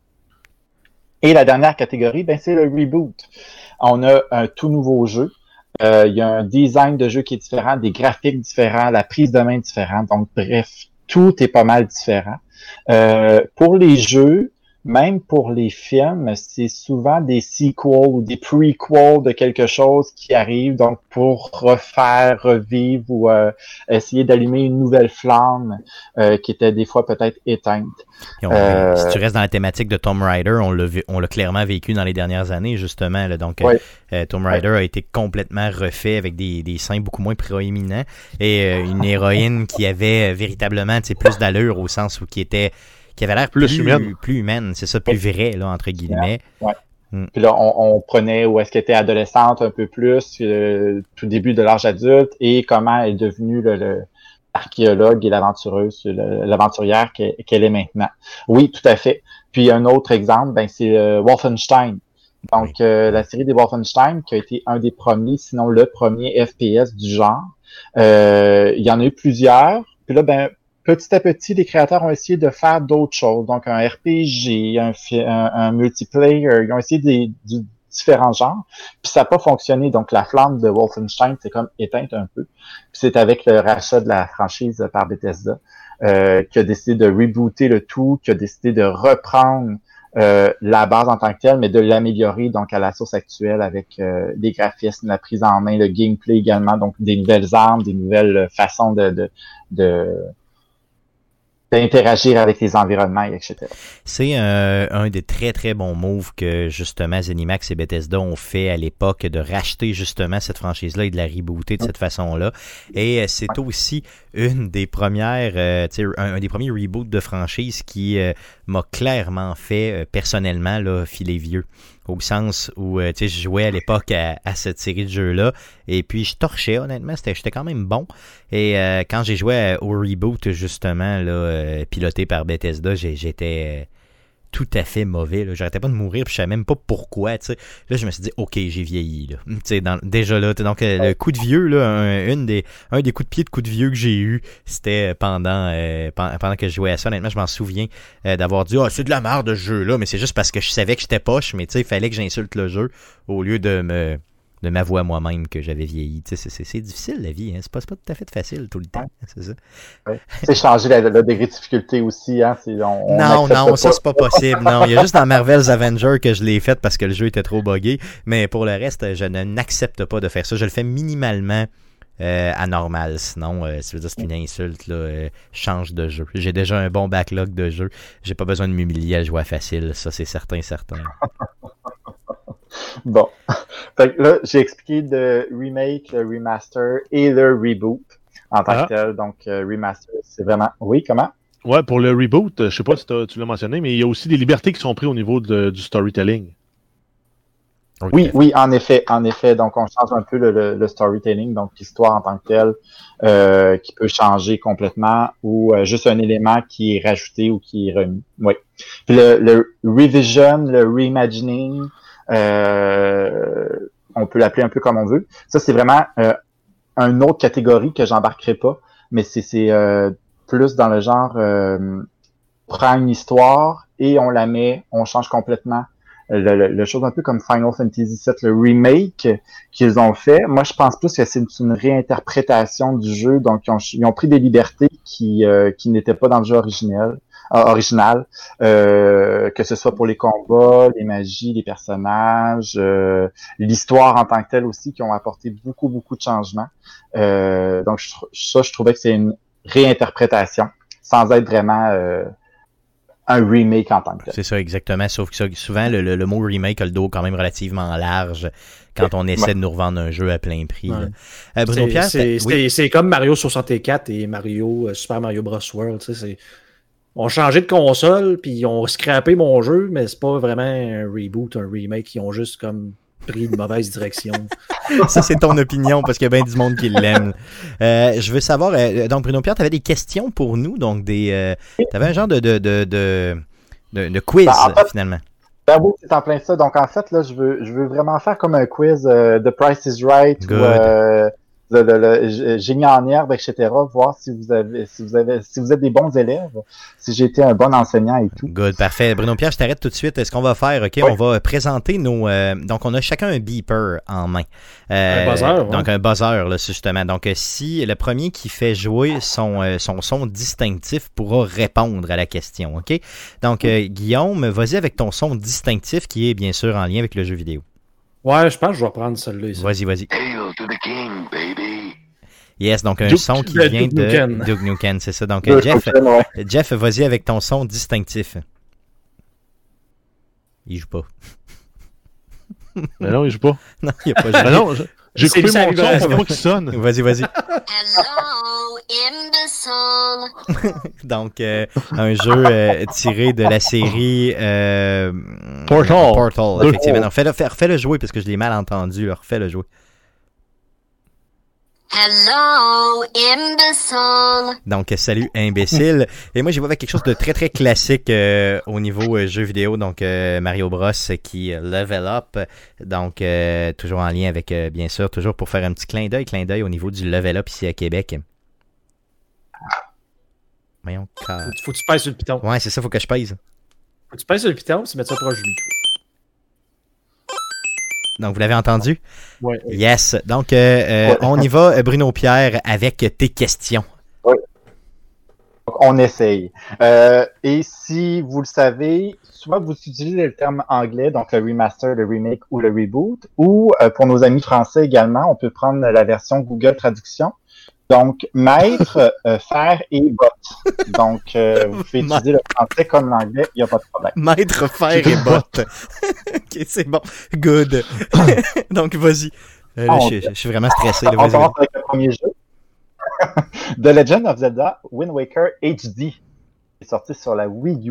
Et la dernière catégorie, ben, c'est le reboot. On a un tout nouveau jeu Euh, il y a un design de jeu qui est différent, des graphiques différents, la prise de main différente. Donc, bref, tout est pas mal différent. Euh, pour les jeux, même pour les films, c'est souvent des sequels ou des prequels de quelque chose qui arrive, donc pour refaire, revivre ou euh, essayer d'allumer une nouvelle flamme euh, qui était des fois peut-être éteinte. On, euh, si tu restes dans la thématique de Tomb Raider, on l'a, on l'a clairement vécu dans les dernières années, justement. Là, donc, ouais. euh, Tomb Raider ouais. a été complètement refait avec des, des seins beaucoup moins proéminents et euh, une héroïne qui avait véritablement plus d'allure au sens où qui était qui avait l'air plus, plus humaine, plus humaine, c'est ça, plus vrai, là, entre guillemets. Ouais. Mm. Puis là, on, on prenait où est-ce qu'elle était adolescente un peu plus, euh, tout début de l'âge adulte, et comment elle est devenue le, le archéologue et l'aventureuse, le, l'aventurière qu'elle, qu'elle est maintenant. Oui, tout à fait. Puis un autre exemple, ben c'est euh, Wolfenstein. Donc, oui. euh, la série des Wolfenstein, qui a été un des premiers, sinon le premier F P S du genre. Euh, il y en a eu plusieurs. Puis là, ben petit à petit, les créateurs ont essayé de faire d'autres choses. Donc, un R P G, un, un, un multiplayer, ils ont essayé des, des différents genres. Puis ça n'a pas fonctionné. Donc, la flamme de Wolfenstein s'est comme éteinte un peu. Puis c'est avec le rachat de la franchise par Bethesda euh, qui a décidé de rebooter le tout, qui a décidé de reprendre euh, la base en tant que telle, mais de l'améliorer donc à la source actuelle avec euh, des graphismes, la prise en main, le gameplay également, donc des nouvelles armes, des nouvelles façons de... de, de d'interagir avec les environnements, et cetera. C'est euh, un des très très bons moves que justement ZeniMax et Bethesda ont fait à l'époque de racheter justement cette franchise-là et de la rebooter de cette façon-là. Et euh, c'est ouais. aussi une des premières, euh, tu sais, un, un des premiers reboots de franchise qui euh, m'a clairement fait euh, personnellement là, filer vieux. Au sens où euh, tu sais, je jouais à l'époque à, à cette série de jeux-là et puis je torchais honnêtement, c'était, j'étais quand même bon. Et euh, quand j'ai joué à, au reboot justement là, euh, piloté par Bethesda, j'ai, j'étais euh, tout à fait mauvais. Là. J'arrêtais pas de mourir, puis je savais même pas pourquoi. T'sais. Là, je me suis dit, ok, j'ai vieilli. Là. T'sais, dans, déjà là, donc euh, le coup de vieux, là, un, une des, un des coups de pied de coup de vieux que j'ai eu, c'était pendant, euh, pendant que je jouais à ça. Honnêtement, je m'en souviens euh, d'avoir dit, ah, oh, c'est de la merde ce jeu-là, mais c'est juste parce que je savais que j'étais poche, mais il fallait que j'insulte le jeu au lieu de me de m'avouer à moi-même que j'avais vieilli. C'est, c'est, c'est difficile la vie, hein. C'est pas, c'est pas tout à fait facile tout le temps. C'est ça. Ouais. C'est changer le, le degré de difficulté aussi. Hein. C'est, on, on non, non, pas. Ça c'est pas possible. Non, il y a juste dans Marvel's Avengers que je l'ai fait parce que le jeu était trop buggé. Mais pour le reste, je ne, n'accepte pas de faire ça. Je le fais minimalement euh, anormal. Sinon, euh, ça veut dire que c'est une insulte. Là, euh, change de jeu. J'ai déjà un bon backlog de jeux. J'ai pas besoin de m'humilier à jouer à facile. Ça, c'est certain, certain. Bon. Fait que là, j'ai expliqué le remake, le remaster et le reboot en tant ah. que tel. Donc, euh, remaster, c'est vraiment... Oui, comment? Ouais, pour le reboot, je sais pas si tu l'as mentionné, mais il y a aussi des libertés qui sont prises au niveau de, du storytelling. Okay. Oui, oui, en effet, en effet. Donc, on change un peu le, le, le storytelling, donc l'histoire en tant que telle, euh, qui peut changer complètement ou euh, juste un élément qui est rajouté ou qui est remis. Oui. Puis le, le revision, le reimagining... Euh, on peut l'appeler un peu comme on veut. Ça, c'est vraiment euh, une autre catégorie que j'embarquerai pas, mais c'est, c'est euh, plus dans le genre euh, on prend une histoire et on la met, on change complètement. Le, le, le chose un peu comme Final Fantasy sept, le remake qu'ils ont fait. Moi, je pense plus que c'est une, une réinterprétation du jeu, donc ils ont, ils ont pris des libertés qui euh, qui n'étaient pas dans le jeu originel. original, euh, que ce soit pour les combats, les magies, les personnages, euh, l'histoire en tant que telle aussi, qui ont apporté beaucoup, beaucoup de changements. Euh, donc, je, ça, je trouvais que c'est une réinterprétation, sans être vraiment euh, un remake en tant que tel. C'est ça, exactement. Sauf que ça, souvent, le, le, le mot remake a le dos quand même relativement large quand on essaie ouais. de nous revendre un jeu à plein prix. Ouais. Euh, Bruno c'est, Pierre, c'est, oui. c'est, c'est comme Mario soixante-quatre et Mario, euh, Super Mario Bros. World, tu sais, c'est... On a changé de console, puis ils ont scrappé mon jeu, mais c'est pas vraiment un reboot, un remake. Ils ont juste comme pris une mauvaise direction. Ça, c'est ton opinion, parce qu'il y a bien du monde qui l'aime. Euh, je veux savoir, euh, donc Bruno Pierre, tu avais des questions pour nous, donc des, euh, tu avais un genre de, de, de, de, de, de quiz, ben, en fait, finalement. Ben oui, c'est en plein ça. Donc, en fait, là, je veux, je veux vraiment faire comme un quiz euh, The Price is Right. Good. Ou, euh, le, le, le génie en herbe, et cetera, voir si vous avez, si vous avez, si vous êtes des bons élèves, si j'ai été un bon enseignant et tout. Good, parfait. Bruno Pierre, je t'arrête tout de suite. Ce qu'on va faire, OK, oui. on va présenter nos... Euh, donc, on a chacun un beeper en main. Euh, un buzzer, ouais. Donc, un buzzer, là, justement. Donc, si le premier qui fait jouer son, euh, son son distinctif pourra répondre à la question, OK? Donc, euh, Guillaume, vas-y avec ton son distinctif qui est, bien sûr, en lien avec le jeu vidéo. Ouais, je pense que je vais prendre celui-là ici. Vas-y, vas-y. Hail to the king, baby. Yes, donc un Duke, son qui de vient Duke de Nukem. Duke Nukem, c'est ça. Donc, Duke Jeff, Nukem, ouais. Jeff, vas-y avec ton son distinctif. Il joue pas. Mais non, il joue pas. Non, il a pas joué. Ben non, je- j'ai C'est coupé lui, mon ça, son, c'est moi qui sonne. Vas-y, vas-y. Hello, imbecile. Donc, euh, un jeu euh, tiré de la série euh, Portal. Portal, effectivement. Non, fais-le, fais, refais-le jouer parce que je l'ai mal entendu. Là. Refais-le jouer. Hello, imbecile. Donc, salut, imbécile. Et moi, j'y vais avec quelque chose de très, très classique euh, au niveau euh, jeu vidéo. Donc, euh, Mario Bros qui euh, level up. Donc, euh, toujours en lien avec, euh, bien sûr, toujours pour faire un petit clin d'œil, clin d'œil au niveau du level up ici à Québec. Voyons, car... Faut, faut que tu pèses sur le piton. Ouais, c'est ça, faut que je pèse. Faut que tu pèses sur le piton, puis mettre ça proche du micro. Donc, vous l'avez entendu? Ouais. Yes. Donc, euh, euh, Ouais. on y va, Bruno Pierre, avec tes questions. Donc, on essaye. Euh, et si vous le savez, souvent vous utilisez le terme anglais, donc le remaster, le remake ou le reboot, ou euh, pour nos amis français également, on peut prendre la version Google Traduction. Donc, maître, euh, faire et bot. Donc, euh, vous pouvez utiliser le français comme l'anglais, il n'y a pas de problème. Maître, fer et botte. Ok, c'est bon. Good. Donc, vas-y. Euh, là, Oh, je, je- je suis vraiment stressé. Là, On vas-y, commence avec le premier jeu. The Legend of Zelda Wind Waker H D. Qui est sorti sur la Wii U.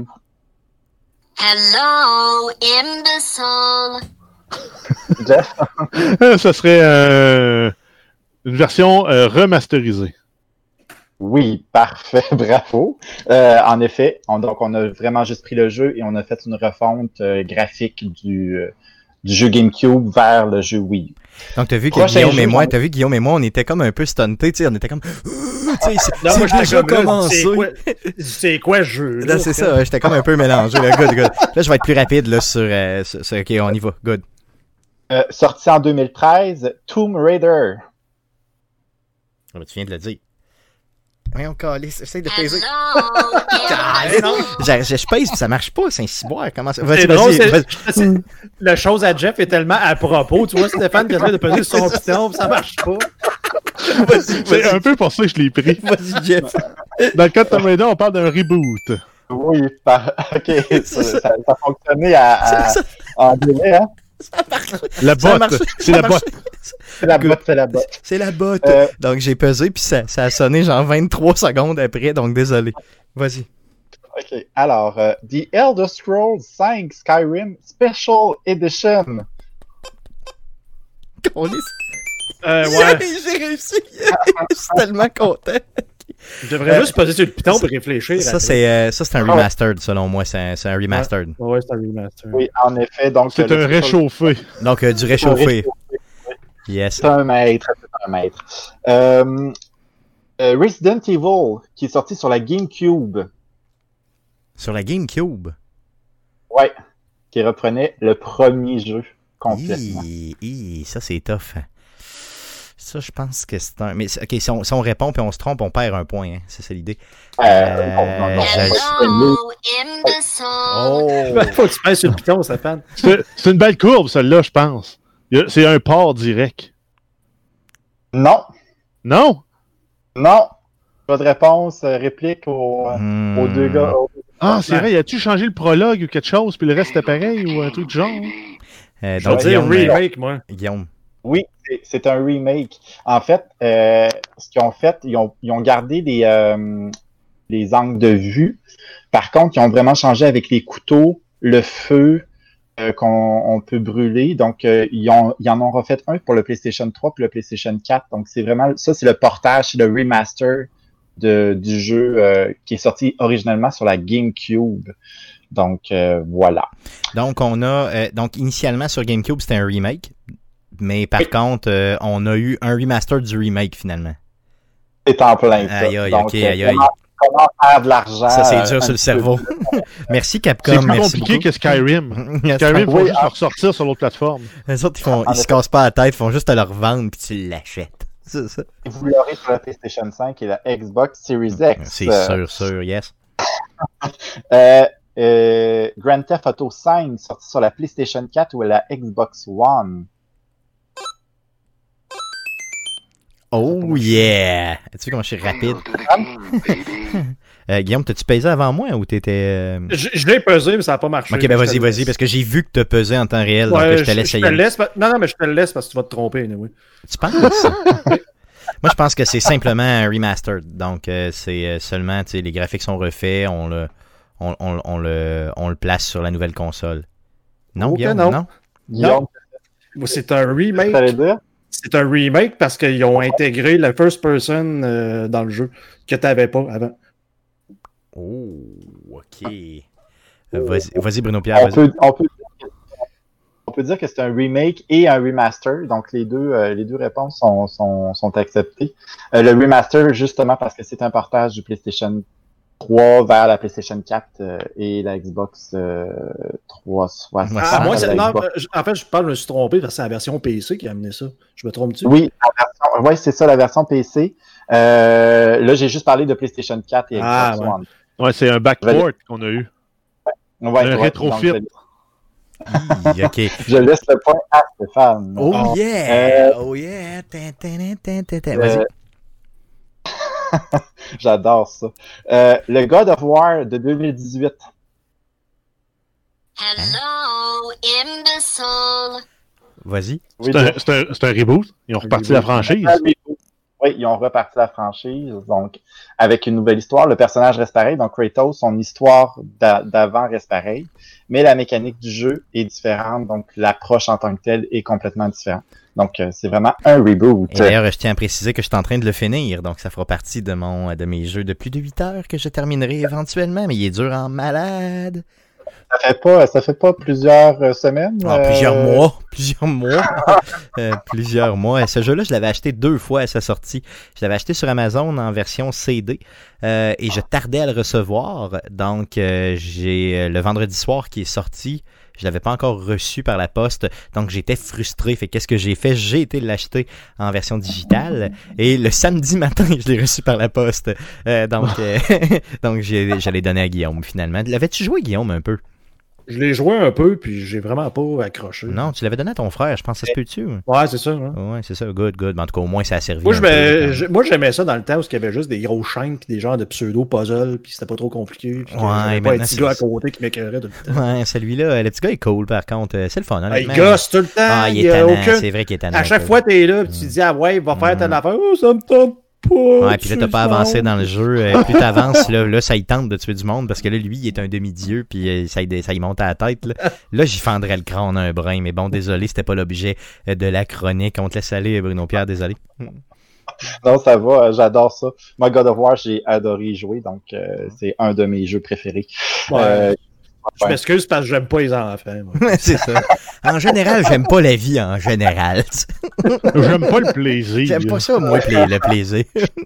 Hello, imbecile. Jeff? Ça serait euh, une version euh, remasterisée. Oui, parfait, bravo. Euh, en effet, on, donc on a vraiment juste pris le jeu et on a fait une refonte euh, graphique du, euh, du jeu GameCube vers le jeu Wii U. Donc, t'as vu que Prochain Guillaume et jeu, moi, on- t'as vu Guillaume et moi, on était comme un peu stuntés, tu sais, on était comme, tu sais, c'est, Non, c'est moi, j'étais déjà comme, là, commencé. C'est quoi, c'est quoi ce jeu? Là, c'est ça, j'étais comme un peu mélangé. Là, good, good. Là, je vais être plus rapide là sur, euh, sur, sur- ok, on y va, good. Euh, sorti en deux mille treize, Tomb Raider. Ah, ben, tu viens de le dire. Voyons, calice, essaye de peser. Hello, Calice. imbecile. Je, je pèse, puis ça marche pas, c'est un ciboire. Comment ça? Vas-y, C'est drôle, vas-y, c'est- vas-y. c'est- la chose à Jeff est tellement à propos. Tu vois, Stéphane qui essaie de peser sur son piton, puis ça marche pas. Vas-y, C'est vas-y. un peu pour ça que je l'ai pris. Vas-y, Jeff. Dans le cas de Tomb Raider, on parle d'un reboot. Oui, par... ok, ça, ça, ça a fonctionné à, à- Ça- en délai, hein? La Ça a botte, marché, c'est ça a la marché. botte. C'est la Good. botte, c'est la botte. C'est la botte. Euh, Donc, j'ai pesé, puis ça, ça a sonné genre vingt-trois secondes après, donc désolé. Vas-y. Ok, alors, euh, The Elder Scrolls cinq Skyrim Special Edition. Calice. Euh, ouais. J'ai réussi. Je suis tellement content. Je devrais juste poser sur le piton pour réfléchir. Ça, après. c'est, euh, ça, c'est un Ah ouais. remastered, selon moi. C'est un, c'est un remastered. Ouais, c'est un remaster. Oui, en effet, donc... C'est euh, un le Special- réchauffé. Donc, euh, du réchauffé. Yes. C'est un maître, c'est un maître. Euh, euh, Resident Evil, qui est sorti sur la GameCube. Sur la GameCube. Ouais, qui reprenait le premier jeu complètement. Hi, hi, ça, c'est tough. Ça, je pense que c'est un. Mais, c'est- ok, si on, si on répond puis on se trompe, on perd un point. Hein. C'est ça l'idée. Euh, non, non, non. je- Hello, imbecile. Oh! Faut que tu pèses sur le piton, Stéphane. C'est c'est une belle courbe, celle-là, je pense. Il y a- C'est un port direct. Non, Non? non. Pas de réponse, euh, réplique aux, euh, Hmm. aux deux gars. aux- Ah, c'est vrai, y a-tu changé le prologue ou quelque chose, puis le reste était pareil, ou un truc du genre? Euh, Je vais donc, dire Guillaume, euh, remake, moi. Guillaume. Oui, c'est- c'est un remake. En fait, euh, ce qu'ils ont fait, ils ont, ils ont gardé les, euh, les angles de vue. Par contre, ils ont vraiment changé avec les couteaux, le feu euh, qu'on on peut brûler. Donc, euh, ils, ont, ils en ont refait un pour le PlayStation trois puis le PlayStation quatre. Donc, c'est vraiment ça, c'est le portage, c'est le remaster de, du jeu euh, qui est sorti originellement sur la GameCube. Donc, euh, voilà. Donc, on a. euh, donc, initialement, sur GameCube, c'était un remake. Mais par Oui. contre, euh, on a eu un remaster du remake finalement. C'est en plein ça. Aïe, aïe, Donc, ok, euh, aïe, aïe. Comment, comment faire de l'argent? Ça, c'est euh, dur un sur le petit cerveau. peu. Merci C'est Capcom, plus merci compliqué beaucoup. que Skyrim. Yes. Skyrim, il faut Oui, juste ah. le ressortir sur l'autre plateforme. Les autres, ils, font, En ils se effet. cassent pas la tête, ils font juste te le revendre puis tu l'achètes. C'est ça. Vous l'aurez sur la PlayStation cinq et la Xbox Series X. C'est Euh, sûr, sûr, yes. euh, euh, Grand Theft Auto cinq sorti sur la PlayStation quatre ou la Xbox One. Oh yeah! Tu vu comment je suis rapide? Hail to the king, baby. Euh, Guillaume, t'as-tu pesé avant moi ou t'étais... euh, Je, je l'ai pesé, mais ça n'a pas marché. Ok, ben Je vas-y, te le vas-y, laisse. parce que j'ai vu que t'as pesé en temps réel, donc Ouais, je te laisse je y te aller. laisse. pa- Non, non, mais je te le laisse parce que tu vas te tromper. Oui. Tu penses? Moi, je pense que c'est simplement un remastered. Donc, euh, c'est euh, seulement, tu sais, les graphiques sont refaits, on le, on, on, on le, on le place sur la nouvelle console. Non, Ok, Guillaume, non. non? Guillaume, C'est un tu remake. allais dire? C'est un remake parce qu'ils ont intégré la first person euh, dans le jeu que tu n'avais pas avant. Oh, ok. Euh, vas-y, vas-y, Bruno Pierre, On vas-y. peut, on, peut dire que, on peut dire que c'est un remake et un remaster, donc les deux, euh, les deux réponses sont, sont, sont acceptées. Euh, le remaster, justement, parce que c'est un portage du PlayStation trois vers la PlayStation quatre euh, et la Xbox euh, trois cent soixante. Ouais, Ah, moi, la c'est- non, Xbox. je- en fait, je pense que je me suis trompé parce que c'est la version P C qui a amené ça. Je me trompe-tu? Oui, la version, ouais, c'est ça, la version P C. Euh, là, j'ai juste parlé de PlayStation quatre et Xbox Ah, ouais. One. Ouais, c'est un backport qu'on a eu. Ouais, Un ouais, rétrofit. donc, Hi, ok. Je, je laisse le point à Stéphane. Oh yeah! Oh yeah! Tin, tin, tin, tin, tin, tin. Vas-y. Euh, J'adore ça. Euh, le God of War de deux mille dix-huit. Hello, imbecile. Vas-y. Oui, C'est un, Jeff. c'est un- c'est un reboot. Ils ont reparti la franchise. Ah, oui, oui, ils ont reparti la franchise, donc avec une nouvelle histoire. Le personnage reste pareil, donc Kratos, son histoire d'a- d'avant reste pareille, mais la mécanique du jeu est différente, donc l'approche en tant que telle est complètement différente. Donc euh, c'est vraiment un reboot. Et d'ailleurs, je tiens à préciser que je suis en train de le finir, donc ça fera partie de mon de mes jeux de plus de huit heures que je terminerai éventuellement, mais il est dur en malade. Ça fait pas, ça fait pas plusieurs euh, semaines. Ah, euh, plusieurs mois, plusieurs mois, Euh, plusieurs mois. Ce jeu-là, je l'avais acheté deux fois à sa sortie. Je l'avais acheté sur Amazon en version C D euh, et je tardais à le recevoir. Donc, euh, j'ai euh, le vendredi soir qui est sorti. Je l'avais pas encore reçu par la poste, donc j'étais frustré. Fait qu'est-ce que j'ai fait? J'ai été l'acheter en version digitale et le samedi matin, je l'ai reçu par la poste. Euh, donc, euh, donc j'ai, je l'ai donné à Guillaume finalement. L'avais-tu joué, Guillaume, un peu? Je l'ai joué un peu, puis j'ai vraiment pas accroché. Non, tu l'avais donné à ton frère, je pense que ça se peut-tu? Ouais, c'est ça. Hein. Ouais, c'est ça, good, good. Mais en tout cas, au moins, ça a servi. Moi, un je peu, me- là, je- moi, j'aimais ça dans le temps où il y avait juste des gros chaînes puis des genres de pseudo-puzzles, puis c'était pas trop compliqué. Puis que Ouais, j'avais pas un maintenant, petit c'est- gars à côté qui m'écœurait tout le temps. Ouais, celui-là, le petit gars est cool, par contre. Euh, C'est le fun, Ah, honnêtement. il gosse tout le temps. Ah, il il est y a tannant, aucun... c'est vrai qu'il est tannant. À chaque ça. fois, t'es là, puis tu dis, ah ouais, il va faire telle Mm. affaire. Oh, ça me tente pas. Ouais, puis là, t'as tu pas le avancé sens. dans le jeu. Euh, plus t'avances, là, là, ça y tente de tuer du monde parce que là, lui, il est un demi-dieu, puis euh, ça, y- ça y monte à la tête. Là, là j'y fendrais le crâne un brin, mais bon, désolé, c'était pas l'objet euh, de la chronique. On te laisse aller, Bruno Pierre, désolé. Non, ça va, euh, j'adore ça. Moi, God of War, j'ai adoré y jouer, donc euh, c'est un de mes jeux préférés. Ouais. Euh, Je m'excuse parce que j'aime pas les enfants. moi. C'est ça. En général, j'aime pas la vie, en général. J'aime pas le plaisir. J'aime pas ça, moi, pla- le plaisir.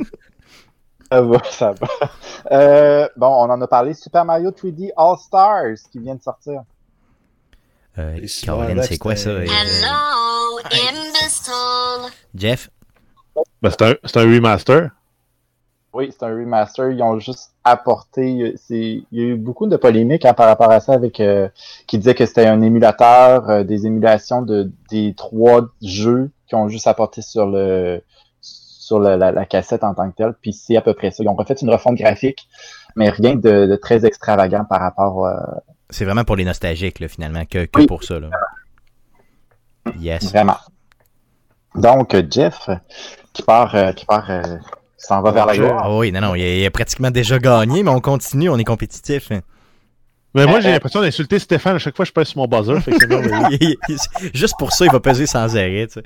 Ça va, ça va. Euh, bon, on en a parlé. Super Mario trois D All Stars qui vient de sortir. Euh, Et si Caroline, voilà, c'est quoi ça? c'était- euh, Hello, imbecile. Jeff? Ben, c'est un, c'est un remaster. Oui, c'est un remaster. Ils ont juste apporté. C'est, il y a eu beaucoup de polémiques hein, par rapport à ça, avec euh, qui disaient que c'était un émulateur, euh, des émulations de des trois jeux qui ont juste apporté sur le sur la, la, la cassette en tant que telle. Puis c'est à peu près ça. Ils ont refait une refonte graphique, mais rien de, de très extravagant par rapport. Euh, C'est vraiment pour les nostalgiques, là, finalement, que, que Oui. pour ça. Là. Yes. Vraiment. Donc, euh, Jeff, qui part, euh, qui part, euh, s'en va vers la gloire. Ah oui, non, non, il a, il a pratiquement déjà gagné, mais on continue, on est compétitif. Mais moi, Euh, j'ai l'impression d'insulter Stéphane à chaque fois que je passe sur mon buzzer. Fait que c'est merveilleux. Il- il- Juste pour ça, il va peser sans arrêt. Tu sais.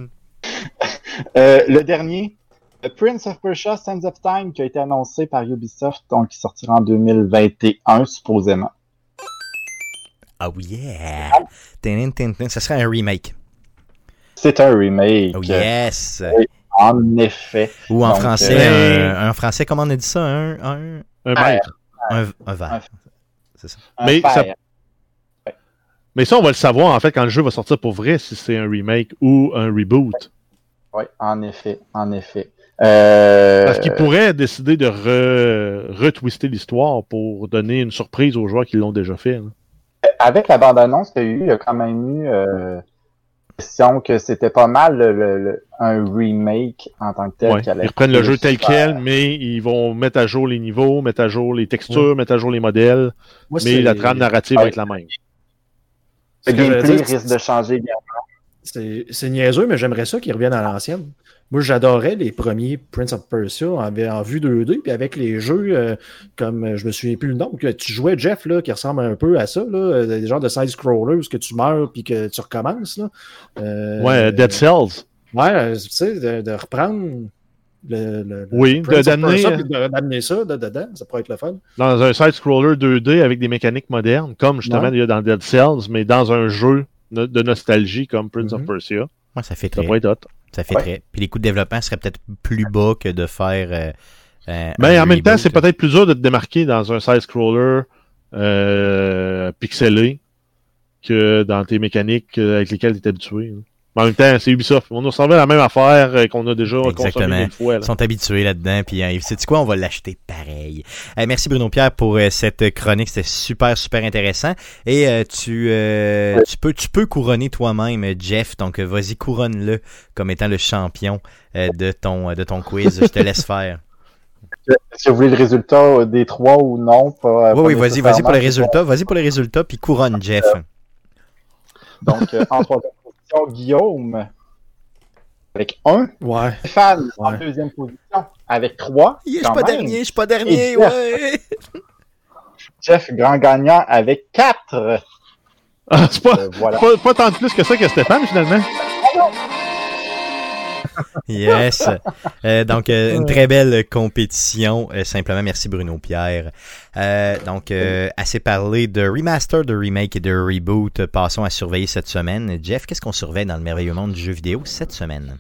Euh, le dernier, The Prince of Persia Sands of Time, qui a été annoncé par Ubisoft, donc qui sortira en deux mille vingt et un, supposément. Oh yeah! Tin, tin, tin. Ça serait un remake. c'est un remake. Oh yes! Oui, en effet. Ou en Donc, français, euh, un, un français, comment on a dit ça? Un, un, Un Faire. maître. un, un verre. Un- C'est ça. Un Mais ça- fer. Mais ça, on va le savoir, en fait, quand le jeu va sortir pour vrai, si c'est un remake ou un reboot. Oui, en effet, en effet. Euh, Parce qu'ils pourraient décider de re- retwister l'histoire pour donner une surprise aux joueurs qui l'ont déjà fait. Hein. Avec la bande-annonce qu'il y a eu, il y a quand même eu euh, question que c'était pas mal le, le- le- un remake en tant que tel. Ouais. qui allait Ils reprennent le être jeu tel super. quel, mais ils vont mettre à jour les niveaux, mettre à jour les textures, mettre à jour les modèles, Moi, mais c'est- la trame narrative Ouais. va être la même. ce Le que j'allais gameplay dire, risque de changer également. C'est c'est niaiseux, mais j'aimerais ça qu'ils reviennent à l'ancienne. Moi, j'adorais les premiers Prince of Persia en, en vue deux D, puis avec les jeux, euh, comme euh, je me souviens plus le nom, que tu jouais Jeff, là, qui ressemble un peu à ça, là, euh, des genres de side-scrollers où que tu meurs puis que tu recommences. Là. Euh, Ouais, Dead Cells. Ouais, euh, tu sais, de, de reprendre le, le- le Oui, Prince of d'amener- Persia, puis de- d'amener ça là, dedans, ça pourrait être le fun. Dans un side-scroller deux D avec des mécaniques modernes, comme justement Ouais. il y a dans Dead Cells, mais dans un jeu no- de nostalgie comme Prince of Mhm. Persia. Ouais, ça fait Ça très. pourrait être hot. Ça fait Ouais. très. Puis les coûts de développement seraient peut-être plus bas que de faire. euh, euh, Mais un en même temps, reboot, c'est là. peut-être plus dur de te démarquer dans un side-scroller euh, pixelé que dans tes mécaniques euh, avec lesquelles tu es habitué. hein. Mais en même temps, c'est Ubisoft. On nous ressemble à la même affaire euh, qu'on a déjà consommé Exactement. mille fois. Ils Là. sont habitués là-dedans, puis hein, sais-tu quoi, on va l'acheter pareil. Euh, merci Bruno Pierre pour euh, cette chronique, c'était super super intéressant. Et euh, tu euh, tu peux tu peux couronner toi-même Jeff, donc euh, vas-y couronne-le comme étant le champion euh, de ton de ton quiz. Je te laisse faire. Est-ce que vous voulez le résultat des trois ou non? Pas, Oui pas oui, vas-y vas-y pour les nécessairement. résultats, vas-y pour les résultats, puis couronne Jeff. Donc, euh, en troisième position, Guillaume avec un. Ouais. Stéphane en Ouais. deuxième position avec trois. Yeah, je suis quand pas même. dernier, je suis pas dernier, Et ouais. Jeff, grand gagnant avec quatre. Ah, c'est pas, Euh, voilà. pas, pas tant de plus que ça que Stéphane, finalement. Yes. Euh, donc, euh, une très belle compétition. Euh, simplement, merci Bruno Pierre. Euh, donc, euh, assez parlé de remaster, de remake et de reboot. Passons à surveiller cette semaine. Jeff, qu'est-ce qu'on surveille dans le merveilleux monde du jeu vidéo cette semaine?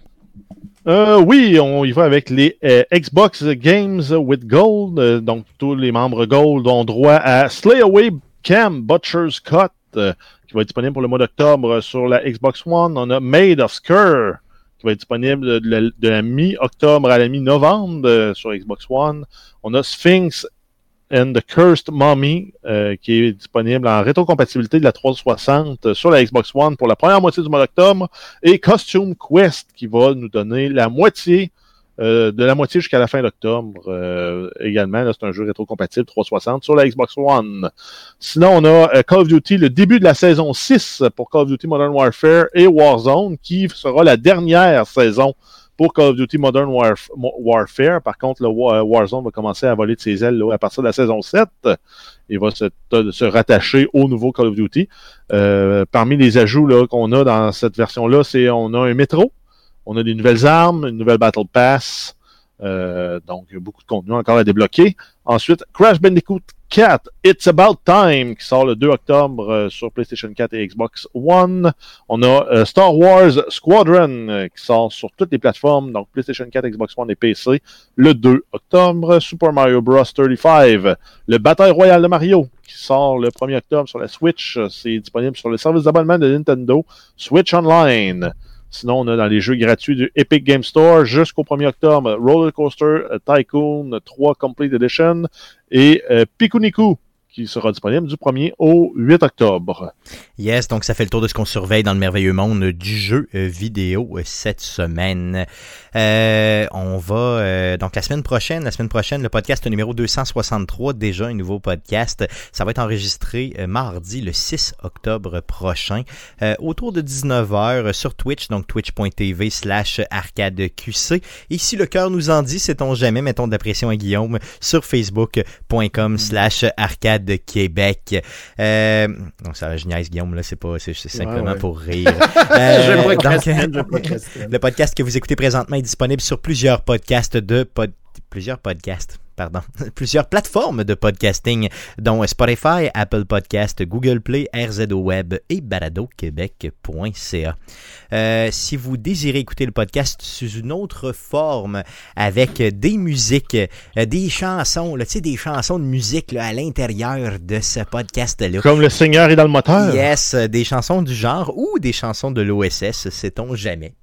Euh, oui, on y va avec les euh, Xbox Games with Gold. Euh, donc, tous les membres Gold ont droit à Slay Away Cam Butcher's Cut, euh, qui va être disponible pour le mois d'octobre sur la Xbox One. On a Made of Skur, qui va être disponible de la, de la mi-octobre à la mi-novembre euh, sur Xbox One. On a Sphinx and the Cursed Mummy, euh, qui est disponible en rétrocompatibilité de la trois cent soixante sur la Xbox One pour la première moitié du mois d'octobre. Et Costume Quest, qui va nous donner la moitié, euh, de la moitié jusqu'à la fin d'octobre. Euh, également, là, c'est un jeu rétrocompatible trois cent soixante sur la Xbox One. Sinon, on a euh, Call of Duty, le début de la saison six pour Call of Duty Modern Warfare et Warzone, qui sera la dernière saison pour Call of Duty Modern Warf- Warfare. Par contre, le War- Warzone va commencer à voler de ses ailes là, à partir de la saison sept. Il va se, t- se rattacher au nouveau Call of Duty. Euh, parmi les ajouts là, qu'on a dans cette version-là, c'est on a un métro, on a des nouvelles armes, une nouvelle Battle Pass. Euh, donc, il y a beaucoup de contenu encore à débloquer. Ensuite, Crash Bandicoot quatre, It's About Time, qui sort le deux octobre euh, sur PlayStation quatre et Xbox One. On a euh, Star Wars Squadron, euh, qui sort sur toutes les plateformes, donc PlayStation quatre, Xbox One et P C, le deux octobre. Super Mario Bros. trente-cinq, le Bataille Royale de Mario, qui sort le premier octobre sur la Switch. C'est disponible sur le service d'abonnement de Nintendo, Switch Online. Sinon, on a dans les jeux gratuits du Epic Game Store jusqu'au premier octobre, Roller Coaster Tycoon trois Complete Edition et euh, Pikuniku, qui sera disponible du premier au huit octobre. Yes, donc ça fait le tour de ce qu'on surveille dans le merveilleux monde du jeu euh, vidéo euh, cette semaine. Euh, on va, euh, donc la semaine prochaine, la semaine prochaine, le podcast numéro deux cent soixante-trois, déjà un nouveau podcast. Ça va être enregistré euh, mardi, le six octobre prochain, euh, autour de dix-neuf heures sur Twitch, donc twitch.tv slash arcadeqc. Et si le cœur nous en dit, sait-on jamais, mettons de la pression à Guillaume, sur facebook.com slash arcade de Québec. Euh, donc ça, je niaise Guillaume, là, c'est pas, c'est, c'est simplement ouais, ouais. pour rire. Euh, Je donc, procrastine, je procrastine. le podcast que vous écoutez présentement est disponible sur plusieurs podcasts de pod- plusieurs podcasts. Pardon, plusieurs plateformes de podcasting, dont Spotify, Apple Podcast, Google Play, R Z O Web et balado québec point c a. Euh, si vous désirez écouter le podcast sous une autre forme, avec des musiques, euh, des chansons, tu sais, des chansons de musique là, à l'intérieur de ce podcast-là. Comme le Seigneur est dans le moteur. Yes, des chansons du genre ou des chansons de l'O S S, sait-on jamais.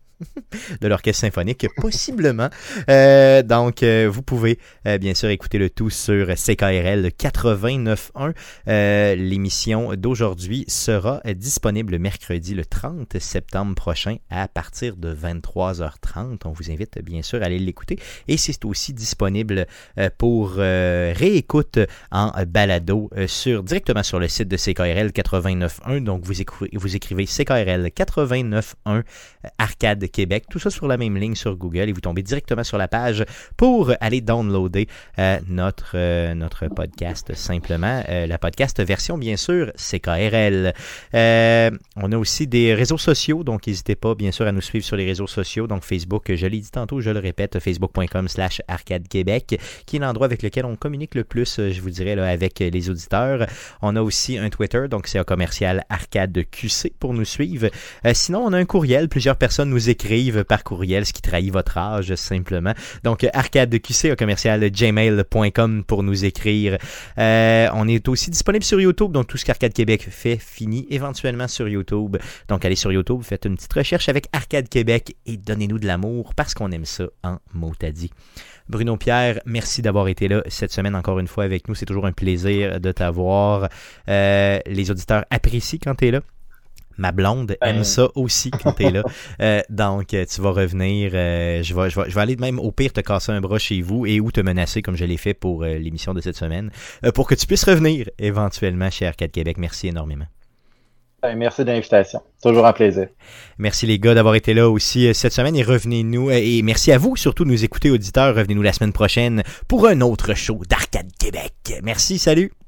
De l'orchestre symphonique, possiblement. Euh, donc, euh, vous pouvez euh, bien sûr écouter le tout sur C K R L quatre-vingt-neuf point un. Euh, l'émission d'aujourd'hui sera disponible mercredi le trente septembre prochain à partir de vingt-trois heures trente. On vous invite bien sûr à aller l'écouter. Et c'est aussi disponible euh, pour euh, réécoute en balado euh, sur, directement sur le site de C K R L quatre-vingt-neuf point un. Donc, vous, écri- vous écrivez C K R L quatre-vingt-neuf point un euh, Arcade Québec, tout ça sur la même ligne sur Google et vous tombez directement sur la page pour aller downloader euh, notre, euh, notre podcast simplement. Euh, la podcast version, bien sûr, C K R L. Euh, on a aussi des réseaux sociaux, donc n'hésitez pas, bien sûr, à nous suivre sur les réseaux sociaux. Donc Facebook, je l'ai dit tantôt, je le répète, facebook point com slash arcade québec, qui est l'endroit avec lequel on communique le plus, je vous dirais, là, avec les auditeurs. On a aussi un Twitter, donc c'est un commercial arcade Q C pour nous suivre. Euh, sinon, on a un courriel, plusieurs personnes nous écrivent par courriel, ce qui trahit votre âge simplement. Donc arcadeqc commercial gmail point com pour nous écrire. Euh, on est aussi disponible sur YouTube, donc tout ce qu'Arcade Québec fait finit éventuellement sur YouTube. Donc allez sur YouTube, faites une petite recherche avec Arcade Québec et donnez-nous de l'amour parce qu'on aime ça en motadis. Bruno Pierre, merci d'avoir été là cette semaine encore une fois avec nous. C'est toujours un plaisir de t'avoir. Euh, les auditeurs apprécient quand tu es là. Ma blonde aime ça aussi quand t'es là. Euh, donc, tu vas revenir. Euh, je, vais, je, vais, je vais aller même au pire te casser un bras chez vous et ou te menacer comme je l'ai fait pour euh, l'émission de cette semaine euh, pour que tu puisses revenir éventuellement chez Arcade Québec. Merci énormément. Merci de l'invitation. Toujours un plaisir. Merci les gars d'avoir été là aussi cette semaine et revenez-nous. Et merci à vous surtout de nous écouter, auditeurs. Revenez-nous la semaine prochaine pour un autre show d'Arcade Québec. Merci, salut!